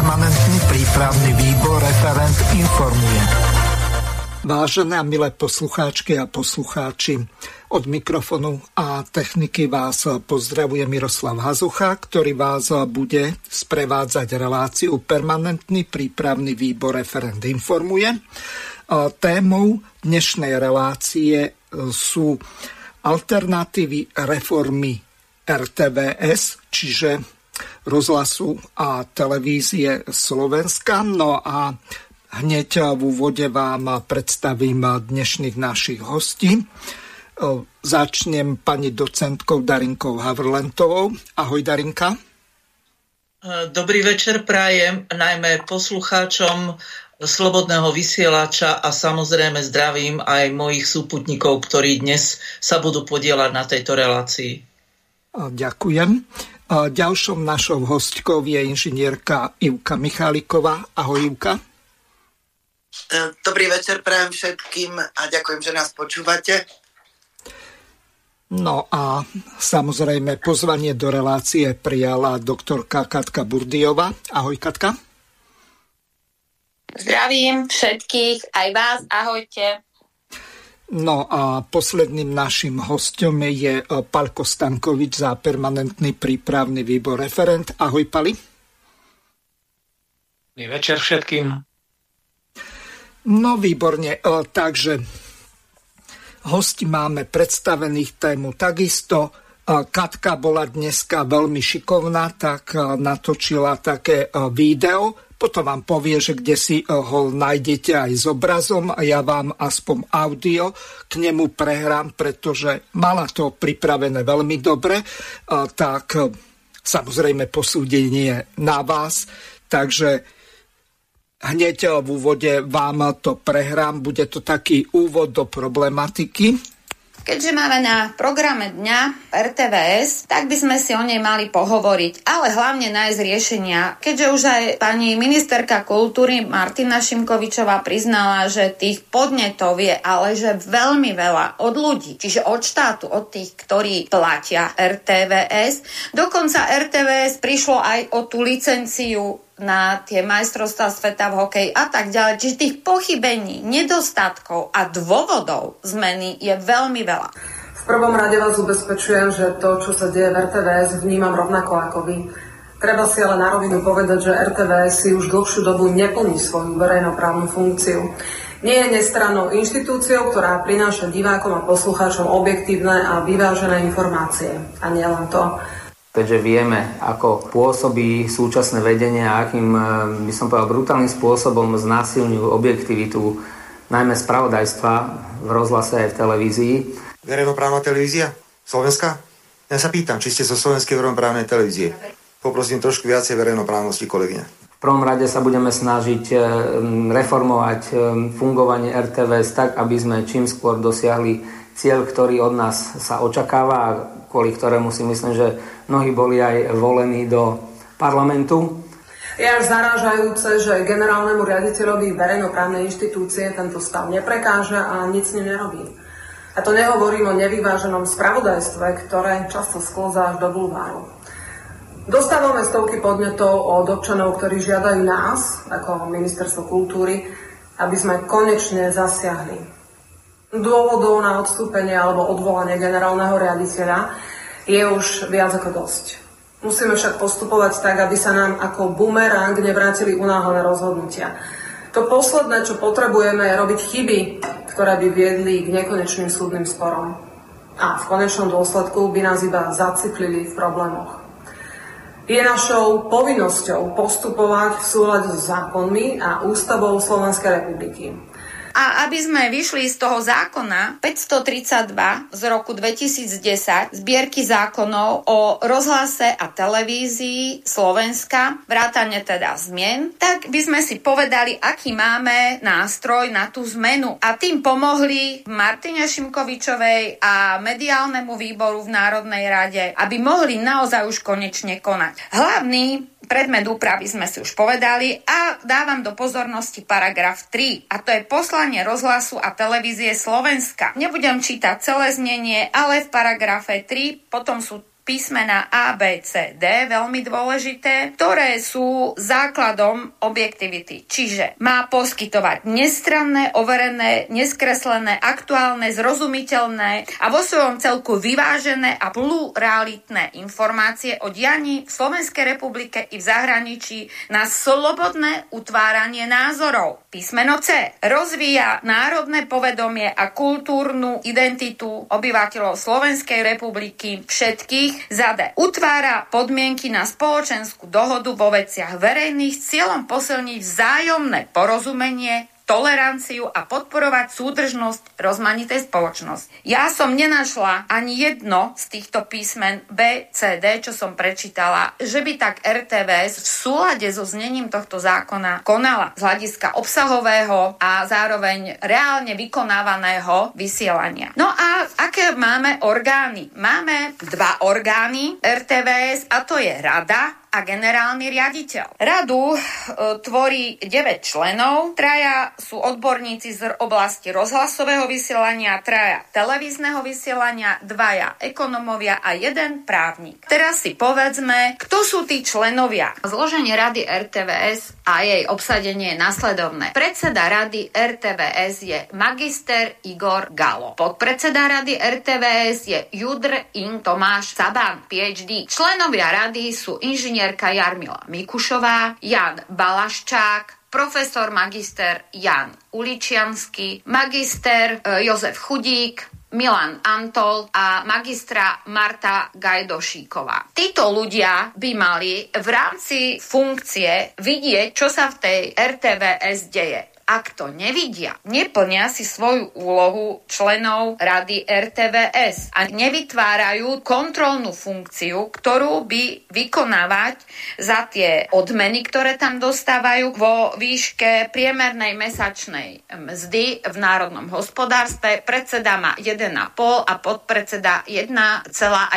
Permanentný prípravný výbor Referent informuje. Vážené a milé poslucháčky a poslucháči, od mikrofonu a techniky vás pozdravuje Miroslav Hazucha, ktorý vás bude sprevádzať reláciu Permanentný prípravný výbor Referent informuje. Témou dnešnej relácie sú alternatívy reformy RTVS, čiže rozhlasu a televízie Slovenska. No a hneď v úvode vám predstavím dnešných našich hostí. Začnem pani docentkou Darinkou Havrlentovou. Ahoj, Darinka. Dobrý večer prajem, najmä poslucháčom Slobodného vysielača a samozrejme zdravím aj mojich súputníkov, ktorí dnes sa budú podieľať na tejto relácii. Ďakujem. Ďalšou našou hostkou je inžinierka Ivka Michaliková. Ahoj, Ivka. Dobrý večer prajem všetkým a ďakujem, že nás počúvate. No a samozrejme pozvanie do relácie prijala doktorka Katka Burdiová. Ahoj, Katka. Zdravím všetkých, aj vás, ahojte. No a posledným našim hostom je Paľko Stankovič za Permanentný prípravný výbor Referent. Ahoj, Pali. Dobrý večer všetkým. No výborne, takže hosti máme predstavených tému takisto. Katka bola dneska veľmi šikovná, tak natočila také video. Potom vám povie, že kde si ho nájdete aj s obrazom a ja vám aspoň audio k nemu prehrám, pretože mala to pripravené veľmi dobre, tak samozrejme posúdenie na vás. Takže hneď v úvode vám to prehrám, bude to taký úvod do problematiky. Keďže máme na programe dňa RTVS, tak by sme si o nej mali pohovoriť, ale hlavne nájsť riešenia. Keďže už aj pani ministerka kultúry Martina Šimkovičová priznala, že tých podnetov je ale že veľmi veľa od ľudí, čiže od štátu, od tých, ktorí platia RTVS. Dokonca RTVS prišlo aj o tú licenciu na tie majstrovstvá sveta v hokeji a tak ďalej. Čiže tých pochybení, nedostatkov a dôvodov zmeny je veľmi veľa. V prvom rade vás ubezpečujem, že to, čo sa deje v RTVS, vnímam rovnako ako vy. Treba si ale na rovinu povedať, že RTVS si už dlhšiu dobu neplní svoju verejnoprávnu funkciu. Nie je nestrannou inštitúciou, ktorá prináša divákom a poslucháčom objektívne a vyvážené informácie. A nie len to. Keďže vieme, ako pôsobí súčasné vedenie a akým, by som povedal, brutálnym spôsobom znásilňujú objektivitu, najmä spravodajstva v rozhlase aj v televízii. Verejnoprávna televízia? Slovenská? Ja sa pýtam, či ste zo slovenskej verejnoprávnej televízie. Poprosím trošku viacej verejnoprávnosti, kolegyňa. V prvom rade sa budeme snažiť reformovať fungovanie RTVS tak, aby sme čím skôr dosiahli cieľ, ktorý od nás sa očakáva a kvôli ktorému si myslím, že mnohí boli aj volení do parlamentu. Je až zarážajúce, že generálnemu riaditeľovi verejnoprávnej inštitúcie tento stav neprekáže a nic s ním nerobí. A to nehovorím o nevyváženom spravodajstve, ktoré často sklzá až do bulváru. Dostávame stovky podnetov od občanov, ktorí žiadajú nás, ako Ministerstvo kultúry, aby sme konečne zasiahli. Dôvodov na odstúpenie alebo odvolanie generálneho riaditeľa je už viac ako dosť. Musíme však postupovať tak, aby sa nám ako bumerang nevrátili unáhlené rozhodnutia. To posledné, čo potrebujeme, je robiť chyby, ktoré by viedli k nekonečným súdnym sporom. A v konečnom dôsledku by nás iba zaciklili v problémoch. Je našou povinnosťou postupovať v súlade s zákonmi a ústavou Slovenskej republiky. A aby sme vyšli z toho zákona 532 z roku 2010, zbierky zákonov o rozhlase a televízii Slovenska, vrátane teda zmien, tak by sme si povedali, aký máme nástroj na tú zmenu. A tým pomohli Martine Šimkovičovej a mediálnemu výboru v Národnej rade, aby mohli naozaj už konečne konať. Hlavný predmet úpravy sme si už povedali a dávam do pozornosti paragraf 3, a to je poslanie rozhlasu a televízie Slovenska. Nebudem čítať celé znenie, ale v paragrafe 3 potom sú písmena A, B, C, D, veľmi dôležité, ktoré sú základom objektivity. Čiže má poskytovať nestranné, overené, neskreslené, aktuálne, zrozumiteľné a vo svojom celku vyvážené a pluralitné informácie o dianí v Slovenskej republike i v zahraničí na slobodné utváranie názorov. Písmeno C rozvíja národné povedomie a kultúrnu identitu obyvateľov Slovenskej republiky všetkých. Za D utvára podmienky na spoločenskú dohodu vo veciach verejných s cieľom posilniť vzájomné porozumenie, toleranciu a podporovať súdržnosť rozmanitej spoločnosti. Ja som nenašla ani jedno z týchto písmen B, C, D, čo som prečítala, že by tak RTVS v súlade so znením tohto zákona konala z hľadiska obsahového a zároveň reálne vykonávaného vysielania. No a aké máme orgány? Máme 2 orgány RTVS a to je Rada a generálny riaditeľ. Radu tvorí 9 členov, 3 sú odborníci z oblasti rozhlasového vysielania, 3 televízneho vysielania, 2 ekonomovia a 1 právnik. Teraz si povedzme, kto sú tí členovia. Zloženie Rady RTVS a jej obsadenie je nasledovné. Predseda Rady RTVS je magister Igor Galo. Podpredseda Rady RTVS je Judr Ing Tomáš Saban, PhD. Členovia rady sú inžinierka Jarmila Mikušová, Jan Balaščák, profesor magister Jan Uličiansky, magister Jozef Chudík, Milan Antol a magistra Marta Gajdošíková. Títo ľudia by mali v rámci funkcie vidieť, čo sa v tej RTVS deje. Ak to nevidia, neplnia si svoju úlohu členov Rady RTVS a nevytvárajú kontrolnú funkciu, ktorú by vykonávať za tie odmeny, ktoré tam dostávajú vo výške priemernej mesačnej mzdy v národnom hospodárstve. Predseda má 1,5 a podpredseda 1,1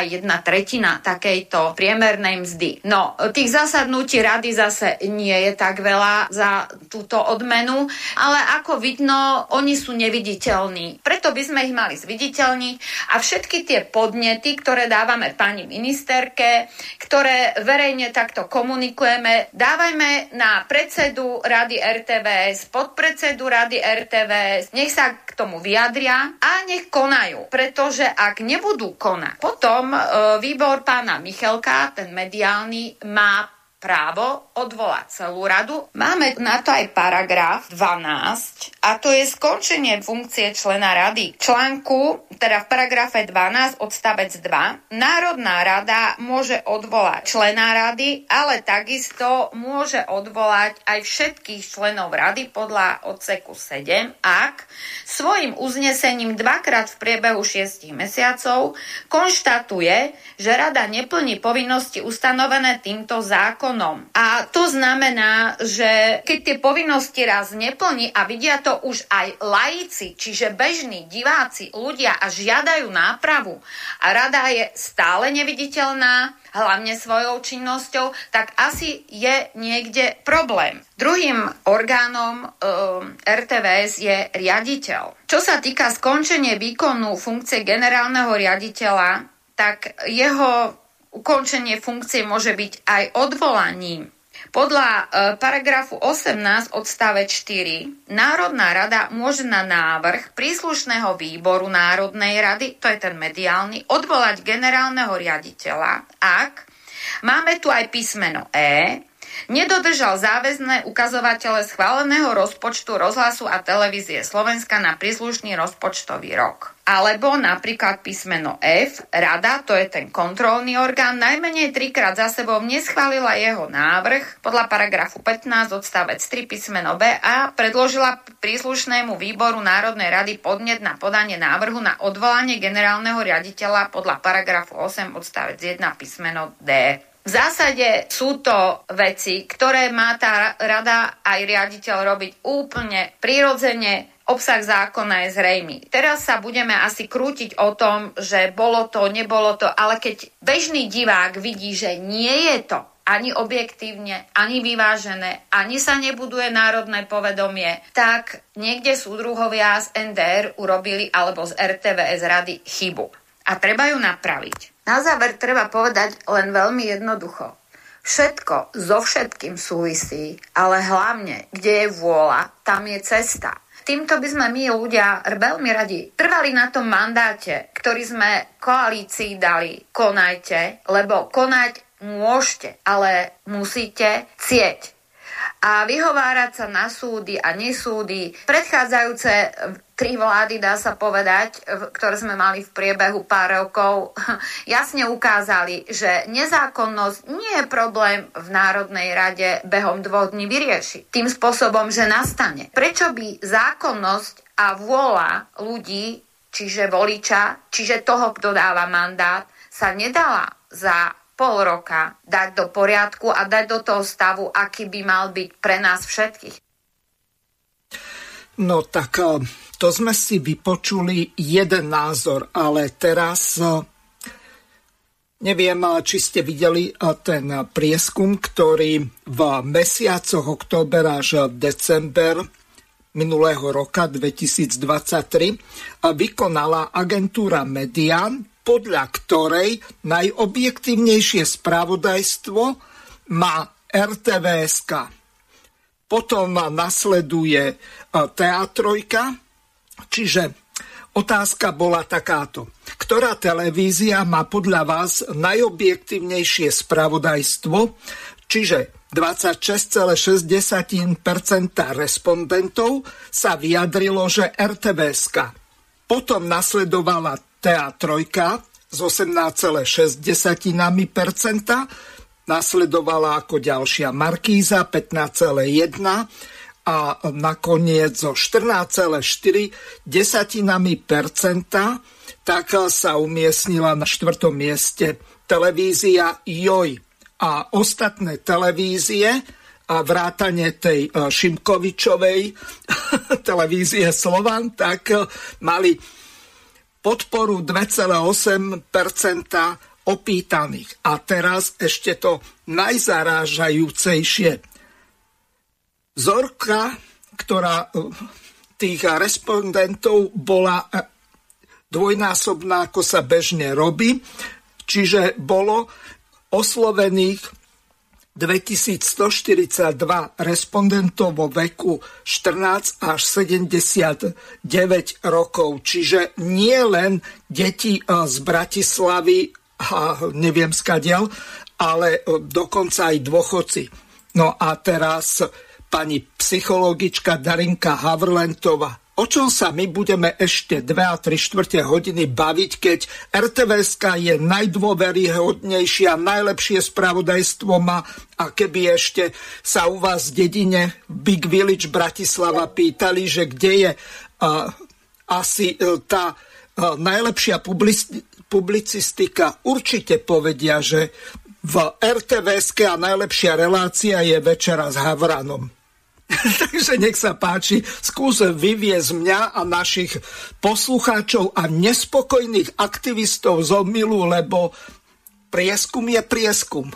takejto priemernej mzdy. No, tých zasadnutí rady zase nie je tak veľa za túto odmenu, ale ako vidno, oni sú neviditeľní. Preto by sme ich mali zviditeľniť a všetky tie podnety, ktoré dávame pani ministerke, ktoré verejne takto komunikujeme, dávajme na predsedu Rady RTVS, podpredsedu Rady RTVS, nech sa k tomu vyjadria a nech konajú. Pretože ak nebudú konať, potom výbor pána Michalka, ten mediálny, má právo odvolať celú radu. Máme na to aj paragraf 12 a to je skončenie funkcie člena rady. Článku, teda v paragrafe 12 odstavec 2, Národná rada môže odvolať člena rady, ale takisto môže odvolať aj všetkých členov rady podľa odseku 7, ak svojim uznesením 2-krát v priebehu 6 mesiacov konštatuje, že rada neplní povinnosti ustanovené týmto zákonom. A to znamená, že keď tie povinnosti raz neplní a vidia to už aj laici, čiže bežní diváci, ľudia a žiadajú nápravu a rada je stále neviditeľná, hlavne svojou činnosťou, tak asi je niekde problém. Druhým orgánom RTVS je riaditeľ. Čo sa týka skončenia výkonu funkcie generálneho riaditeľa, tak jeho ukončenie funkcie môže byť aj odvolaním. Podľa paragrafu 18 odstavec 4 Národná rada môže na návrh príslušného výboru Národnej rady, to je ten mediálny, odvolať generálneho riaditeľa, ak máme tu aj písmeno E, nedodržal záväzné ukazovatele schváleného rozpočtu rozhlasu a televízie Slovenska na príslušný rozpočtový rok. Alebo napríklad písmeno F, rada, to je ten kontrolný orgán, najmenej 3-krát za sebou neschválila jeho návrh podľa paragrafu 15 odstavec 3 písmeno B a predložila príslušnému výboru Národnej rady podnet na podanie návrhu na odvolanie generálneho riaditeľa podľa paragrafu 8 odstavec 1 písmeno D. V zásade sú to veci, ktoré má tá rada aj riaditeľ robiť úplne prirodzene. Obsah zákona je zrejmý. Teraz sa budeme asi krútiť o tom, že bolo to, nebolo to, ale keď bežný divák vidí, že nie je to ani objektívne, ani vyvážené, ani sa nebuduje národné povedomie, tak niekde súdruhovia z NDR urobili alebo z RTVS rady chybu. a treba ju napraviť. Na záver treba povedať len veľmi jednoducho. Všetko so všetkým súvisí, ale hlavne, kde je vôľa, tam je cesta. Týmto by sme my ľudia veľmi radi trvali na tom mandáte, ktorý sme koalícii dali. Konajte, lebo konať môžete, ale musíte cieť. A vyhovárať sa na súdy a nesúdy. Predchádzajúce 3 vlády, dá sa povedať, ktoré sme mali v priebehu pár rokov, jasne ukázali, že nezákonnosť nie je problém v Národnej rade behom 2 dní vyriešiť. Tým spôsobom, že nastane. Prečo by zákonnosť a vôľa ľudí, čiže voliča, čiže toho, kto dáva mandát, sa nedala za pol roka dať do poriadku a dať do toho stavu, aký by mal byť pre nás všetkých? No tak to sme si vypočuli jeden názor, ale teraz neviem, či ste videli ten prieskum, ktorý v mesiacoch október až december minulého roka 2023 vykonala agentúra Median, podľa ktorej najobjektívnejšie spravodajstvo má RTVSK. Potom nasleduje TA3, čiže otázka bola takáto. Ktorá televízia má podľa vás najobjektívnejšie spravodajstvo? Čiže 26,6% respondentov sa vyjadrilo, že RTVSK. Potom nasledovala TA3 s 18,6%, nasledovala ako ďalšia Markíza 15,1% a nakoniec zo 14,4% tak sa umiestnila na 4. mieste televízia JOJ. A ostatné televízie a vrátane tej Šimkovičovej televízie Slovan, tak mali podporu 2,8% opýtaných. A teraz ešte to najzarážajúcejšie. Vzorka, ktorá tých respondentov bola dvojnásobná, ako sa bežne robí, čiže bolo oslovených 2142 respondentov vo veku 14 až 79 rokov. Čiže nie len deti z Bratislavy a neviem skadiaľ, ale dokonca aj dôchodci. No a teraz pani psychologička Darinka Havrlentová. O čom sa my budeme ešte 2 a 3/4 hodiny baviť, keď RTVSK je najdôveryhodnejšie a najlepšie spravodajstvo má, a keby ešte sa u vás v dedine Big Village Bratislava pýtali, že kde je asi tá najlepšia publicistika, určite povedia, že v RTVSK a najlepšia relácia je Večera s Havranom. Takže nech sa páči, skús vyviesť mňa a našich poslucháčov a nespokojných aktivistov z omylu, lebo prieskum je prieskum.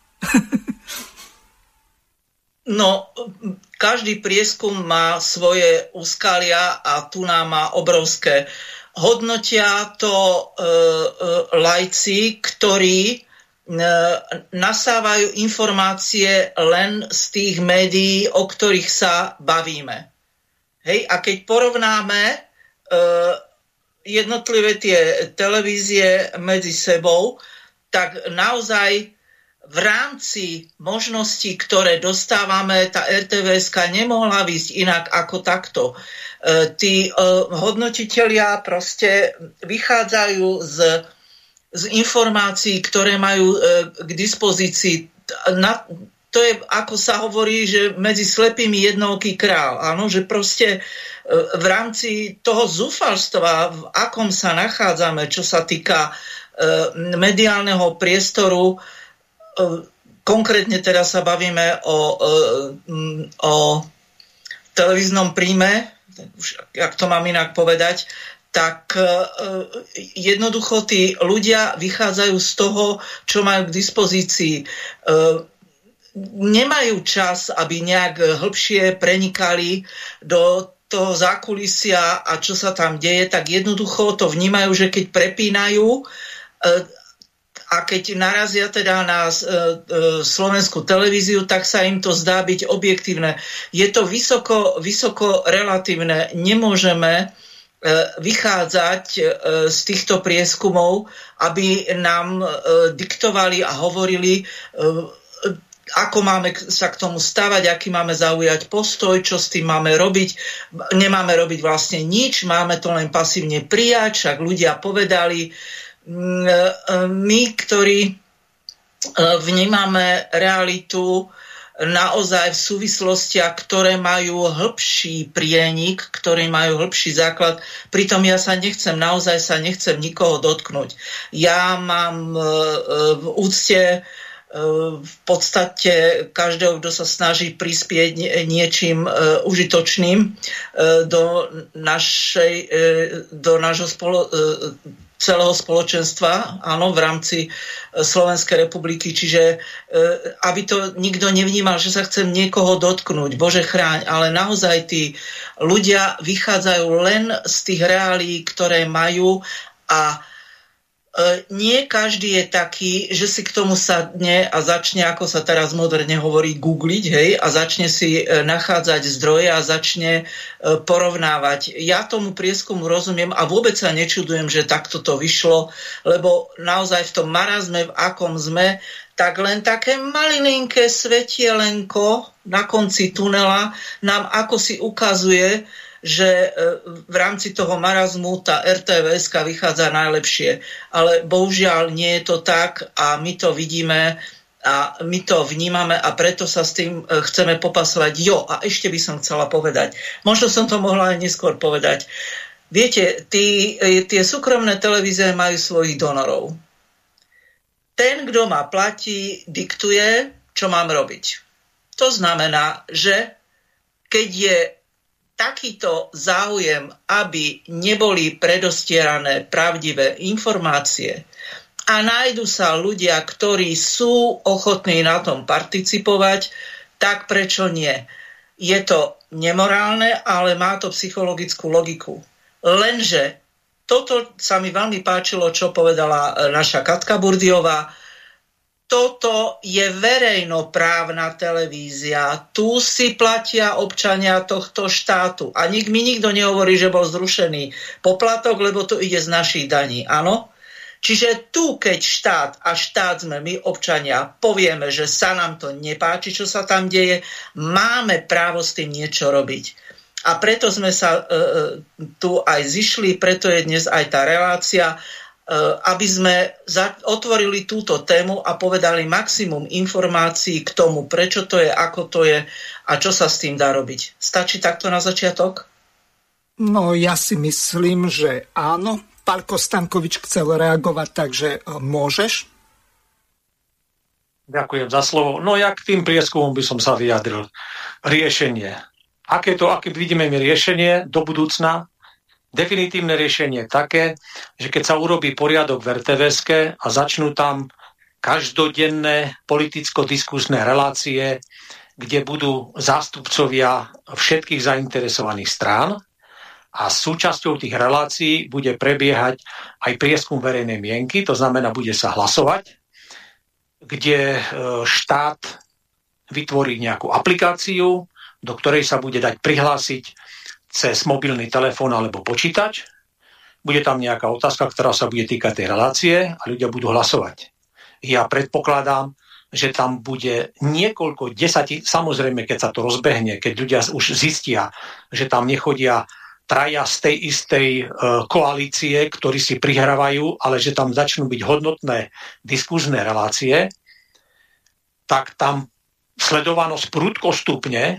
No, každý prieskum má svoje úskalia a tu nám má obrovské. Hodnotia to laici, ktorí nasávajú informácie len z tých médií, o ktorých sa bavíme. Hej, a keď porovnáme jednotlivé tie televízie medzi sebou, tak naozaj v rámci možností, ktoré dostávame, tá RTVSK nemohla výjsť inak ako takto. Tí hodnotitelia proste vychádzajú z informácií, ktoré majú k dispozícii. To je, ako sa hovorí, že medzi slepými jednooký král. Áno, že proste v rámci toho zúfalstva, v akom sa nachádzame, čo sa týka mediálneho priestoru, konkrétne teraz sa bavíme o televíznom príjme, jak to mám inak povedať, tak jednoducho tí ľudia vychádzajú z toho, čo majú k dispozícii. Nemajú čas, aby nejak hĺbšie prenikali do toho zákulisia a čo sa tam deje, tak jednoducho to vnímajú, že keď prepínajú a keď narazia teda na slovenskú televíziu, tak sa im to zdá byť objektívne. Je to vysoko relatívne. Nemôžeme vychádzať z týchto prieskumov, aby nám diktovali a hovorili, ako máme sa k tomu stavať, aký máme zaujať postoj, čo s tým máme robiť. Nemáme robiť vlastne nič, máme to len pasívne prijať, však ľudia povedali. My, ktorí vnímame realitu naozaj v súvislostiach, ktoré majú hĺbší prienik, ktoré majú hĺbší základ. Pritom ja naozaj sa nechcem nikoho dotknúť. Ja mám v úcte v podstate každého, kto sa snaží prispieť niečím užitočným do nášho celého spoločenstva, áno, v rámci Slovenskej republiky. Čiže aby to nikto nevnímal, že sa chcem niekoho dotknúť, Bože chráň, ale naozaj tí ľudia vychádzajú len z tých reálií, ktoré majú a nie každý je taký, že si k tomu sadne a začne, ako sa teraz moderne hovorí, googliť, hej, a začne si nachádzať zdroje a začne porovnávať. Ja tomu prieskumu rozumiem a vôbec sa nečudujem, že takto to vyšlo, lebo naozaj v tom marazme, v akom sme, tak len také malilinké svetielenko na konci tunela nám ako si ukazuje, že v rámci toho marazmu tá RTVS-ka vychádza najlepšie. Ale bohužiaľ nie je to tak a my to vidíme a my to vnímame a preto sa s tým chceme popasovať. Jo, a ešte by som chcela povedať, možno som to mohla aj neskôr povedať. Viete, tie súkromné televízie majú svojich donorov. Ten, kto ma platí, diktuje, čo mám robiť. To znamená, že keď je takýto záujem, aby neboli predostierané pravdivé informácie a nájdu sa ľudia, ktorí sú ochotní na tom participovať, tak prečo nie? Je to nemorálne, ale má to psychologickú logiku. Lenže toto sa mi veľmi páčilo, čo povedala naša Katka Burdiová. Toto je verejnoprávna televízia. Tu si platia občania tohto štátu. A mi nikto nehovorí, že bol zrušený poplatok, lebo to ide z našich daní. Áno? Čiže tu, keď štát sme my, občania, povieme, že sa nám to nepáči, čo sa tam deje, máme právo s tým niečo robiť. A preto sme sa tu aj zišli, preto je dnes aj tá relácia, aby sme otvorili túto tému a povedali maximum informácií k tomu, prečo to je, ako to je a čo sa s tým dá robiť. Stačí takto na začiatok? No, ja si myslím, že áno. Pálko Stankovič chcel reagovať, takže môžeš. Ďakujem za slovo. No ja k tým prieskumom by som sa vyjadril. Riešenie. Aké vidíme my riešenie do budúcna? Definitívne riešenie je také, že keď sa urobí poriadok v RTVS-ke a začnú tam každodenné politicko-diskusné relácie, kde budú zástupcovia všetkých zainteresovaných strán a súčasťou tých relácií bude prebiehať aj prieskum verejnej mienky, to znamená, bude sa hlasovať, kde štát vytvorí nejakú aplikáciu, do ktorej sa bude dať prihlásiť cez mobilný telefón alebo počítač. Bude tam nejaká otázka, ktorá sa bude týkať tej relácie a ľudia budú hlasovať. Ja predpokladám, že tam bude niekoľko samozrejme, keď sa to rozbehne, keď ľudia už zistia, že tam nechodia traja z tej istej koalície, ktorí si prihrávajú, ale že tam začnú byť hodnotné diskuzné relácie, tak tam sledovanosť prudko stupne.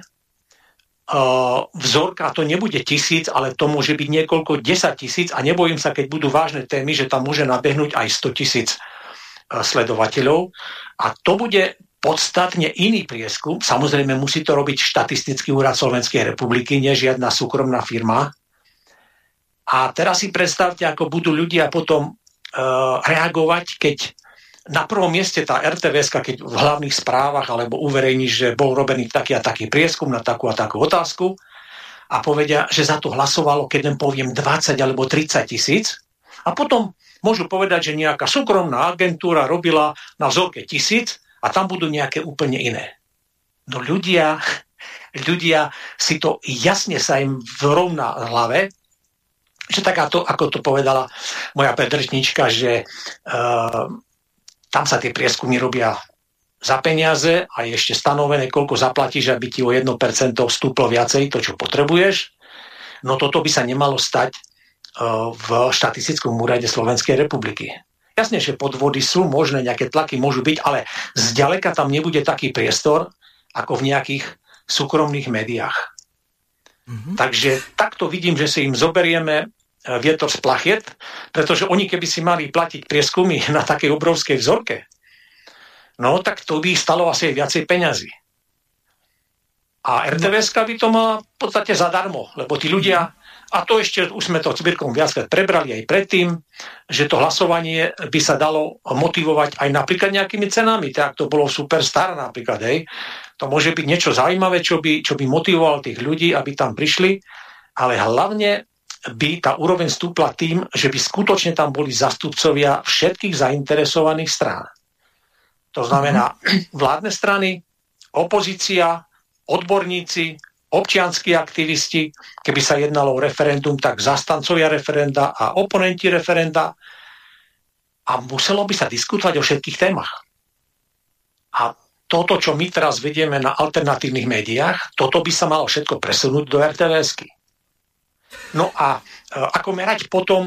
Vzorka to nebude 1000, ale to môže byť niekoľko 10 000 a nebojím sa, keď budú vážne témy, že tam môže nabehnúť aj 100 000 sledovateľov a to bude podstatne iný prieskum. Samozrejme musí to robiť štatistický úrad Slovenskej republiky, nie žiadna súkromná firma. A teraz si predstavte, ako budú ľudia potom reagovať, keď na prvom mieste tá RTVS, keď v hlavných správach alebo uverejní, že bol robený taký a taký prieskum na takú a takú otázku a povedia, že za to hlasovalo, keď len poviem 20 alebo 30 tisíc. A potom môžu povedať, že nejaká súkromná agentúra robila na vzorke 1000 a tam budú nejaké úplne iné. No ľudia si to jasne sa im vrovná v hlave, že tak ako to povedala moja predrečníčka, že tam sa tie prieskumy robia za peniaze a je ešte stanovené, koľko zaplatíš, aby ti o 1% vstúplo viacej, to, čo potrebuješ. No toto by sa nemalo stať v štatistickom úrade Slovenskej republiky. Jasne, že podvody sú možné, nejaké tlaky môžu byť, ale zďaleka tam nebude taký priestor, ako v nejakých súkromných médiách. Mm-hmm. Takže takto vidím, že si im zoberieme vietor z plachiet, pretože oni keby si mali platiť prieskumy na takej obrovskej vzorke, no tak to by ich stalo asi viacej peňazí. A RTVS-ka by to mala v podstate zadarmo, lebo tí ľudia, a to ešte už sme to s Birkom viackrát prebrali aj predtým, že to hlasovanie by sa dalo motivovať aj napríklad nejakými cenami, tak to bolo Superstar napríklad, hej. To môže byť niečo zaujímavé, čo by motivovalo tých ľudí, aby tam prišli, ale hlavne by tá úroveň stúpla tým, že by skutočne tam boli zastupcovia všetkých zainteresovaných strán. To znamená vládne strany, opozícia, odborníci, občianski aktivisti, keby sa jednalo o referendum, tak zastancovia referenda a oponenti referenda. A muselo by sa diskutovať o všetkých témach. A toto, čo my teraz vedieme na alternatívnych médiách, toto by sa malo všetko presunúť do RTVS-ky. No a ako merať potom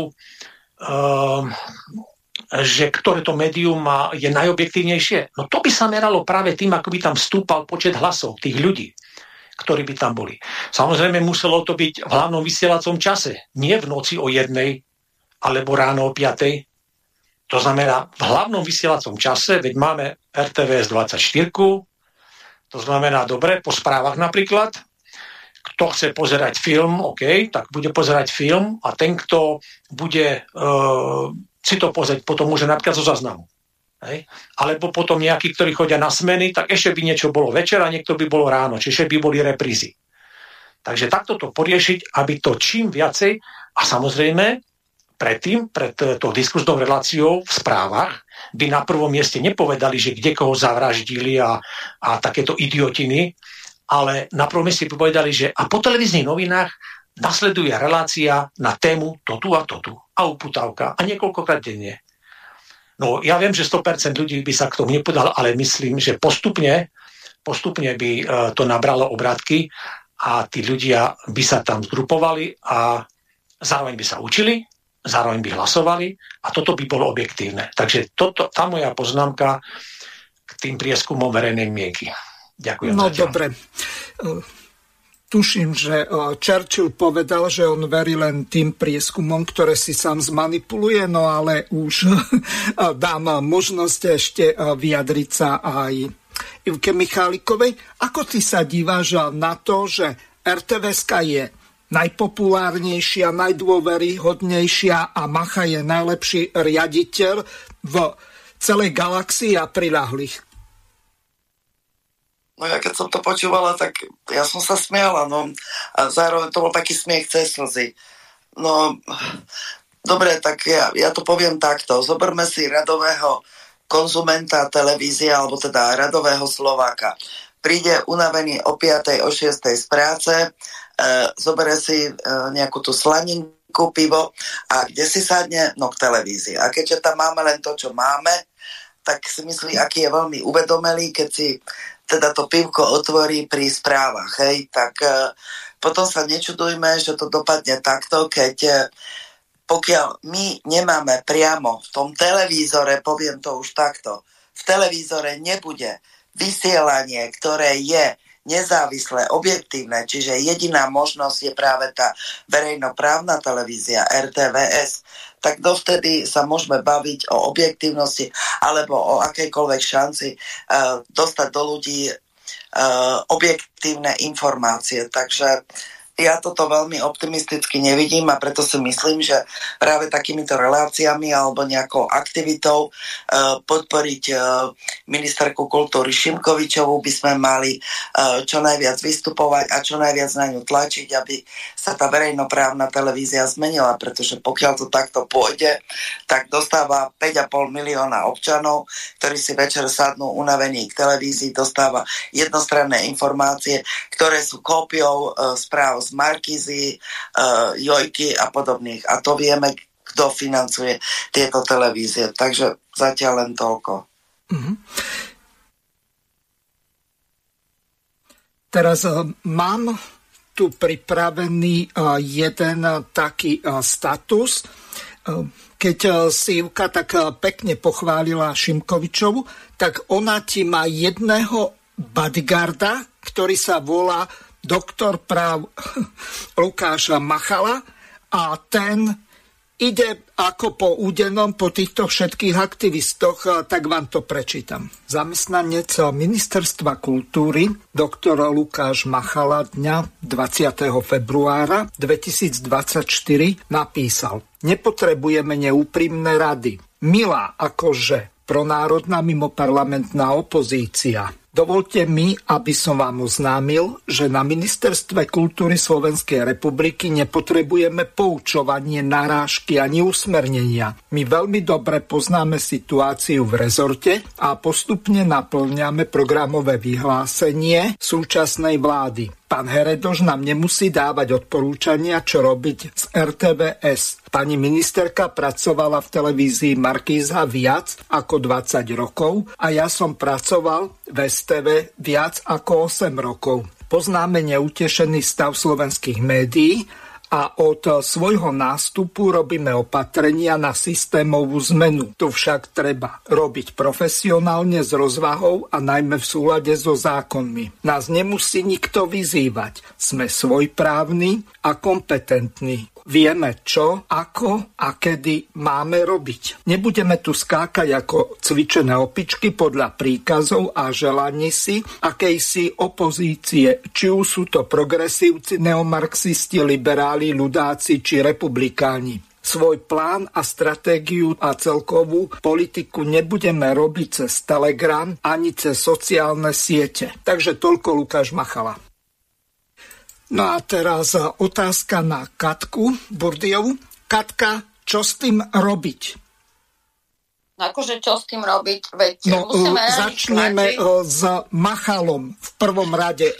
že ktoré to médium je najobjektívnejšie? No to by sa meralo práve tým, ako by tam vstúpal počet hlasov tých ľudí, ktorí by tam boli. Samozrejme muselo to byť v hlavnom vysielacom čase. Nie v noci o 1 alebo ráno o 5. To znamená v hlavnom vysielacom čase, veď máme RTVS 24, to znamená dobre, po správach napríklad. Kto chce pozerať film, OK, tak bude pozerať film a ten, kto bude si to pozrieť, potom môže napríklad zo záznamu. Hej. Alebo potom nejakí, ktorí chodia na smeny, tak ešte by niečo bolo večer a niekto by bolo ráno, čiže by boli reprízy. Takže takto to poriešiť, aby to čím viacej, a samozrejme predtým, pred tou diskusnou reláciou v správach, by na prvom mieste nepovedali, že kde koho zavraždili a takéto idiotiny, ale na prvom mieste by povedali, že a po televíznych novinách nasleduje relácia na tému to tu a uputávka a niekoľkokrát denne. No ja viem, že 100% ľudí by sa k tomu nepodal, ale myslím, že postupne by to nabralo obrátky a tí ľudia by sa tam zgrupovali a zároveň by sa učili, zároveň by hlasovali a toto by bolo objektívne. Takže tá moja poznámka k tým prieskumom verejnej mienky. Ďakujem. No dobre. Tuším, že Churchill povedal, že on verí len tým prieskumom, ktoré si sám zmanipuluje, no ale už dám možnosť ešte vyjadriť sa aj Ivke Michalikovej. Ako ty sa díváš na to, že RTVS-ka je najpopulárnejšia, najdôveryhodnejšia a Macha je najlepší riaditeľ v celej galaxii a priľahlých? No ja keď som to počúvala, tak ja som sa smiala, no a zároveň to bol taký smiech cez slzy. No, dobre, tak ja to poviem takto. Zoberme si radového konzumenta televízie, alebo teda radového Slováka. Príde unavený o 5. o 6. z práce, zobere si nejakú tú slaninku, pivo a kde si sadne? No k televízii. A keďže tam máme len to, čo máme, tak si myslí, aký je veľmi uvedomelý, keď si teda to pivko otvorí pri správach, hej, tak potom sa nečudujme, že to dopadne takto, keď pokiaľ my nemáme priamo v tom televízore, poviem to už takto, v televízore nebude vysielanie, ktoré je nezávislé, objektívne, čiže jediná možnosť je práve tá verejnoprávna televízia RTVS, tak dovtedy sa môžeme baviť o objektívnosti alebo o akejkoľvek šanci dostať do ľudí objektívne informácie. Takže ja toto veľmi optimisticky nevidím a preto si myslím, že práve takýmito reláciami alebo nejakou aktivitou podporiť ministerku kultúry Šimkovičovú by sme mali čo najviac vystupovať a čo najviac na ňu tlačiť, aby sa tá verejnoprávna televízia zmenila, pretože pokiaľ to takto pôjde, tak dostáva 5,5 milióna občanov, ktorí si večer sadnú unavení k televízii, dostáva jednostranné informácie, ktoré sú kópiou správ z Markízy, Jojky a podobných. A to vieme, kto financuje tieto televízie. Takže zatiaľ len toľko. Mm-hmm. Teraz mám tu pripravený jeden taký status. Keď si Ivka tak pekne pochválila Šimkovičovu, tak ona ti má jedného bodyguarda, ktorý sa volá doktor práv Lukáš Machala a ten ide ako po údenom po týchto všetkých aktivistoch, tak vám to prečítam. Zamestnanec Ministerstva kultúry doktor Lukáš Machala dňa 20. februára 2024 napísal: nepotrebujeme neúprimné rady. Milá akože pronárodná mimoparlamentná opozícia. Dovolte mi, aby som vám oznámil, že na Ministerstve kultúry Slovenskej republiky nepotrebujeme poučovanie, narážky ani usmernenia. My veľmi dobre poznáme situáciu v rezorte a postupne naplňame programové vyhlásenie súčasnej vlády. Pán Heredoš nám nemusí dávať odporúčania, čo robiť z RTVS. Pani ministerka pracovala v televízii Markíza viac ako 20 rokov a ja som pracoval v STV viac ako 8 rokov. Poznáme neutešený stav slovenských médií a od svojho nástupu robíme opatrenia na systémovú zmenu. Tu však treba robiť profesionálne s rozvahou a najmä v súlade so zákonmi. Nás nemusí nikto vyzývať. Sme svojprávni a kompetentní. Vieme, čo, ako a kedy máme robiť. Nebudeme tu skákať ako cvičené opičky podľa príkazov a želaní si akejsi opozície, či už sú to progresívci, neomarxisti, liberáli, ľudáci či republikáni. Svoj plán a stratégiu a celkovú politiku nebudeme robiť cez Telegram ani cez sociálne siete. Takže toľko Lukáš Machala. No a teraz otázka na Katku Burdiovu. Katka, čo s tým robiť? No akože čo s tým robiť? Veď musíme začneme s Machalom v prvom rade.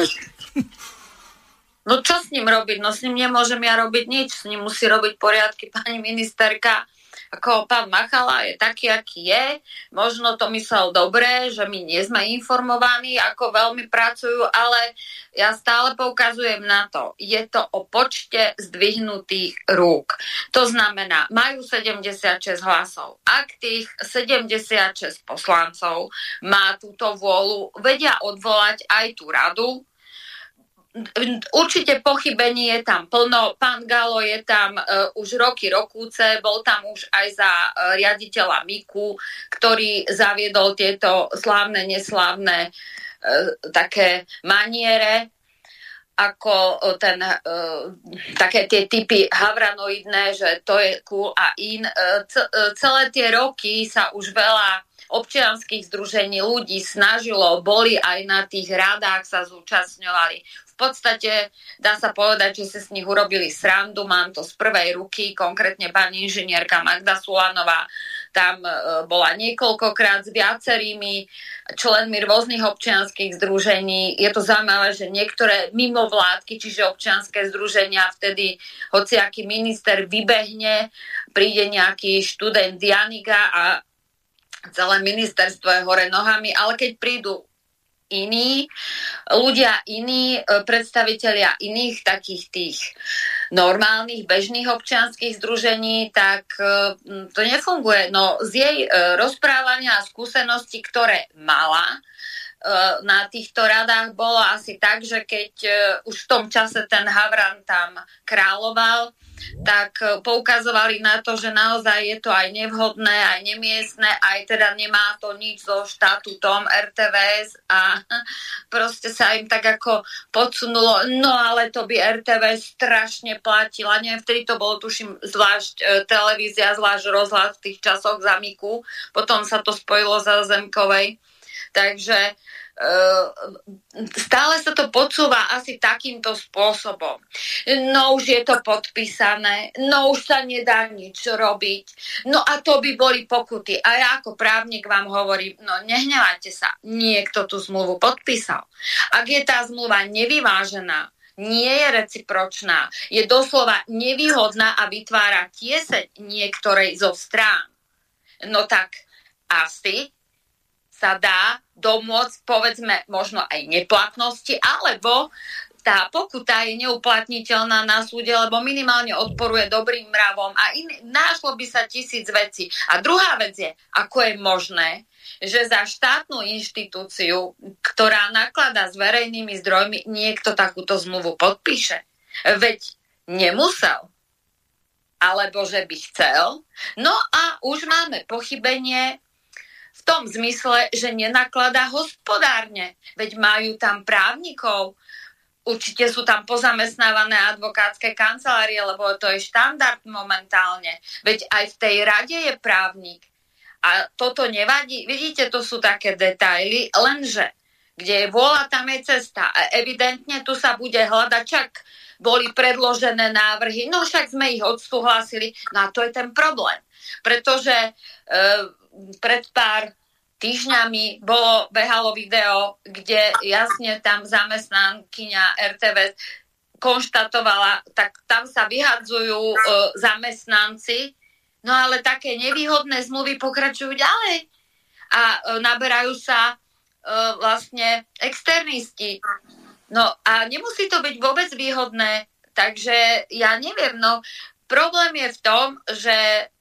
No čo s ním robiť? No s ním nemôžem ja robiť nič. S ním musí robiť poriadky pani ministerka. Ako pán Machala je taký, aký je. Možno to myslel dobre, že my nie sme informovaní, ako veľmi pracujú, ale ja stále poukazujem na to. Je to o počte zdvihnutých rúk. To znamená, majú 76 hlasov. Ak tých 76 poslancov má túto vôľu, vedia odvolať aj tú radu. Určite pochybení je tam plno. Pán Galo je tam už roky rokúce, bol tam už aj za riaditeľa Miku, ktorý zaviedol tieto slávne, neslávne také maniere, ako také tie typy havranoidné, že to je cool a in. Celé tie roky sa už veľa občianskych združení ľudí snažilo, boli aj na tých radách, sa zúčastňovali. V podstate dá sa povedať, že sa s nich urobili srandu, mám to z prvej ruky, konkrétne pani inžinierka Magda Sulanová tam bola niekoľkokrát s viacerými členmi rôznych občianskych združení. Je to zaujímavé, že niektoré mimovládky, čiže občianske združenia, vtedy hociaký minister vybehne, príde nejaký študent Janiga a celé ministerstvo je hore nohami, ale keď prídu iní ľudia, iní predstavitelia iných takých tých normálnych, bežných občianskych združení, tak to nefunguje. No z jej rozprávania a skúseností, ktoré mala na týchto radách bolo asi tak, že keď už v tom čase ten Havran tam kráľoval, tak poukazovali na to, že naozaj je to aj nevhodné, aj nemiestne, aj teda nemá to nič so štatútom RTVS a proste sa im tak ako podsunulo, no ale to by RTVS strašne platila. Neviem, vtedy to bolo, tuším, zvlášť televízia, zvlášť rozhlas v tých časoch za Miku, potom sa to spojilo za Zemkovej. Takže stále sa to podsúva asi takýmto spôsobom. No už je to podpísané, no už sa nedá nič robiť, no a to by boli pokuty. A ja ako právnik vám hovorím, no nehnevajte sa, niekto tú zmluvu podpísal. Ak je tá zmluva nevyvážená, nie je recipročná, je doslova nevýhodná a vytvára tieseň niektorej zo strán, no tak asi sa dá domôcť, povedzme, možno aj neplatnosti, alebo tá pokuta je neuplatniteľná na súde, lebo minimálne odporuje dobrým mravom a nášlo by sa 1000 vecí. A druhá vec je, ako je možné, že za štátnu inštitúciu, ktorá nakladá s verejnými zdrojmi, niekto takúto zmluvu podpíše. Veď nemusel. Alebo že by chcel. No a už máme pochybenie v tom zmysle, že nenakladá hospodárne. Veď majú tam právnikov, určite sú tam pozamestnávané advokátske kancelárie, lebo to je štandard momentálne. Veď aj v tej rade je právnik. A toto nevadí. Vidíte, to sú také detaily, lenže kde je vôľa, tam je cesta. A evidentne tu sa bude hľadať, čak boli predložené návrhy, no však sme ich odsúhlasili. No a to je ten problém. Pretože pred pár týždňami behalo video, kde jasne tam zamestnankyňa RTVS konštatovala, tak tam sa vyhadzujú zamestnanci, no ale také nevýhodné zmluvy pokračujú ďalej a naberajú sa vlastne externisti. No a nemusí to byť vôbec výhodné, takže ja neviem, no problém je v tom, že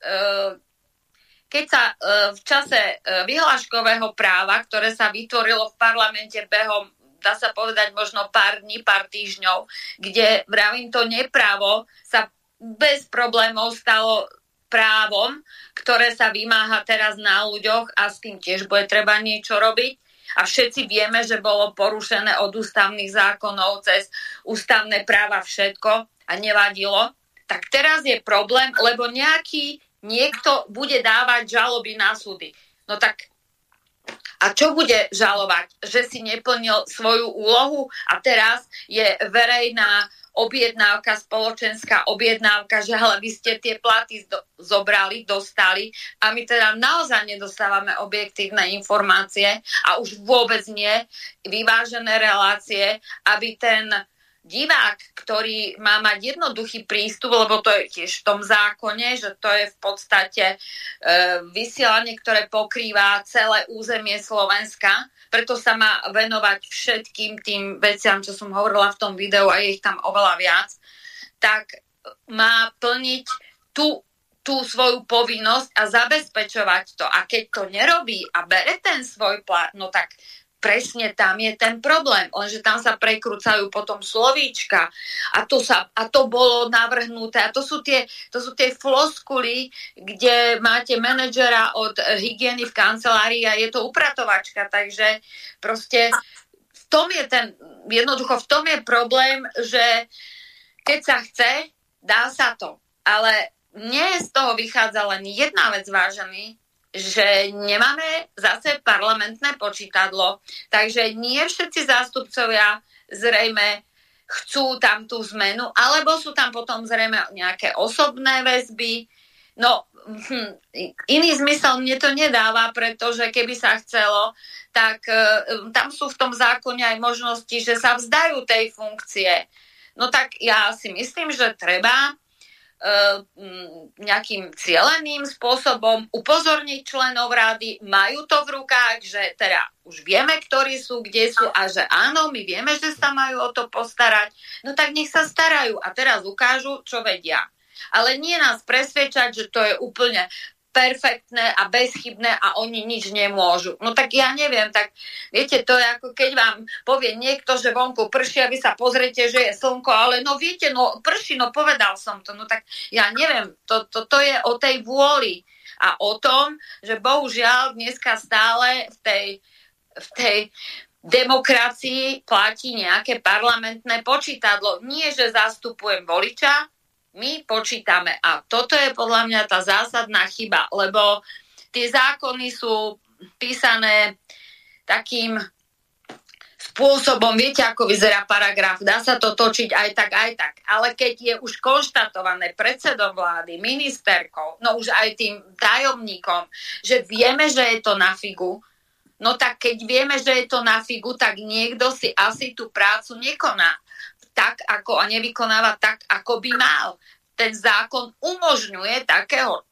keď sa v čase vyhláškového práva, ktoré sa vytvorilo v parlamente behom, dá sa povedať, možno pár dní, pár týždňov, kde, vravím, to neprávo sa bez problémov stalo právom, ktoré sa vymáha teraz na ľuďoch a s tým tiež bude treba niečo robiť. A všetci vieme, že bolo porušené od ústavných zákonov cez ústavné práva všetko a nevadilo. Tak teraz je problém, lebo niekto bude dávať žaloby na súdy. No tak a čo bude žalovať? Že si neplnil svoju úlohu a teraz je verejná objednávka, spoločenská objednávka, že ale vy ste tie platy zobrali, dostali a my teda naozaj nedostávame objektívne informácie a už vôbec nie vyvážené relácie, aby ten divák, ktorý má mať jednoduchý prístup, lebo to je tiež v tom zákone, že to je v podstate vysielanie, ktoré pokrýva celé územie Slovenska, preto sa má venovať všetkým tým veciam, čo som hovorila v tom videu a je ich tam oveľa viac, tak má plniť tú svoju povinnosť a zabezpečovať to. A keď to nerobí a bere ten svoj plat, no tak presne tam je ten problém, lenže tam sa prekrúcajú potom slovíčka a to bolo navrhnuté a to sú tie floskuly, kde máte manažera od hygieny v kancelárii a je to upratovačka, takže proste v tom je problém, že keď sa chce, dá sa to, ale mne z toho vychádza len jedna vec, vážený, že nemáme zase parlamentné počítadlo, takže nie všetci zástupcovia zrejme chcú tam tú zmenu, alebo sú tam potom zrejme nejaké osobné väzby. No, iný zmysel mne to nedáva, pretože keby sa chcelo, tak tam sú v tom zákone aj možnosti, že sa vzdajú tej funkcie. No tak ja si myslím, že treba nejakým cieleným spôsobom upozorniť členov rady, majú to v rukách, že teda už vieme, ktorí sú, kde sú a že áno, my vieme, že sa majú o to postarať, no tak nech sa starajú a teraz ukážu, čo vedia. Ale nie nás presvedčať, že to je úplne perfektné a bezchybné a oni nič nemôžu. No tak ja neviem, tak viete, to je ako keď vám povie niekto, že vonku prší a vy sa pozriete, že je slnko, ale no viete, no prší, no povedal som to. No tak ja neviem, to je o tej vôli a o tom, že bohužiaľ dneska stále v tej demokracii platí nejaké parlamentné počítadlo. Nie, že zastupujem voliča, my počítame. A toto je podľa mňa tá zásadná chyba, lebo tie zákony sú písané takým spôsobom, viete, ako vyzerá paragraf, dá sa to točiť aj tak, ale keď je už konštatované predsedom vlády, ministerkou, no už aj tým tajomníkom, že vieme, že je to na figu, no tak keď vieme, že je to na figu, tak niekto si asi tú prácu nekoná tak, ako a nevykonáva tak, ako by mal. Ten zákon umožňuje takého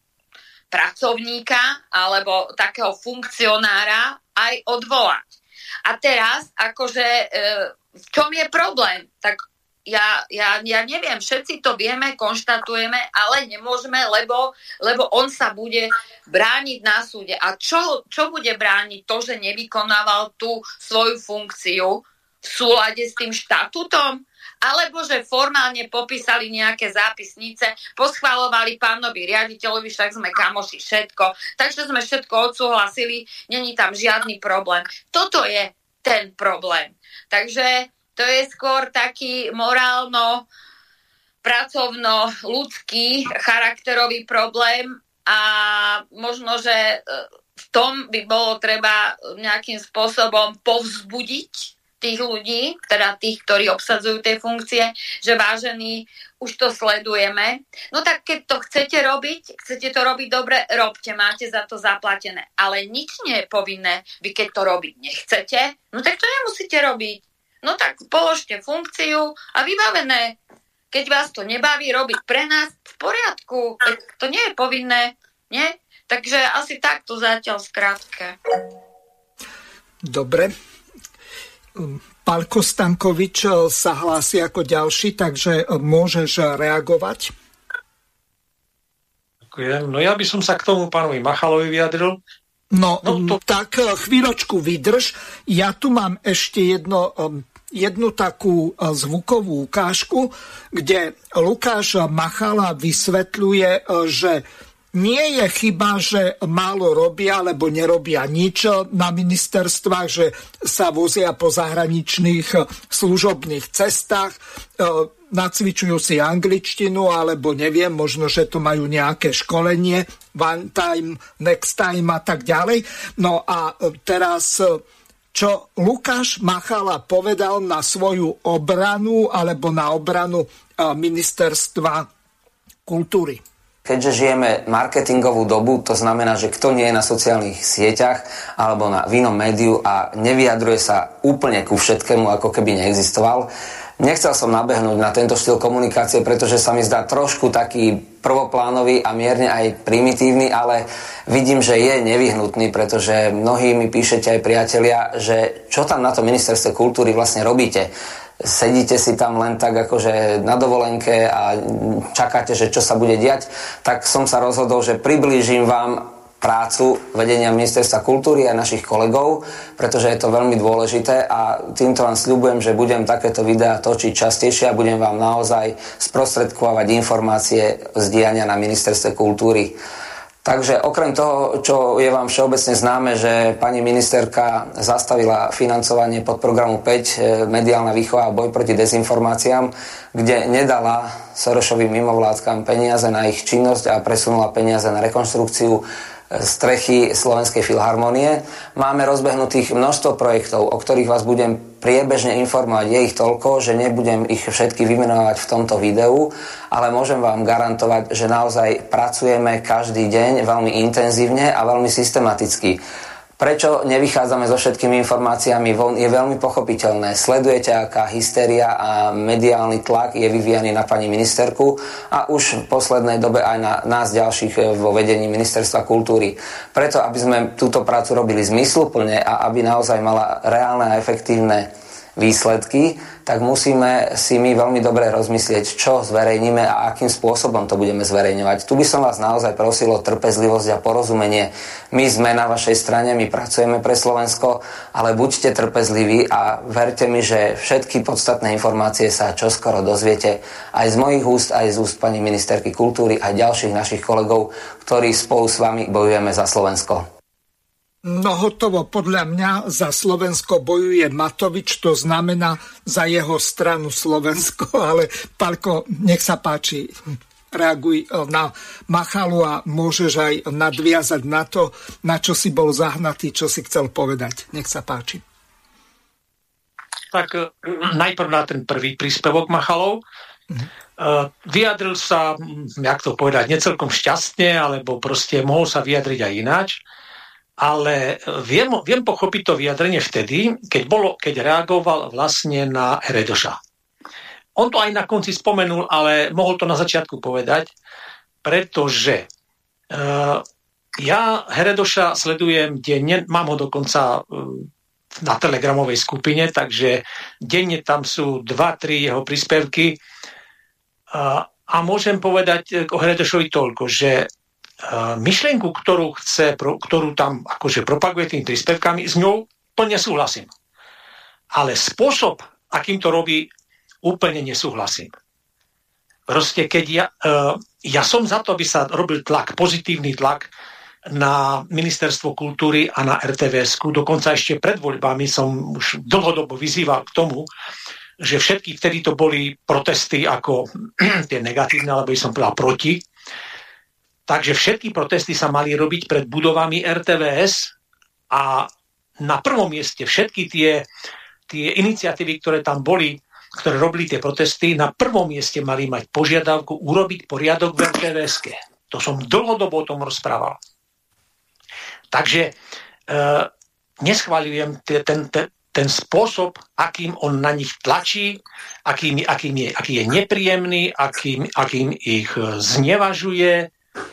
pracovníka alebo takého funkcionára aj odvolať. A teraz, akože, v čom je problém? Tak ja neviem, všetci to vieme, konštatujeme, ale nemôžeme, lebo on sa bude brániť na súde. A čo bude brániť? To, že nevykonával tú svoju funkciu v súlade s tým štatútom? Alebo že formálne popísali nejaké zápisnice, poschvalovali pánovi riaditeľovi, však sme kamoši, všetko. Takže sme všetko odsúhlasili, není tam žiadny problém. Toto je ten problém. Takže to je skôr taký morálno, pracovno, ľudský, charakterový problém a možno, že v tom by bolo treba nejakým spôsobom povzbudiť tých ľudí, teda tých, ktorí obsadzujú tie funkcie, že vážení, už to sledujeme. No tak keď to chcete to robiť dobre, robte, máte za to zaplatené. Ale nič nie je povinné. Vy keď to robiť nechcete, no tak to nemusíte robiť. No tak položte funkciu a vybavené. Keď vás to nebaví robiť pre nás, v poriadku. To nie je povinné, nie? Takže asi takto zatiaľ skrátke. Dobre. Pálko Stankovič sa hlási ako ďalší, takže môžeš reagovať. Ďakujem. No ja by som sa k tomu pánovi Machalovi vyjadril. Tak chvíľočku vydrž. Ja tu mám ešte jednu takú zvukovú ukážku, kde Lukáš Machala vysvetľuje, že nie je chyba, že málo robia, alebo nerobia nič na ministerstvách, že sa vozia po zahraničných služobných cestách, nacvičujú si angličtinu, alebo neviem, možno, že to majú nejaké školenie, one time, next time a tak ďalej. No a teraz, čo Lukáš Machala povedal na svoju obranu, alebo na obranu ministerstva kultúry. Keďže žijeme marketingovú dobu, to znamená, že kto nie je na sociálnych sieťach alebo v inom médiu a nevyjadruje sa úplne ku všetkému, ako keby neexistoval. Nechcel som nabehnúť na tento štýl komunikácie, pretože sa mi zdá trošku taký prvoplánový a mierne aj primitívny, ale vidím, že je nevyhnutný, pretože mnohí mi píšete aj priatelia, že čo tam na to ministerstve kultúry vlastne robíte. Sedíte si tam len tak akože na dovolenke a čakáte, že čo sa bude diať, tak som sa rozhodol, že priblížim vám prácu vedenia ministerstva kultúry a našich kolegov, pretože je to veľmi dôležité a týmto vám sľubujem, že budem takéto videá točiť častejšie a budem vám naozaj sprostredkovať informácie z diania na ministerstve kultúry. Takže okrem toho, čo je vám všeobecne známe, že pani ministerka zastavila financovanie podprogramu 5 mediálna výchova a boj proti dezinformáciám, kde nedala Sorošovým mimovládkam peniaze na ich činnosť a presunula peniaze na rekonštrukciu strechy Slovenskej filharmonie. Máme rozbehnutých množstvo projektov, o ktorých vás budem priebežne informovať. Je ich toľko, že nebudem ich všetky vymenovať v tomto videu, ale môžem vám garantovať, že naozaj pracujeme každý deň veľmi intenzívne a veľmi systematicky. Prečo nevychádzame so všetkými informáciami von, je veľmi pochopiteľné. Sledujete, aká hystéria a mediálny tlak je vyvíjaný na pani ministerku a už v poslednej dobe aj na nás ďalších vo vedení ministerstva kultúry. Preto, aby sme túto prácu robili zmysluplne a aby naozaj mala reálne a efektívne výsledky, tak musíme si my veľmi dobre rozmyslieť, čo zverejníme a akým spôsobom to budeme zverejňovať. Tu by som vás naozaj prosil o trpezlivosť a porozumenie. My sme na vašej strane, my pracujeme pre Slovensko, ale buďte trpezliví a verte mi, že všetky podstatné informácie sa čoskoro dozviete aj z mojich úst, aj z úst pani ministerky kultúry, aj ďalších našich kolegov, ktorí spolu s vami bojujeme za Slovensko. No hotovo, podľa mňa za Slovensko bojuje Matovič, to znamená za jeho stranu Slovensko, ale Palko, nech sa páči, reaguj na Machalu a môžeš aj nadviazať na to, na čo si bol zahnatý, čo si chcel povedať. Nech sa páči. Tak najprv na ten prvý príspevok Machalov. Vyjadril sa, jak to povedať, necelkom šťastne, alebo proste mohol sa vyjadriť aj ináč. Ale viem pochopiť to vyjadrenie vtedy, keď reagoval vlastne na Heredoša. On to aj na konci spomenul, ale mohol to na začiatku povedať, pretože ja Heredoša sledujem denne, mám ho dokonca na telegramovej skupine, takže denne tam sú 2-3 jeho príspevky a môžem povedať o Heredošovi toľko, že myšlienku, ktorú tam akože propaguje tým príspevkami, s ňou plne súhlasím. Ale spôsob, akým to robí, úplne nesúhlasím. Proste keď ja som za to, aby sa robil tlak, pozitívny tlak na Ministerstvo kultúry a na RTVS-ku, dokonca ešte pred voľbami som už dlhodobo vyzýval k tomu, že všetky vtedy to boli protesty ako tie negatívne, alebo by som povedal proti. Takže všetky protesty sa mali robiť pred budovami RTVS a na prvom mieste všetky tie iniciatívy, ktoré tam boli, ktoré robili tie protesty, na prvom mieste mali mať požiadavku urobiť poriadok v RTVS-ke. To som dlhodobo o tom rozprával. Takže neschvaľujem ten spôsob, akým on na nich tlačí, aký je nepríjemný, akým ich znevažuje.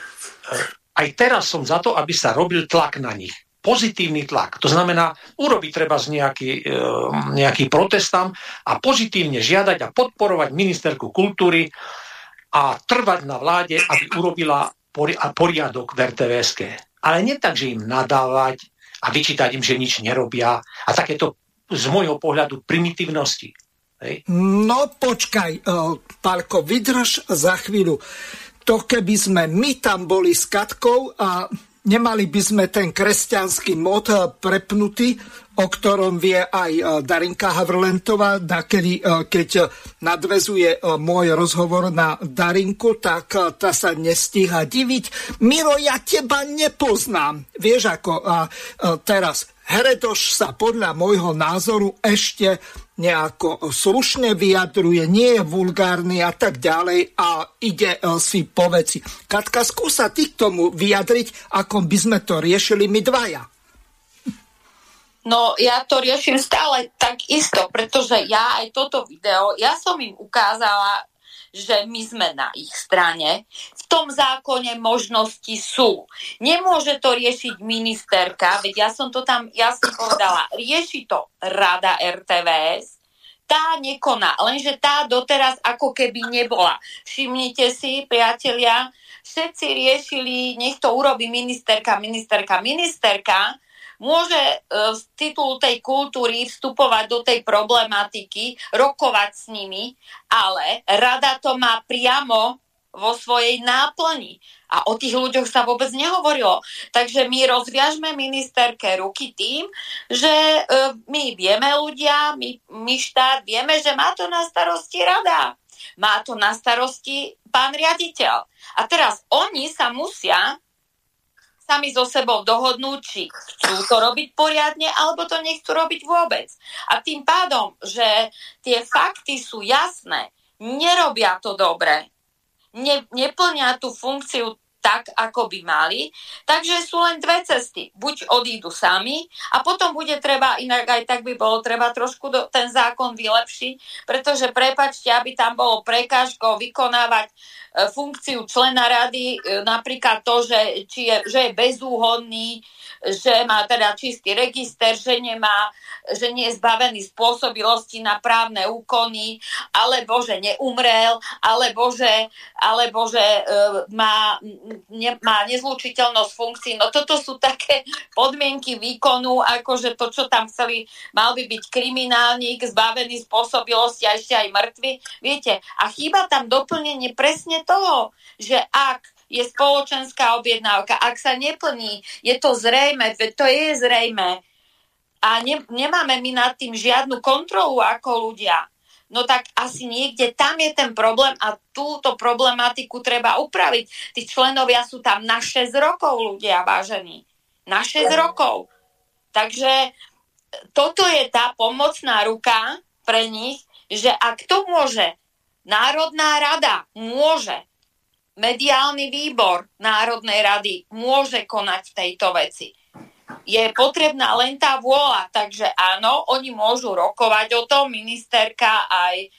Aj teraz som za to, aby sa robil tlak na nich. Pozitívny tlak. To znamená, urobiť treba nejaký protest tam a pozitívne žiadať a podporovať ministerku kultúry a trvať na vláde, aby urobila poriadok v RTVS-ke. Ale nie tak, že im nadávať a vyčítať im, že nič nerobia a takéto z môjho pohľadu primitívnosti. Hej? No počkaj, Pálko, vydrž za chvíľu. To keby sme my tam boli s Katkou a nemali by sme ten kresťanský mód prepnutý, o ktorom vie aj Darinka Havrlentová, keď nadväzuje môj rozhovor na Darinku, tak tá sa nestíha diviť. Miro, ja teba nepoznám. Vieš ako, teraz Heredoš sa podľa môjho názoru ešte nejako slušne vyjadruje, nie je vulgárny a tak ďalej a ide si po veci. Katka, skúsa ty k tomu vyjadriť, ako by sme to riešili my dvaja. No, ja to riešim stále tak isto, pretože ja aj toto video, ja som im ukázala, že my sme na ich strane. V tom zákone možnosti sú. Nemôže to riešiť ministerka, veď ja som to tam jasne povedala. Rieši to Rada RTVS, tá nekoná, lenže tá doteraz ako keby nebola. Všimnite si, priatelia, všetci riešili, nech to urobí ministerka. Môže z titulu tej kultúry vstupovať do tej problematiky, rokovať s nimi, ale rada to má priamo vo svojej náplni. A o tých ľuďoch sa vôbec nehovorilo. Takže my rozviažme ministerke ruky tým, že my vieme ľudia, my štát, vieme, že má to na starosti rada. Má to na starosti pán riaditeľ. A teraz oni sa musia sami so sebou dohodnúť, či chcú to robiť poriadne, alebo to nechcú robiť vôbec. A tým pádom, že tie fakty sú jasné, nerobia to dobre, neplnia tú funkciu tak, ako by mali. Takže sú len dve cesty. Buď odídu sami a potom bude treba, inak aj tak by bolo treba trošku ten zákon vylepšiť, pretože prepáčte, aby tam bolo prekážkou vykonávať funkciu člena rady, napríklad to, že je bezúhonný, že má teda čistý register, že nie je zbavený spôsobilosti na právne úkony, alebo že neumrel, alebo že má nezlučiteľnosť funkcií. No toto sú také podmienky výkonu, akože to, čo tam chceli, mal by byť kriminálnik, zbavený spôsobilosti a ešte aj mŕtvy. Viete, a chýba tam doplnenie presne toho, že ak je spoločenská objednávka, ak sa neplní, je to zrejme, to je zrejme a nemáme my nad tým žiadnu kontrolu ako ľudia, no tak asi niekde tam je ten problém a túto problematiku treba upraviť. Tí členovia sú tam na 6 rokov, ľudia vážení. Na 6 rokov. Takže toto je tá pomocná ruka pre nich, že ak to môže Národná rada, môže mediálny výbor Národnej rady môže konať v tejto veci. Je potrebná len tá vôľa, takže áno, oni môžu rokovať o tom, ministerka aj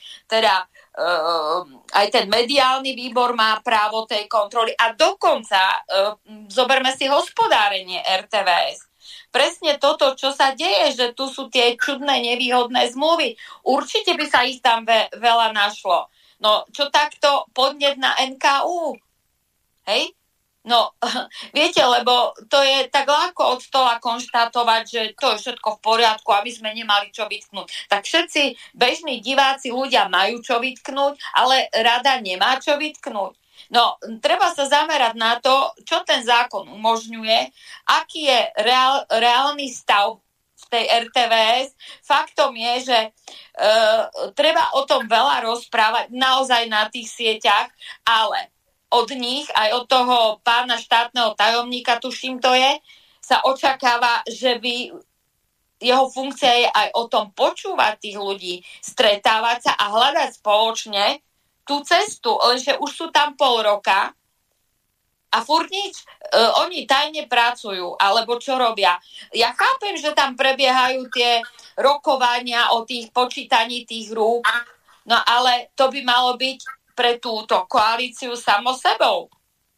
ten mediálny výbor má právo tej kontroly a dokonca zoberme si hospodárenie RTVS. Presne toto, čo sa deje, že tu sú tie čudné, nevýhodné zmluvy. Určite by sa ich tam veľa našlo. No, čo takto podnet na NKÚ? Hej? No, viete, lebo to je tak ľahko od stola konštatovať, že to je všetko v poriadku, aby sme nemali čo vytknúť. Tak všetci bežní diváci ľudia majú čo vytknúť, ale rada nemá čo vytknúť. No, treba sa zamerať na to, čo ten zákon umožňuje, aký je reálny stav v tej RTVS. Faktom je, že treba o tom veľa rozprávať naozaj na tých sieťach, ale od nich, aj od toho pána štátneho tajomníka, tuším to je, sa očakáva, že jeho funkcia je aj o tom počúvať tých ľudí, stretávať sa a hľadať spoločne tú cestu, lenže už sú tam pol roka a furt nič. Oni tajne pracujú, alebo čo robia. Ja chápem, že tam prebiehajú tie rokovania o tých počítaní tých rúk, no ale to by malo byť pre túto koalíciu samo sebou.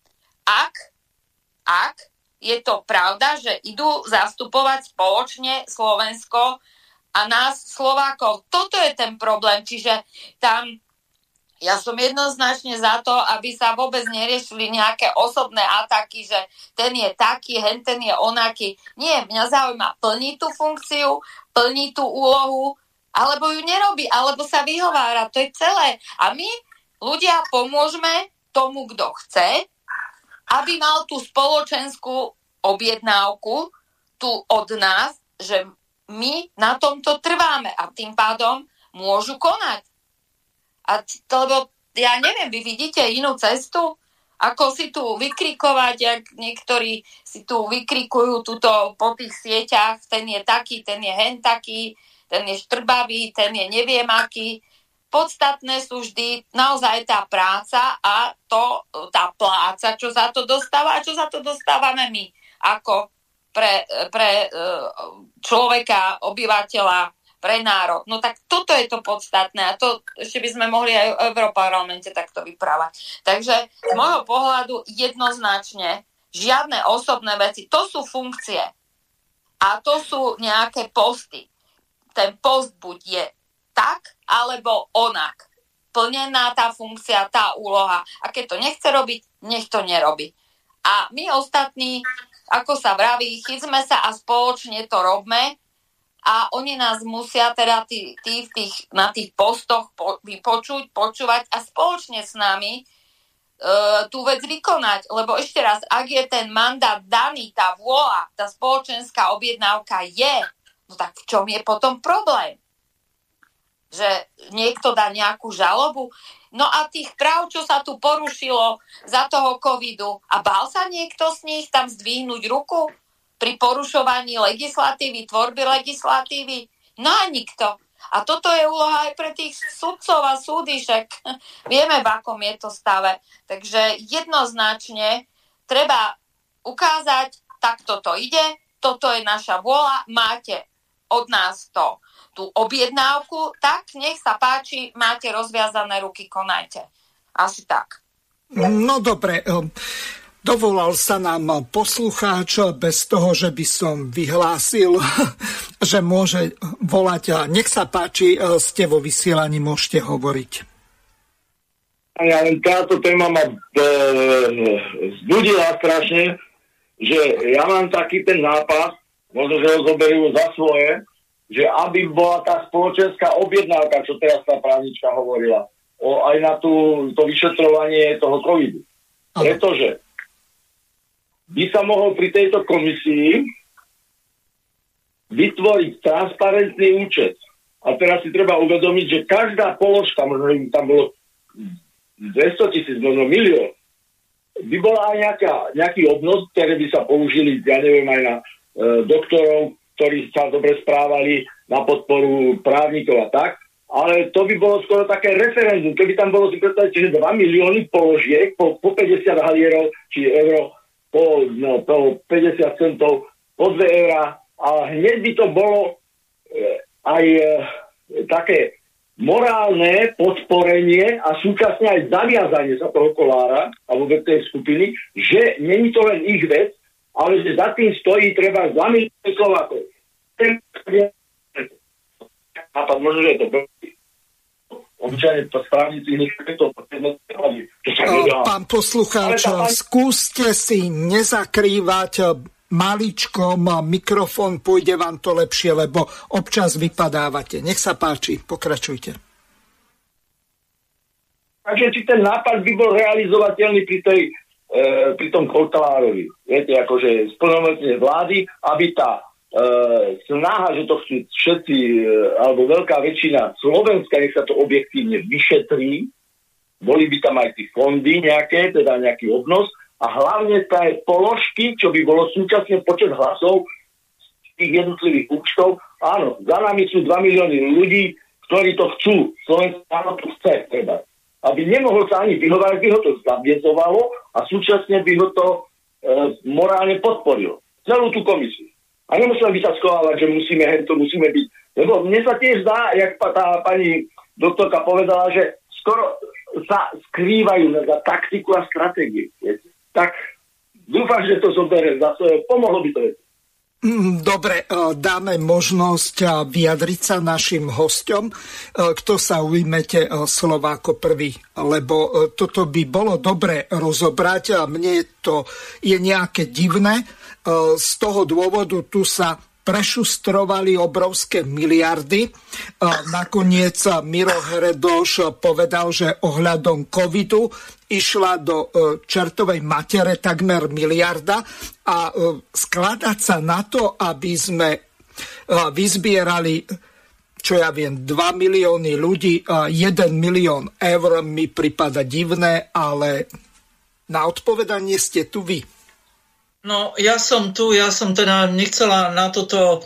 Ak je to pravda, že idú zastupovať spoločne Slovensko a nás Slovákov, toto je ten problém, čiže tam ja som jednoznačne za to, aby sa vôbec neriešili nejaké osobné ataky, že ten je taký, ten je onaký. Nie, mňa zaujíma, plní tú funkciu, plní tú úlohu, alebo ju nerobí, alebo sa vyhovára. To je celé. A my, ľudia, pomôžme tomu, kto chce, aby mal tú spoločenskú objednávku tu od nás, že my na tomto trváme a tým pádom môžu konať. Lebo ja neviem, vy vidíte inú cestu, ako si tu vykrikovať, jak niektorí si tu vykrikujú tuto po tých sieťach, ten je taký, ten je hen taký, ten je štrbavý, ten je neviem aký. Podstatné sú vždy naozaj tá práca a tá pláca, čo za to dostáva a čo za to dostávame my, ako pre človeka, obyvateľa, pre národ. No tak toto je to podstatné a to ešte by sme mohli aj v Europarlamente takto vyprávať. Takže z môjho pohľadu jednoznačne žiadne osobné veci. To sú funkcie a to sú nejaké posty. Ten post buď je tak, alebo onak. Plnená tá funkcia, tá úloha. A keď to nechce robiť, nech to nerobí. A my ostatní, ako sa vraví, chytme sa a spoločne to robme. A oni nás musia teda na tých postoch vypočuť, počúvať a spoločne s nami tú vec vykonať. Lebo ešte raz, ak je ten mandát daný, tá vôľa, tá spoločenská objednávka je, no tak v čom je potom problém? Že niekto dá nejakú žalobu? No a tých práv, čo sa tu porušilo za toho covidu, a bál sa niekto z nich tam zdvihnúť ruku pri porušovaní legislatívy, tvorby legislatívy? No a nikto. A toto je úloha aj pre tých sudcov a súdy, však vieme, v akom je to stave. Takže jednoznačne treba ukázať, takto to ide, toto je naša vôľa, máte od nás tú objednávku, tak nech sa páči, máte rozviazané ruky, konajte. Asi tak. No dobre, dovolal sa nám poslucháč bez toho, že by som vyhlásil, že môže volať. Nech sa páči, ste vo vysielaní, môžete hovoriť. Ja len táto téma ma vzbudila strašne, že ja mám taký ten nápad, možno, že ho zoberú za svoje, že aby bola tá spoločenská objednávka, čo teraz tá právnička hovorila, aj na to vyšetrovanie toho covidu. Pretože by sa mohol pri tejto komisii vytvoriť transparentný účet. A teraz si treba uvedomiť, že každá položka, možno tam bolo 200 000, možno milión, by bola aj nejaký obnos, ktoré by sa použili, ja neviem, aj na doktorov, ktorí sa dobre správali, na podporu právnikov a tak, ale to by bolo skoro také referendum, keby tam bolo, si predstavíte, že 2 milióny položiek po 50 halierov či euro, po 50 centov, po 2 eurá, a hneď by to bolo aj také morálne podporenie a súčasne aj zaviazanie sa toho Kollára a vôbec tej skupiny, že není to len ich vec, ale že za tým stojí treba 2 milióny Slovákov. Možno, že je to obyčajne to správnici to Pán poslucháč, skúste si nezakrývať maličkom mikrofón, pôjde vám to lepšie, lebo občas vypadávate. Nech sa páči, pokračujte. Takže či ten nápad by bol realizovateľný pri tom Kollárovi. Viete, akože splnomocnenie vlády, aby tá snaha, že to chcú všetci, alebo veľká väčšina Slovenska, nech sa to objektívne vyšetrí, boli by tam aj tí fondy nejaké, teda nejaký obnos, a hlavne tie položky, čo by bolo súčasne počet hlasov z tých jednotlivých účtov. Áno, za nami sú 2 milióny ľudí, ktorí to chcú. Slovensko to chce, treba. Aby nemohol sa ani vyhovárať, by ho to zaviezovalo a súčasne by ho to morálne podporilo. Celú tú komisiu. A nemusíme by sa schovávať, že musíme byť. Lebo mne sa tiež zdá, jak tá pani doktorka povedala, že skoro sa skrývajú za taktiku a stratégiu. Tak dúfam, že to zoberie za svoje. Pomohlo by to. Dobre, dáme možnosť vyjadriť sa našim hosťom. Kto sa ujmete slova ako prvý? Lebo toto by bolo dobre rozobrať a mne to je nejaké divné. Z toho dôvodu tu sa prešustrovali obrovské miliardy. Nakoniec Miro Heredoš povedal, že ohľadom covidu išla do čertovej matere takmer miliarda a skladať sa na to, aby sme vyzbierali, čo ja viem, 2 milióny ľudí, 1 milión eur mi prípada divné, ale na odpovedanie ste tu vy. No, ja som tu, ja som teda nechcela na toto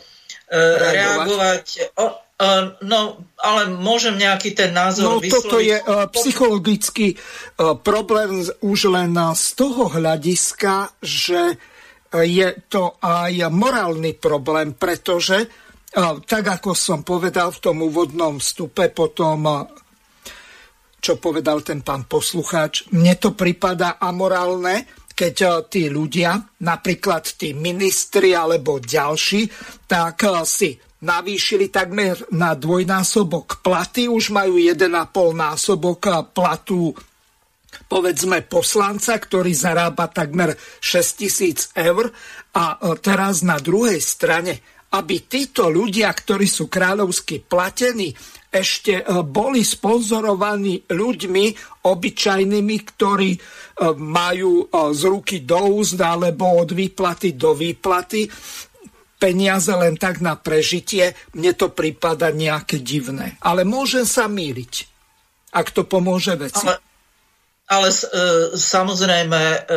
reagovať. No, ale môžem nejaký ten názor vysloviť. No, toto je psychologický problém už len z toho hľadiska, že je to aj morálny problém, pretože, tak ako som povedal v tom úvodnom vstupe, potom, čo povedal ten pán poslucháč, mne to pripadá amorálne, keď tí ľudia, napríklad tí ministri alebo ďalší, tak si navýšili takmer na dvojnásobok platy, už majú 1,5 násobok platu, povedzme, poslanca, ktorý zarába takmer 6 000 eur. A teraz na druhej strane, aby títo ľudia, ktorí sú kráľovsky platení, ešte boli sponzorovaní ľuďmi obyčajnými, ktorí majú z ruky do úst alebo od výplaty do výplaty peniaze len tak na prežitie, mne to prípada nejaké divné. Ale môžem sa mýliť, ak to pomôže veci. Ale samozrejme,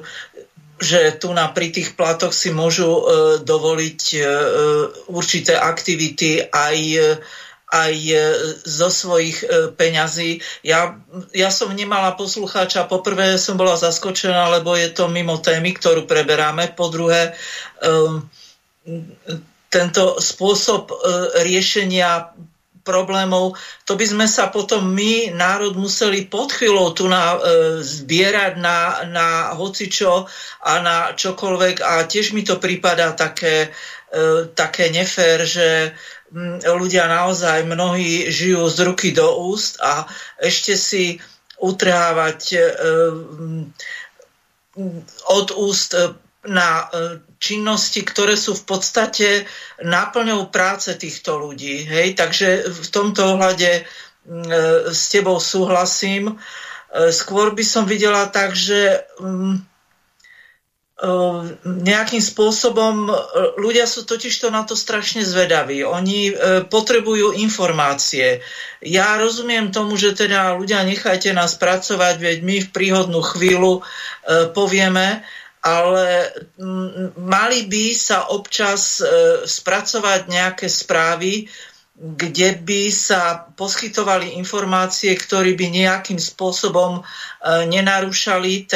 že tu pri tých platoch si môžu dovoliť určité aktivity aj zo svojich peňazí. Ja som nemala poslucháča, poprvé som bola zaskočená, lebo je to mimo témy, ktorú preberáme. Po druhé, tento spôsob riešenia problémov, to by sme sa potom my, národ, museli pod chvíľou tu zbierať na hocičo a na čokoľvek a tiež mi to prípada také nefér, že ľudia naozaj mnohí žijú z ruky do úst a ešte si utrhávať od úst na činnosti, ktoré sú v podstate náplňou práce týchto ľudí. Hej? Takže v tomto ohľade s tebou súhlasím. Skôr by som videla tak, že nejakým spôsobom ľudia sú totižto na to strašne zvedaví. Oni potrebujú informácie. Ja rozumiem tomu, že teda ľudia, nechajte nás pracovať, veď my v príhodnú chvíľu povieme, ale mali by sa občas spracovať nejaké správy, kde by sa poskytovali informácie, ktoré by nejakým spôsobom nenarúšali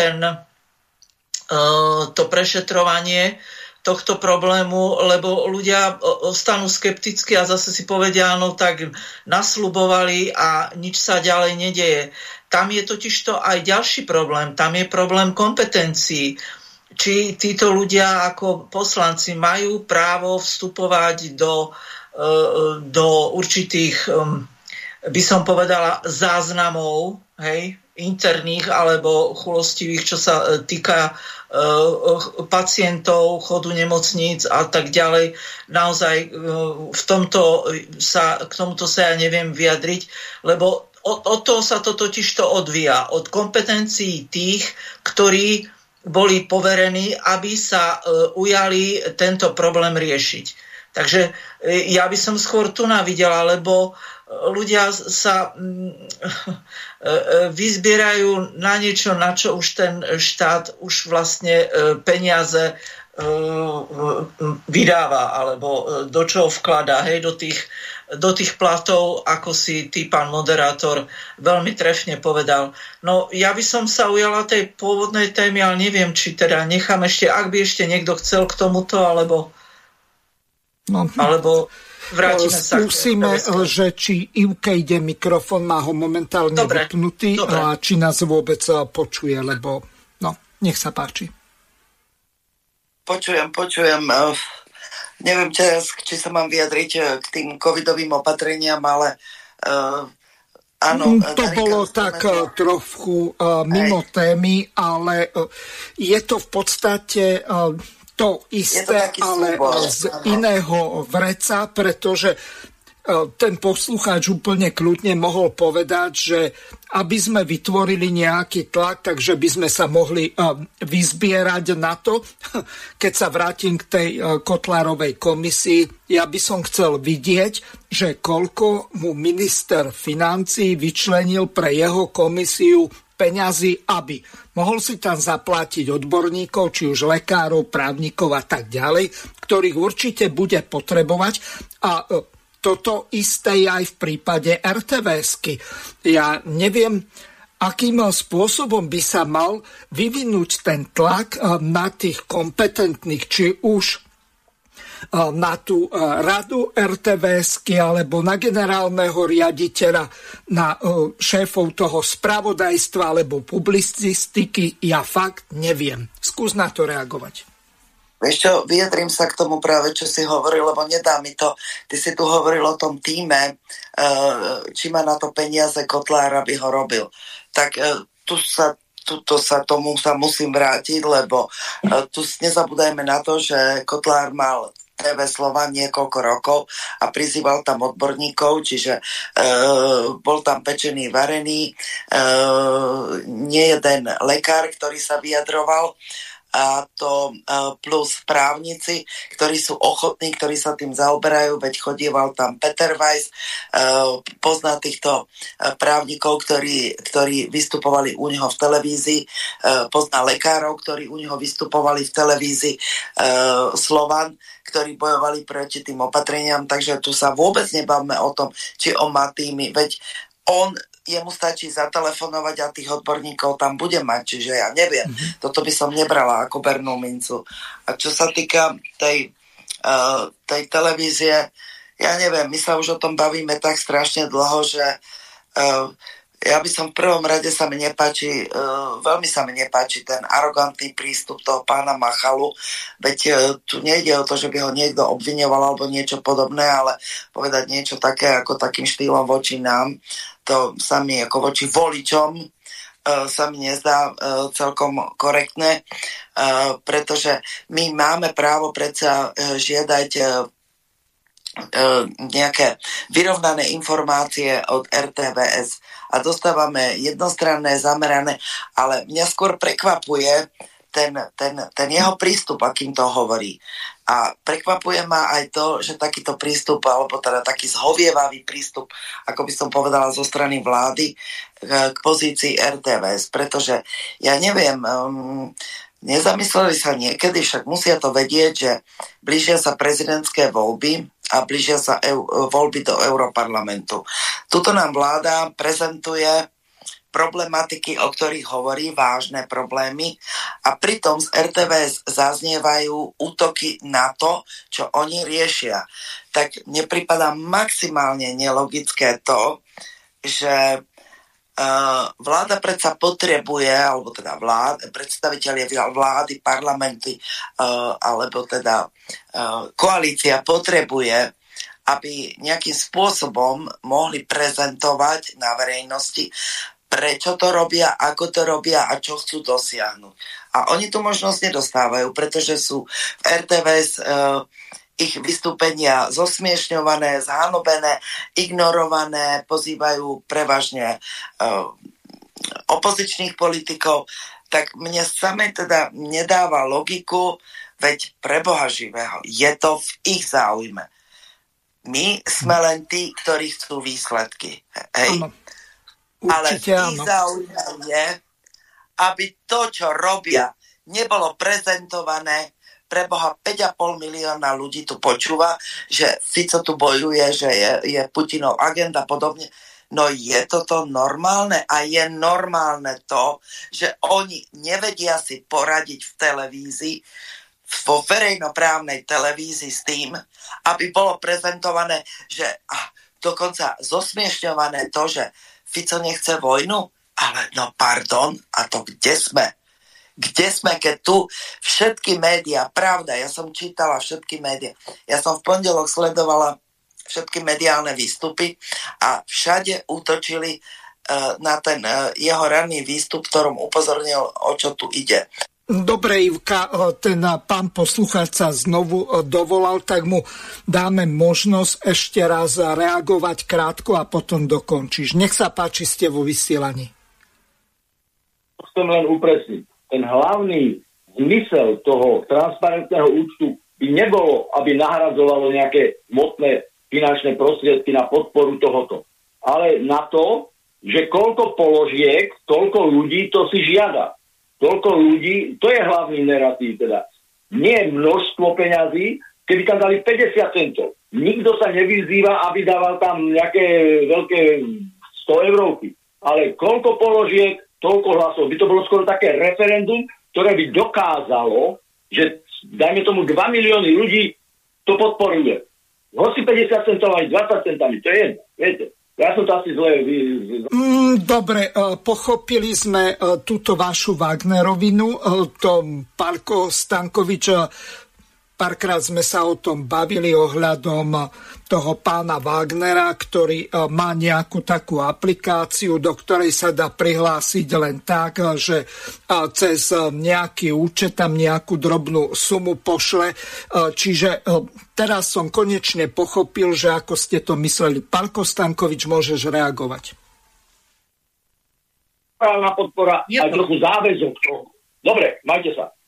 to prešetrovanie tohto problému, lebo ľudia ostanú skeptickí a zase si povedia, no tak nasľubovali a nič sa ďalej nedeje. Tam je totižto aj ďalší problém. Tam je problém kompetencií. Či títo ľudia ako poslanci majú právo vstupovať do určitých, by som povedala, záznamov, hej, interných alebo chulostivých, čo sa týka pacientov, chodu nemocníc a tak ďalej. Naozaj k tomuto sa ja neviem vyjadriť, lebo od toho sa to totižto odvíja. Od kompetencií tých, ktorí boli poverení, aby sa ujali tento problém riešiť. Takže ja by som skôr tu navidela, lebo ľudia sa vyzbierajú na niečo, na čo už ten štát už vlastne peniaze vydáva, alebo do čoho vkladá, hej, do tých platov, ako si ty, pán moderátor, veľmi trefne povedal. No, ja by som sa ujala tej pôvodnej témy, ale neviem, či teda nechám ešte, ak by ešte niekto chcel k tomuto, alebo vrátime sa. Skúsime, že či Ivke ide mikrofón, má ho momentálne vypnutý a či nás vôbec počuje, lebo nech sa páči. Počujem. Neviem teraz, či sa mám vyjadriť k tým covidovým opatreniam, ale áno. To bolo tak trochu mimo témy, ale je to v podstate to isté, ale z iného vreca, pretože ten poslucháč úplne kľudne mohol povedať, že aby sme vytvorili nejaký tlak, takže by sme sa mohli vyzbierať na to. Keď sa vrátim k tej Kotlárovej komisii, ja by som chcel vidieť, že koľko mu minister financií vyčlenil pre jeho komisiu peňazí, aby mohol si tam zaplatiť odborníkov, či už lekárov, právnikov a tak ďalej, ktorých určite bude potrebovať. A toto isté je aj v prípade RTVSky. Ja neviem, akým spôsobom by sa mal vyvinúť ten tlak na tých kompetentných, či už na tú radu RTVSky alebo na generálneho riaditeľa, na šéfov toho spravodajstva alebo publicistiky. Ja fakt neviem. Skús na to reagovať. Vieš čo, vyjadrím sa k tomu práve, čo si hovoril, lebo nedá mi to. Ty si tu hovoril o tom tíme, či má na to peniaze Kotlár, aby ho robil. Tak tomu sa musím vrátiť, lebo tu nezabúdajme na to, že Kotlár mal TV Slovan niekoľko rokov a prizýval tam odborníkov, čiže bol tam pečený, varený, nie jeden lekár, ktorý sa vyjadroval. a to plus právnici, ktorí sú ochotní, ktorí sa tým zaoberajú, veď chodieval tam Peter Weiss, pozná týchto právnikov, ktorí vystupovali u neho v televízii, pozná lekárov, ktorí u neho vystupovali v televízii, Slovan, ktorí bojovali proti tým opatreniam, takže tu sa vôbec nebavme o tom, či on má týmy, veď jemu stačí zatelefonovať a tých odborníkov tam bude mať, čiže ja neviem. Toto by som nebrala ako bernú mincu. A čo sa týka tej televízie, ja neviem, my sa už o tom bavíme tak strašne dlho, že ja by som v prvom rade veľmi sa mi nepáči ten arogantný prístup toho pána Machalu, veď tu nejde o to, že by ho niekto obviňoval alebo niečo podobné, ale povedať niečo také ako takým štýlom voči nám, to sa mi ako voči voličom sa mi nezdá celkom korektné, pretože my máme právo predsa žiadať nejaké vyrovnané informácie od RTVS a dostávame jednostranné, zamerané, ale mňa skôr prekvapuje ten jeho prístup, akým to hovorí. A prekvapuje ma aj to, že takýto prístup, alebo teda taký zhovievavý prístup, ako by som povedala, zo strany vlády k pozícii RTVS, pretože ja neviem, nezamysleli sa niekedy, však musia to vedieť, že blížia sa prezidentské voľby a blížia sa voľby do Europarlamentu. Tuto nám vláda prezentuje problematiky, o ktorých hovorí, vážne problémy a pritom z RTVS zaznievajú útoky na to, čo oni riešia. Tak mne pripadá maximálne nelogické to, že vláda predsa potrebuje, alebo teda predstavitelia vlády, parlamenty, alebo teda koalícia potrebuje, aby nejakým spôsobom mohli prezentovať na verejnosti, prečo to robia, ako to robia a čo chcú dosiahnuť. A oni tu možnosť nedostávajú, pretože sú v RTVS ich vystúpenia zosmiešňované, zhanobené, ignorované, pozývajú prevažne opozičných politikov, tak mne samé teda nedáva logiku, veď pre Boha živého, je to v ich záujme. My sme len tí, ktorí chcú výsledky. Hej? Ale v ich záujme je, aby to, čo robia, nebolo prezentované. Pre Boha 5,5 milióna ľudí tu počúva, že Fico tu bojuje, že je Putinov agenda a podobne. No je toto normálne? A je normálne to, že oni nevedia si poradiť v televízii, vo verejnoprávnej televízii s tým, aby bolo prezentované, že dokonca zosmiešňované to, že Fico nechce vojnu? Ale no pardon, a to kde sme? Kde sme, keď tu všetky médiá, pravda, ja som čítala všetky médiá, ja som v pondelok sledovala všetky mediálne výstupy a všade útočili na ten jeho ranný výstup, ktorom upozornil, o čo tu ide. Dobre, Ivka, ten pán poslucháč sa znovu dovolal, tak mu dáme možnosť ešte raz reagovať krátko a potom dokončíš. Nech sa páči, ste vo vysielaní. Chcem len upresniť. Ten hlavný zmysel toho transparentného účtu by nebolo, aby nahradzovalo nejaké hmotné finančné prostriedky na podporu tohoto. Ale na to, že koľko položiek, toľko ľudí to si žiada. Toľko ľudí, to je hlavný narratív teda. Nie množstvo peňazí, keby tam dali 50 centov. Nikto sa nevyzýva, aby dával tam nejaké veľké 100 eurovky. Ale koľko položiek, toľko hlasov. By to bolo skoro také referendum, ktoré by dokázalo, že dajme tomu 2 milióny ľudí to podporuje. Hoci 50 centov aj 20 centami, to je jedno, viete. Ja som to asi zle... Dobre, pochopili sme túto vašu Wagnerovinu. Pálko Stankovič, párkrát sme sa o tom bavili ohľadom toho pána Wagnera, ktorý má nejakú takú aplikáciu, do ktorej sa dá prihlásiť len tak, že cez nejaký účet tam nejakú drobnú sumu pošle. Čiže teraz som konečne pochopil, že ako ste to mysleli. Pálko Stankovič, môžeš reagovať. Právna podpora, aj trochu záväzok. Dobre, majte sa.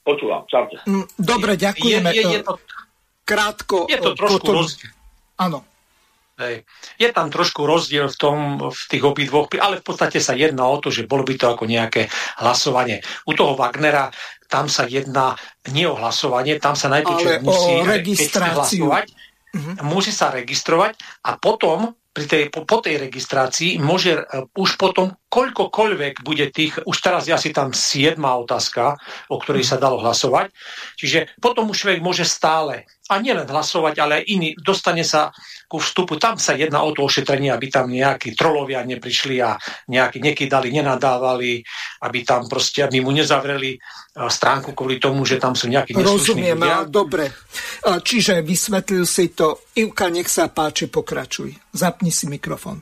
Počúvam, čaute. Dobre, ďakujeme. Krátko. Je to trošku rozdiel. Áno. Je tam trošku rozdiel v tých obidvoch, ale v podstate sa jedná o to, že bolo by to ako nejaké hlasovanie. U toho Wagnera tam sa jedná nie o hlasovanie, tam sa najprv musí registráciu. Musí sa registrovať a potom po tej registrácii môže už potom koľkokoľvek bude tých, už teraz je asi tam 7. otázka, o ktorej sa dalo hlasovať, čiže potom už človek môže stále, a nielen hlasovať, ale aj iný, dostane sa ku vstupu, tam sa jedná o to ošetrenie, aby tam nejakí trolovia neprišli a nekydali, nenadávali, aby tam proste, aby mu nezavreli stránku kvôli tomu, že tam sú nejakí neslušní ľudia. Rozumiem, dobre. Čiže vysvetlil si to. Ivka, nech sa páči, pokračuj. Zapni si mikrofón.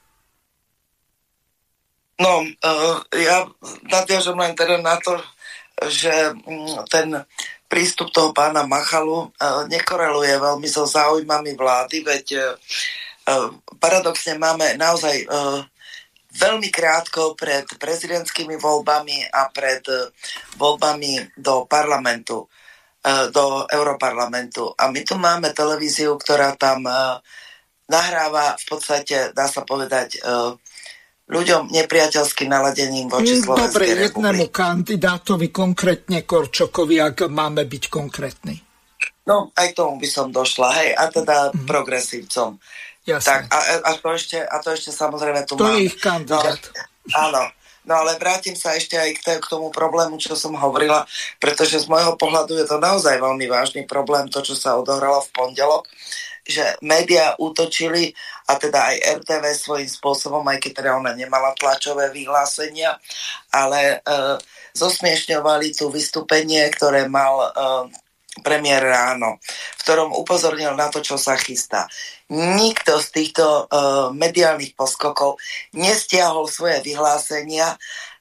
No, ja nadviažem len teda na to, že ten prístup toho pána Machalu nekoreluje veľmi so záujmami vlády, veď paradoxne máme naozaj veľmi krátko pred prezidentskými voľbami a pred voľbami do parlamentu, do Europarlamentu. A my tu máme televíziu, ktorá tam nahráva v podstate, dá sa povedať, ľuďom nepriateľským naladením voči Slovenskej republiky. Dobre, jednému kandidátovi, konkrétne Korčokovi, ak máme byť konkrétny. No, aj k tomu by som došla, hej, a teda progresívcom. Jasne. Tak, a to ešte samozrejme tu to máme. To je ich kandidát. No, áno, no ale vrátim sa ešte aj k tomu problému, čo som hovorila, pretože z môjho pohľadu je to naozaj veľmi vážny problém, to, čo sa odohralo v pondelok, že médiá útočili, a teda aj RTV svojím spôsobom, aj keď teda ona nemala tlačové vyhlásenia, ale zosmiešňovali tú vystúpenie, ktoré mal premiér ráno, v ktorom upozornil na to, čo sa chystá. Nikto z týchto mediálnych poskokov nestiahol svoje vyhlásenia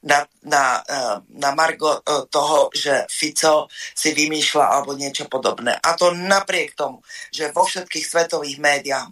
na margo toho, že Fico si vymýšľa alebo niečo podobné. A to napriek tomu, že vo všetkých svetových médiách,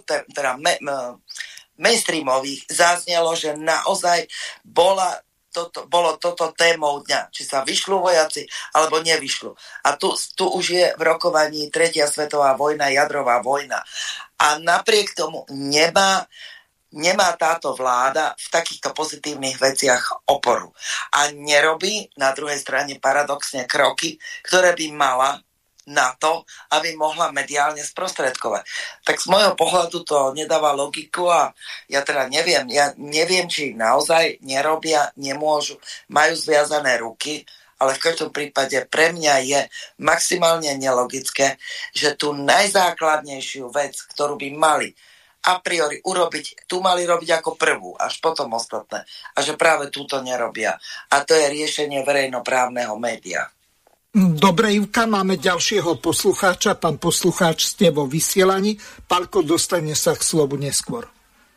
mainstreamových, zaznelo, že naozaj bolo toto témou dňa, či sa vyšľú vojaci, alebo nevyšľú. A tu už je v rokovaní 3. svetová vojna, jadrová vojna. A napriek tomu nemá táto vláda v takýchto pozitívnych veciach oporu. A nerobí na druhej strane paradoxne kroky, ktoré by mala na to, aby mohla mediálne sprostredkovať. Tak z môjho pohľadu to nedáva logiku a ja teda neviem, či naozaj nerobia, nemôžu, majú zviazané ruky, ale v každom prípade pre mňa je maximálne nelogické, že tú najzákladnejšiu vec, ktorú by mali a priori urobiť, tu mali robiť ako prvú, až potom ostatné. A že práve túto nerobia. A to je riešenie verejnoprávneho média. Dobre, Ivka, máme ďalšieho poslucháča. Pán poslucháč, ste vo vysielaní. Pálko, dostane sa k slovu neskôr.